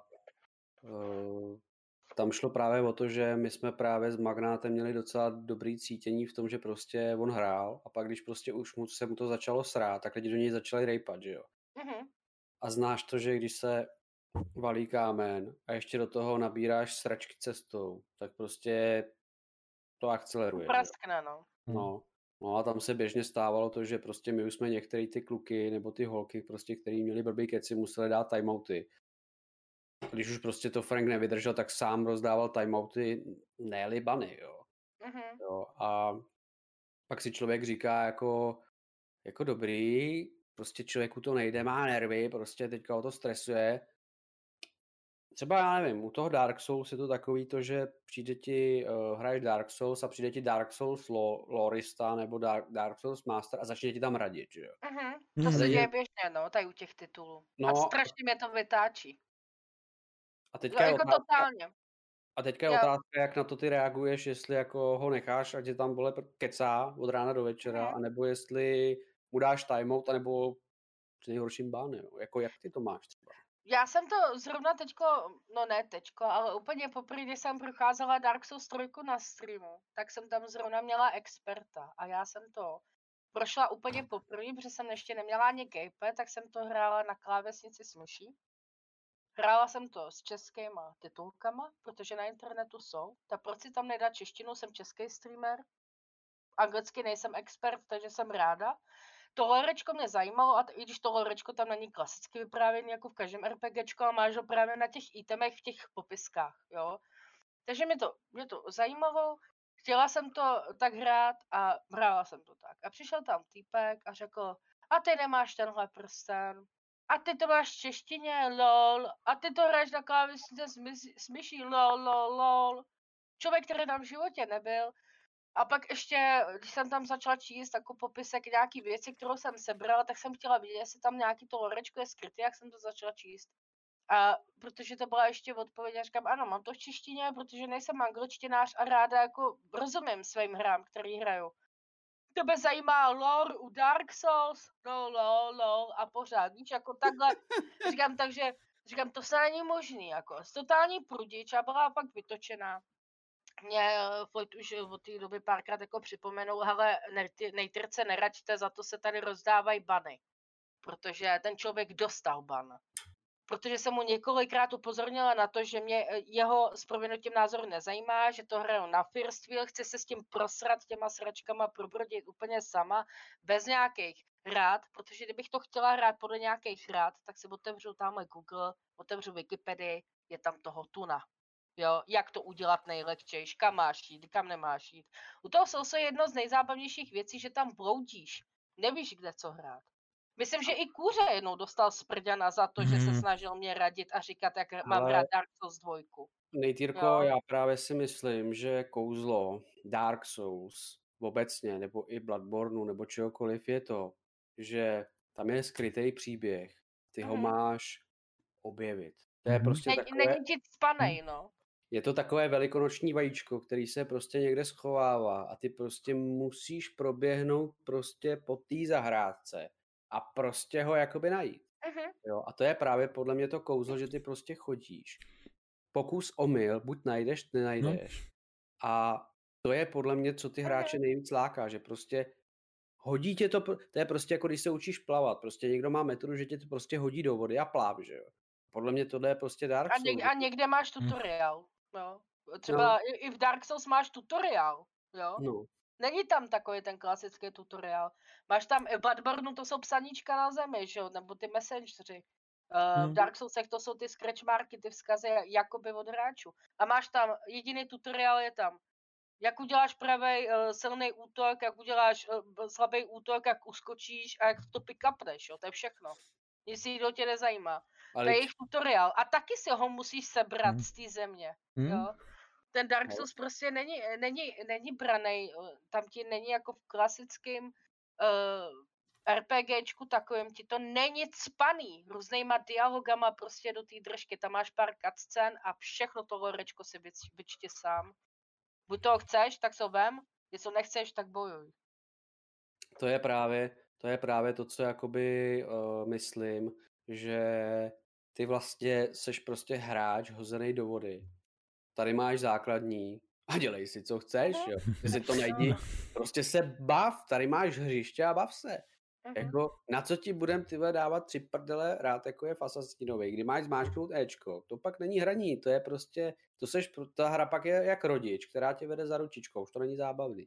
tam šlo právě o to, že my jsme právě s Magnátem měli docela dobrý cítění v tom, že prostě on hrál a pak když prostě už se mu to začalo srát, tak lidi do něj začali rejpat, že jo. A znáš to, že když se valí kámen a ještě do toho nabíráš sračky cestou, tak prostě to akceleruje. Praskne, no. No a tam se běžně stávalo to, že prostě my už jsme některé ty kluky nebo ty holky, prostě, který měli blbý keci, museli dát timeouty. Když už prostě to Frank nevydržel, tak sám rozdával timeouty, ne-li bany, jo. Jo. A pak si člověk říká jako dobrý, prostě člověku to nejde, má nervy, prostě teďka ho to stresuje. Třeba já nevím, u toho Dark Souls je to takový to, že přijde ti, hraješ Dark Souls a přijde ti Dark Souls lorista nebo Dark Souls master a začne ti tam radit, že jo. To se děje běžně, no, tady u těch titulů. No, a strašně mě to vytáčí. A teďka jako totálně. A teďka je otázka, jak na to ty reaguješ, jestli jako ho necháš, ať je tam vole kecá od rána do večera, anebo jestli mu dáš timeout, anebo při nejhorším bán, jo. Jako jak ty to máš třeba? Já jsem to zrovna ale úplně poprvé, když jsem procházela Dark Souls 3 na streamu, tak jsem tam zrovna měla experta a já jsem to prošla úplně poprvé, protože jsem ještě neměla ani gamepad, tak jsem to hrála na klávesnici s myší. Hrála jsem to s českýma titulkama, protože na internetu jsou. Tak proč si tam nedá češtinu, jsem český streamer. Anglicky nejsem expert, takže jsem ráda. To lorečko mě zajímalo, a i když to lorečko tam není klasicky vyprávěný jako v každém RPGčku, ale máš ho právě na těch itemech v těch popiskách, jo. Takže mě to zajímalo, chtěla jsem to tak hrát a hrála jsem to tak. A přišel tam týpek a řekl, a ty nemáš tenhle prsten, a ty to máš v češtině, lol, a ty to hraješ na klávesnici s myší, lol. Člověk, který tam v životě nebyl. A pak ještě, když jsem tam začala číst jako popisek nějaký věci, kterou jsem sebrala, tak jsem chtěla vidět, jestli tam nějaký to lorečko je skrytý, jak jsem to začala číst. A protože to byla ještě odpověď, já říkám, ano, mám to v češtině, protože nejsem angličtinář a ráda jako rozumím svým hrám, který hraju. Tebe zajímá lore u Dark Souls? No, lol, a pořád, víš, jako takhle. Říkám, to se není možný, jako, totální prudič a byla pak vytočená. Mě Floyd už od té doby párkrát jako připomenou, hele, nejtrce neraďte, za to se tady rozdávají bany. protože ten člověk dostal ban. Protože jsem mu několikrát upozornila na to, že mě jeho s provinutím názoru nezajímá, že to hraju na First Wheel, chci se s tím prosrat těma sračkama, probrodit úplně sama, bez nějakých rád, protože kdybych to chtěla hrát podle nějakých rád, tak si otevřu tamhle Google, otevřu Wikipedii, je tam toho tuna. Jo, jak to udělat nejlehčejš, kam máš jít, kam nemáš jít. U toho Soulsu je jedno z nejzábavnějších věcí, že tam bloudíš, nevíš, kde co hrát. Myslím, že i Kůře jednou dostal sprďana za to, že se snažil mě radit a říkat, jak mám hrát Dark Souls 2. Nejtýrko, já právě si myslím, že kouzlo Dark Souls obecně, nebo i Bloodborne, nebo čehokoliv je to, že tam je skrytý příběh. Ty ho máš objevit. To je prostě takové... Není ti spanej, no. Je to takové velikonoční vajíčko, který se prostě někde schovává a ty prostě musíš proběhnout prostě po té zahrádce a prostě ho jakoby najít. Jo, a to je právě podle mě to kouzlo, že ty prostě chodíš. Pokus omyl, buď najdeš, nenajdeš. A to je podle mě, co ty hráče nejvíc láká, že prostě hodí tě to je prostě jako když se učíš plavat. Prostě někdo má metodu, že tě to prostě hodí do vody a pláv, že jo. Podle mě tohle je prostě Dark Souls. A někde máš tutoriál, jo. Třeba i v Dark Souls máš tutoriál, jo. No. Není tam takový ten klasický tutoriál. Máš tam v Bloodborne, to jsou psaníčka na zemi, že jo, nebo ty messengeři. V Dark Soulsech to jsou ty scratch marky, ty vzkazy jakoby od hráčů. A máš tam, jediný tutoriál je tam, jak uděláš pravý silný útok, jak uděláš slabý útok, jak uskočíš a jak to pick-upneš, jo, to je všechno. Nic jiného tě nezajímá. Ale... To je jejich tutoriál. A taky si ho musíš sebrat z té země, jo. Ten Dark Souls prostě není branej, tam ti není jako v klasickém RPGčku takovým, ti to není cpaný různýma dialogama prostě do té držky, tam máš pár cutscén a všechno to lorečko si vyčti sám. Buď toho chceš, tak se vem, jestli nechceš, tak bojuj. To je právě to, co jakoby myslím, že ty vlastně seš prostě hráč hozený do vody. Tady máš základní a dělej si, co chceš, jo. Ty si to najdi, prostě se bav, tady máš hřiště a bav se. Jako, na co ti budem tyhle dávat 3 prdele rád, jako je v Assassinovi, kdy máš zmáčknout Ečko, to pak není hraní, to je prostě, ta hra pak je jak rodič, která tě vede za ručičkou, už to není zábavný.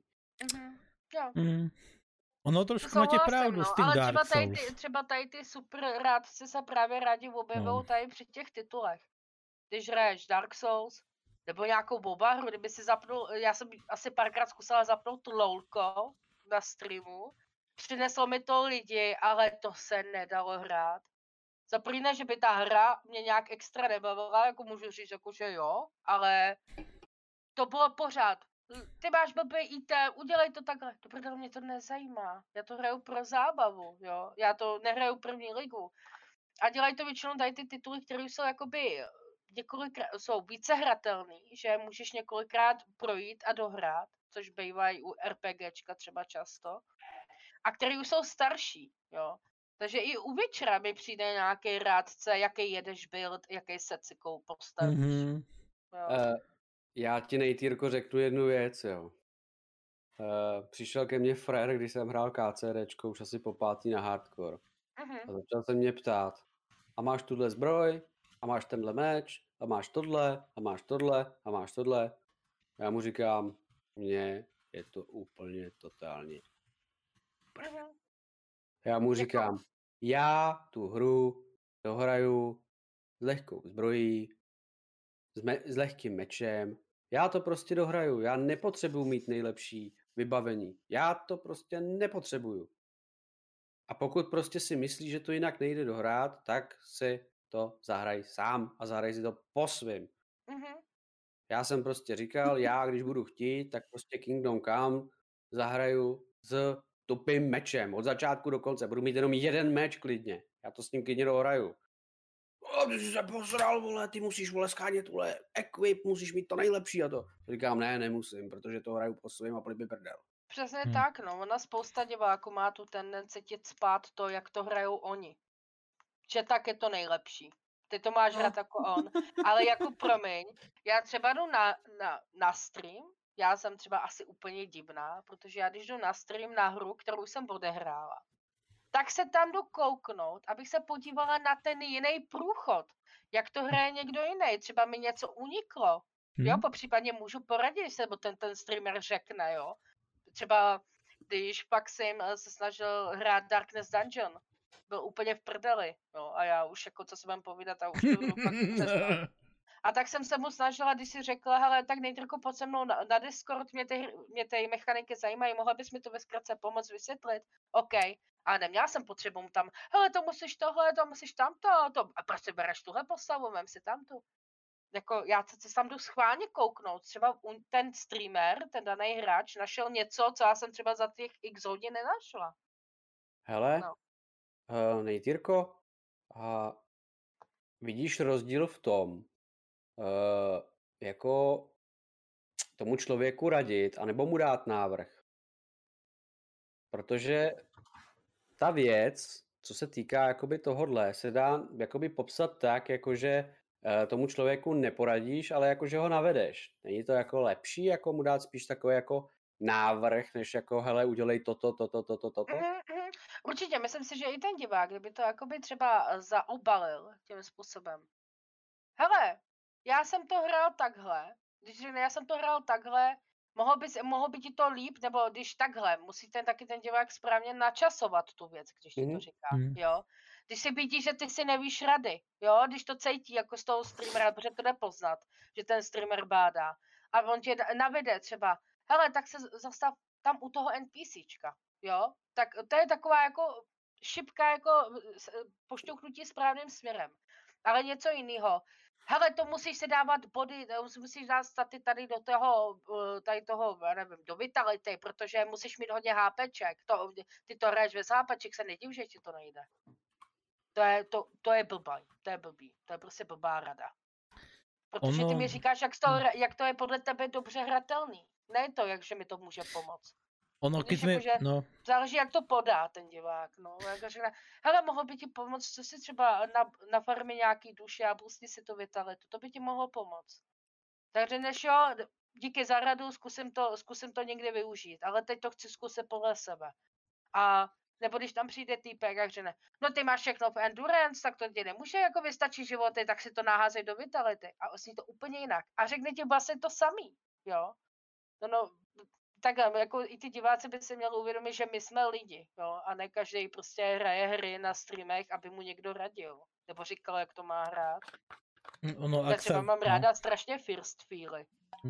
Ono trošku máte pravdu s tím Dark Souls. Ale třeba tady ty super rádci se právě rádi objevují tady při těch titulech. Když hraješ Dark Souls, nebo nějakou bobaru, kdyby si zapnul, já jsem asi párkrát zkusila zapnout lolko na streamu, přineslo mi to lidi, ale to se nedalo hrát. Zaprvé, že by ta hra mě nějak extra nebavila, jako můžu říct, jako že jo, ale to bylo pořád. Ty máš blbý IT, udělej to takhle. To protože mě to nezajímá. Já to hraju pro zábavu, jo. Já to nehraju první ligu. A dělají to většinou tady ty tituly, které jsou jakoby jsou více hratelný, že můžeš několikrát projít a dohrát, což bývají u RPGčka třeba často. A který už jsou starší, jo. Takže i u Witchera mi přijde nějaký rádce, jaký jedeš build, jaký set si postavíš. Já ti, Nejtýrko, řeknu jednu věc, jo. Přišel ke mně frér, když jsem hrál KCDčko, už asi po 5. na hardcore. A začal se mě ptát, a máš tuhle zbroj, a máš tenhle meč, a máš tohle, a máš tohle, a máš tohle. Já mu říkám, mně je to úplně totálně. Já mu říkám, já tu hru dohraju s lehkou zbrojí, s lehkým mečem, já to prostě dohraju, já nepotřebuju mít nejlepší vybavení, já to prostě nepotřebuju. A pokud prostě si myslíš, že to jinak nejde dohrát, tak si to zahraj sám a zahraj si to po svým. Já jsem prostě říkal, já když budu chtít, tak prostě Kingdom Come zahraju s tupým mečem, od začátku do konce, budu mít jenom jeden meč klidně, já to s ním klidně dohraju. Ty jsi se posral, vole, ty musíš, vole, schánět, vole, equip, musíš mít to nejlepší a to. Říkám, ne, nemusím, protože to hraju po svým a pojď mi prdel. Přesně tak, no, ona spousta diváků má tu tendenci ti cpát to, jak to hrajou oni. Že tak je to nejlepší. Ty to máš hrát jako on. Ale jako promiň, já třeba jdu na stream, já jsem třeba asi úplně divná, protože já když jdu na stream na hru, kterou jsem odehrála, tak se tam jdu kouknout, abych se podívala na ten jiný průchod. Jak to hraje někdo jiný, třeba mi něco uniklo. Jo, popřípadně můžu poradit, nebo ten streamer řekne, jo. Třeba když pak jsem se snažil hrát Darkness Dungeon, byl úplně v prdeli, jo, a já už jako, co si mám povídat, a už to budu pak přestat. A tak jsem se mu snažila, když si řekla, hele, tak Nejtrko, pojď se mnou na Discord, mě ty mechaniky zajímají, mohla bys mi to ve zkratce pomoct vysvětlit? OK. A neměla jsem potřebu tam, hele, to musíš tohle, to musíš tamto, a prostě bereš tuhle postavu, vem si tamtu. Jako já se tam jdu schválně kouknout, třeba ten streamer, ten daný hráč, našel něco, co já jsem třeba za těch x hodin nenašla. Hele, no. Nejtýrko, vidíš rozdíl v tom, jako tomu člověku radit, anebo mu dát návrh. Protože ta věc, co se týká jakoby tohodle, se dá jakoby popsat tak, jakože tomu člověku neporadíš, ale jakože ho navedeš. Není to jako lepší, jako mu dát spíš takový jako návrh, než jako hele, udělej toto. Určitě, myslím si, že i ten divák, kdyby to jakoby třeba zaobalil tím způsobem. Hele, já jsem to hrál takhle, když řekne, já jsem to hrál takhle, mohlo by ti to líp, nebo když takhle, musí taky ten divák správně načasovat tu věc, když ti to říká, jo. Když si vidí, že ty si nevíš rady, jo, když to cítí jako z toho streamera, protože to jde poznat, že ten streamer bádá. A on tě navede třeba, hele, tak se zastav tam u toho NPCčka, jo. Tak to je taková jako šipka, jako pošťouchnutí správným směrem. Ale něco jiného. Hele, to musíš si dávat body, musíš dát staty tady do toho, nevím, do vitality, protože musíš mít hodně HPček. Ty to hraješ bez HPček, se nediv, že ti to nejde. To je blbý. To je prostě blbá rada. Protože ty mi říkáš, jak to je podle tebe dobře hratelný. Ne to, jakže mi to může pomoct. Záleží, jak to podá ten divák, no. Jako řekne, hele, mohlo by ti pomoct, co si třeba na farmě nějaký duše a pustí si to vitalitu, to by ti mohlo pomoct. Takže než jo, díky za radu, zkusím to někdy využít, ale teď to chci zkusit podle sebe. A nebo když tam přijde týpek a řekne, no ty máš všechno v endurance, tak to ti nemůže jako vystačit životy, tak si to naházej do vitality. A osní to úplně jinak. A řekne ti vlastně to samý, jo. No, tak jako i ty diváci by si měli uvědomit, že my jsme lidi, jo, a ne každý prostě hraje hry na streamech, aby mu někdo radil, nebo říkal, jak to má hrát. Já třeba mám ráda strašně first feely.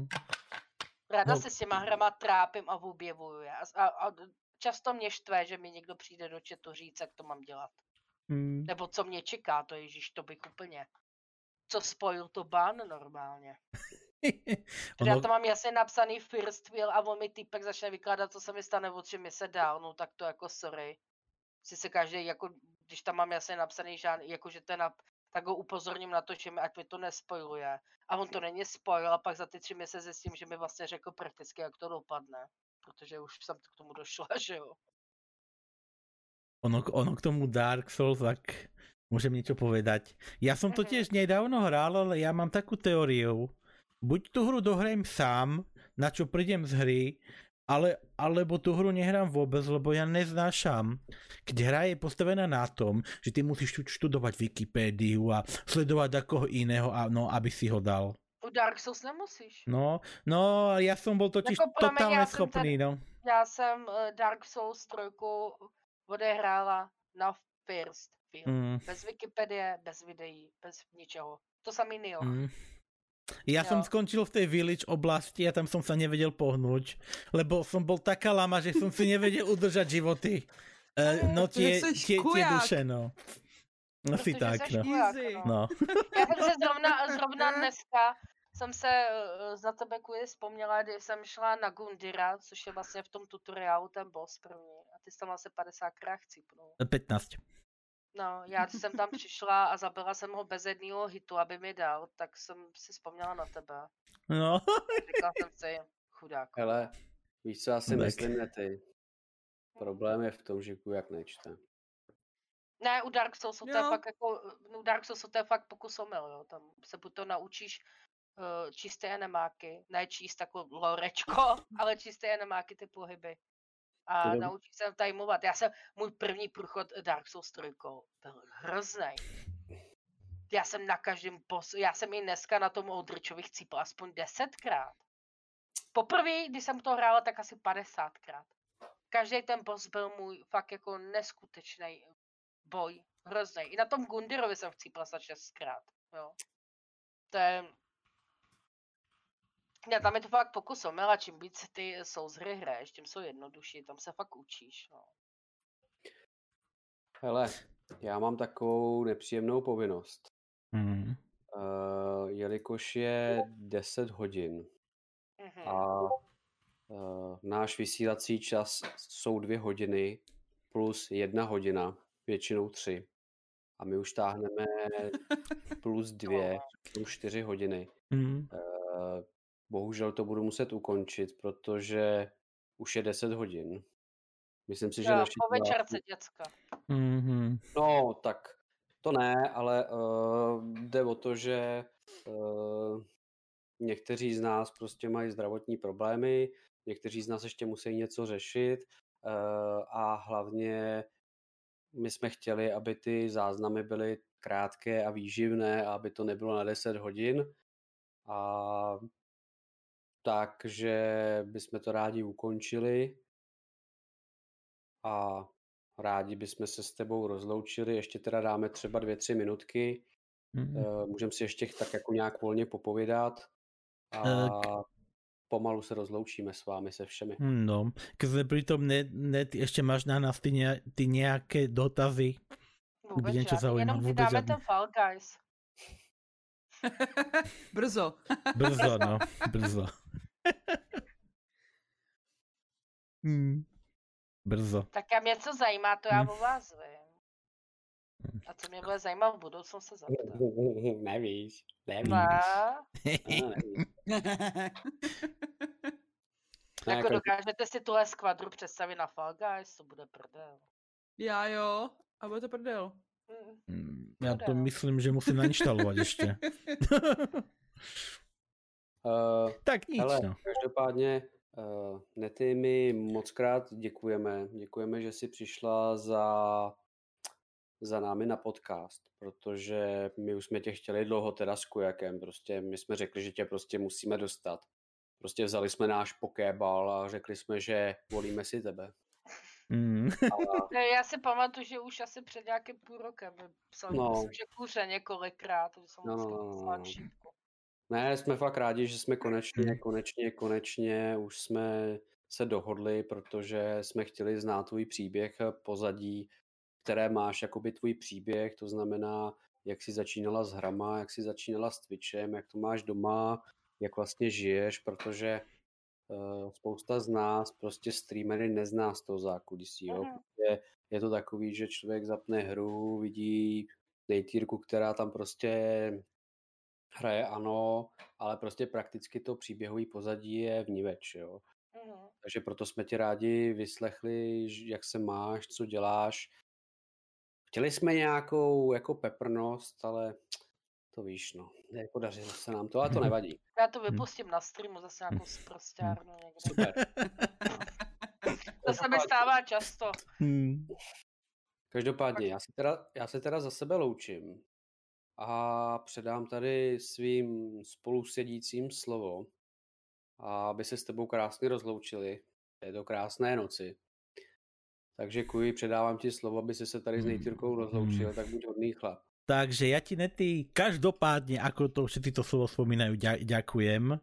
Ráda se s těma hrama trápím a objevuju je. A často mě štve, že mi někdo přijde do chatu říct, jak to mám dělat. Nebo co mě čeká, to ježíš, to bych úplně. Co spojil to ban normálně. Já to mám jasně napsaný first wheel a on mi týpek začne vykládat, co se mi stane, o čem mi se dál, no tak to jako sorry. Si se každý, jako, když tam mám jasně napsaný žádný, jakože tak ho upozorním na to, že ať mi to nespojuje. A on to není spojil a pak za ty 3 měsíce zjistím, že mi vlastně řekl prakticky, jak to dopadne. Protože už jsem k tomu došla, že jo. Ono k tomu Dark Souls, tak môžem niečo povedať. Ja som to tiež nedávno hral, ale ja mám takú teóriu. Buď tú hru dohrajem sám, na čo prídem z hry, alebo tú hru nehrám vôbec, lebo ja neznášam, keď hra je postavená na tom, že ty musíš študovať Wikipédiu a sledovať akoho iného, aby si ho dal. U Dark Souls nemusíš. No, ja som bol totiž jako totálne schopný, no. Já jsem Dark Souls 3 odehrála na first film. Bez Wikipedie, bez videí, bez ničeho. To samý Nioh. Ja som skončil v tej village oblasti a tam som sa nevedel pohnúť, lebo som bol taká lama, že som si nevedel udržať životy. No tie duše, no. No si tak, no. No. Já jsem se zrovna dneska jsem se na tebe kvůli vzpomněla, když jsem šla na Gundira, což je vlastně v tom tutoriálu ten boss první. A ty jsi tam asi 50krát chcípnul. 15. No, já jsem tam přišla a zabila jsem ho bez jedného hitu, aby mi dal, tak jsem si vzpomněla na tebe. No. Říkala jsem si, chudák. Hele, víš co, asi myslím na ty. Problém je v tom, že jak nečte. Ne, u Dark Soulsu to je fakt jako, u Dark Soulsu to je fakt pokus omyl, jo. Tam se buď to naučíš čisté enemáky, ne číst jako lorečko, ale čisté enemáky, ty pohyby. A naučí se timovat. Můj první průchod Dark Souls 3 byl hrozný. Já jsem na každém já jsem i dneska na tom Oldrichovi chcípl aspoň 10krát. Poprvé, když jsem to hrála, tak asi 50krát. Každý ten boss byl můj fakt jako neskutečný boj. Hrozný. I na tom Gundyrovi jsem chcípla za 6krát. Jo. To je... Ne, tam je to fakt pokus omyl, čím víc ty Souls hry hraješ, tím jsou jednodušší, tam se fakt učíš. No. Hele, já mám takovou nepříjemnou povinnost. Jelikož je 10 hodin a náš vysílací čas jsou 2 hodiny plus 1 hodina, většinou 3. A my už táhneme plus 2, plus 4 hodiny. Bohužel to budu muset ukončit, protože už je 10 hodin. Myslím si, že naši... Po večerce, děcka. No, tak to ne, ale jde o to, že někteří z nás prostě mají zdravotní problémy, někteří z nás ještě musí něco řešit a hlavně my jsme chtěli, aby ty záznamy byly krátké a výživné a aby to nebylo na 10 hodin. A takže bychom to rádi ukončili a rádi bychom se s tebou rozloučili. Ještě teda dáme třeba 2-3 minutky. Můžeme si ještě tak jako nějak volně popovídat a pomalu se rozloučíme s vámi se všemi. No, keď pritom ešte máš na nás ty nejaké dotazy? Vůbec žádný, jenom ty dáme ten Fall Guys. Brzo. Brzo, no, brzo. Brzo. Tak a mě co zajímá, to já o vás vím. A co mě bude zajímat v budoucnu, se zeptat. Nevíš. Jako dokážete si tuhle skvadru představit na Fall Guys, to bude prdel. Já jo, a bude to prdel. Já to myslím, že musím nainštalovat ještě. Tak nic, hele, no. Každopádně Nety, my mockrát děkujeme. Děkujeme, že jsi přišla za námi na podcast, protože my už jsme tě chtěli dlouho teda s Kujakem. Prostě my jsme řekli, že tě prostě musíme dostat. Prostě vzali jsme náš pokébal a řekli jsme, že volíme si tebe. Já si pamatuju, že už asi před nějakým půl rokem myslím, že kuře několikrát, to jsem Ne, jsme fakt rádi, že jsme konečně už jsme se dohodli, protože jsme chtěli znát tvůj příběh pozadí, které máš jakoby tvůj příběh, to znamená, jak jsi začínala s hrama, jak jsi začínala s Twitchem, jak to máš doma, jak vlastně žiješ, protože spousta z nás prostě streamery nezná z toho zákulisí. Je to takový, že člověk zapne hru, vidí Nejtýrku, která tam prostě hraje, ano, ale prostě prakticky to příběhový pozadí je vniveč, jo. Takže proto jsme tě rádi vyslechli, jak se máš, co děláš. Chtěli jsme nějakou jako peprnost, ale to víš, no. Nepodařilo se nám to, ale to nevadí. Já to vypustím na streamu zase nějakou sprosťárnu někde. Super. To se mi stává často. Každopádně, já se teda za sebe loučím a předám tady svým spolusedícím slovo, aby se s tebou krásně rozloučili v této krásné noci. Takže Kuji, předávám ti slovo, aby si se tady s Nejtýrkou rozloučil, tak buď hodný chlap. Takže ja ti, Nety, každopádne, ako to všetci to slovo spomínajú, ďakujem.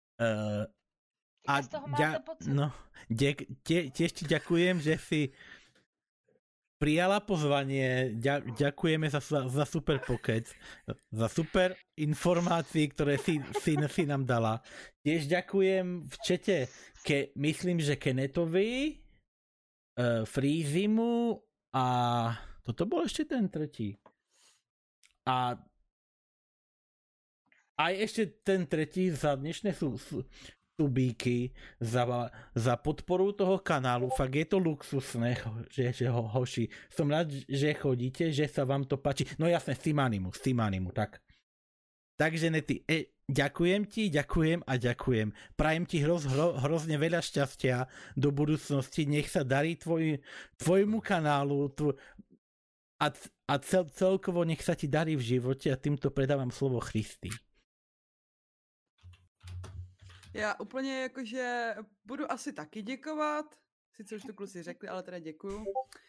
Tiež ti ďakujem, že si prijala pozvanie, ďakujeme za super pokec, za super informácie, ktoré si nám dala. Tiež ďakujem v čete, myslím, že Kenetovi, Freezimu a toto bol ešte ten tretí. A aj ešte ten tretí za dnešné subíky, za podporu toho kanálu, fakt je to luxusné, že hoši. Som rád, že chodíte, že sa vám to páči. No jasne, Simanimu, tak. Takže Nety, ďakujem ti, ďakujem a ďakujem. Prajem ti hrozne veľa šťastia do budúcnosti. Nech sa darí tvojmu kanálu a celkovo nech sa ti darí v živote a týmto predávam slovo Christy. Já úplně jakože budu asi taky děkovat, sice už to kluci řekli, ale teda děkuju.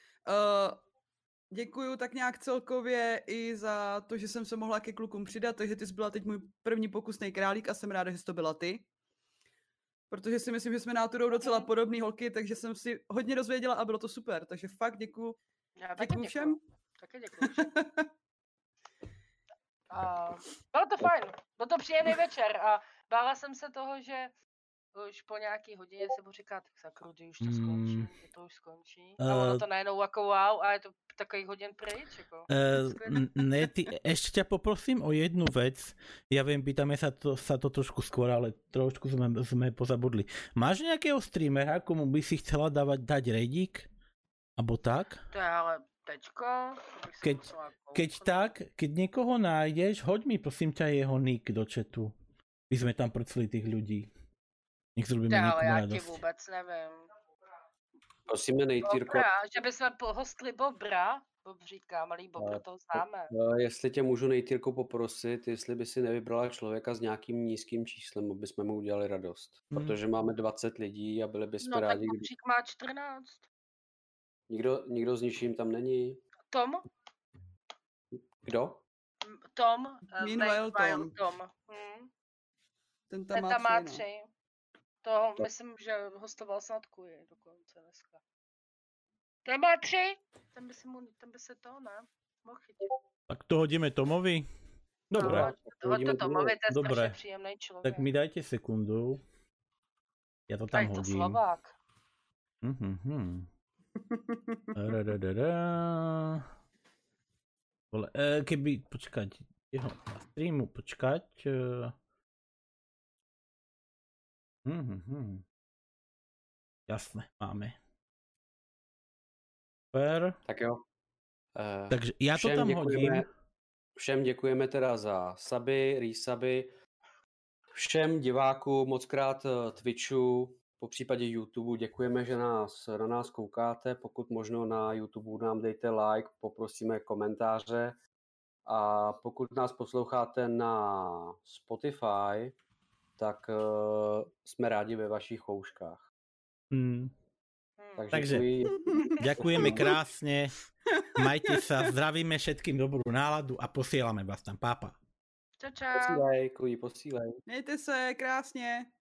Děkuju tak nějak celkově i za to, že jsem se mohla ke klukům přidat, takže ty jsi byla teď můj první pokusný králík a jsem ráda, že jsi to byla ty. Protože si myslím, že jsme náturou docela podobný holky, takže jsem si hodně dozvěděla a bylo to super, takže fakt děkuju. Děkuju všem. Taky děkuju všem. Bylo to fajn, byl to příjemný večer a bála jsem se toho, že už po nějaký hodině se budu říkat, sakru, už to skončí, to už skončí. A ono to najednou jako wow a je to takových hodin pryč, jako. Ne, ešte ťa poprosím o jednu vec. Ja viem, pýtame sa to trošku skôr, ale trošku sme pozabudli. Máš nejakého streamera, komu by si chcela dať raidík? Abo tak? To je ale tečko. Keď niekoho nájdeš, hoď mi prosím ťa jeho nick do chatu. My sme tam prcli tých ľudí. Nech zrobíme ale já ti vůbec nevím. Prosíme Nejtýrko. Že bychom hostli Bobra. Bobříka, malý Bobr, to známe. Jestli tě můžu Nejtýrko poprosit, jestli by si nevybrala člověka s nějakým nízkým číslem, aby jsme mu udělali radost. Protože máme 20 lidí a byli bychom rádi. No tak Bobřík má 14. Nikdo s ničím tam není? Tom? Kdo? Tom. Meanwhile Tom. Ten tam má 3. To myslím, že hostoval snad Kuji dokonce dneska. Ten má 3? Ten by se to, ne? Mohl chytit. Tak to hodíme Tomovi? Dobre. No, hoďte Tomovi, to je strašně příjemný člověk. Tak mi dajte sekundu. Ja to tam hodím. Je to Slovák. Keby, počkať, jeho na streamu, počkať. Jasné, máme. Super. Tak jo. Takže já to tam hodím. Všem děkujeme teda za suby, resuby. Všem divákům mockrát Twitchu, po případě YouTube děkujeme, že na nás koukáte. Pokud možno na YouTube nám dejte like, poprosíme komentáře. A pokud nás posloucháte na Spotify, tak jsme rádi ve vašich ouškách. Takže ďakujeme krásne, majte sa, zdravíme všetkým dobrú náladu a posielame vás tam, pápa. Čau. Posílej. Mějte se krásně.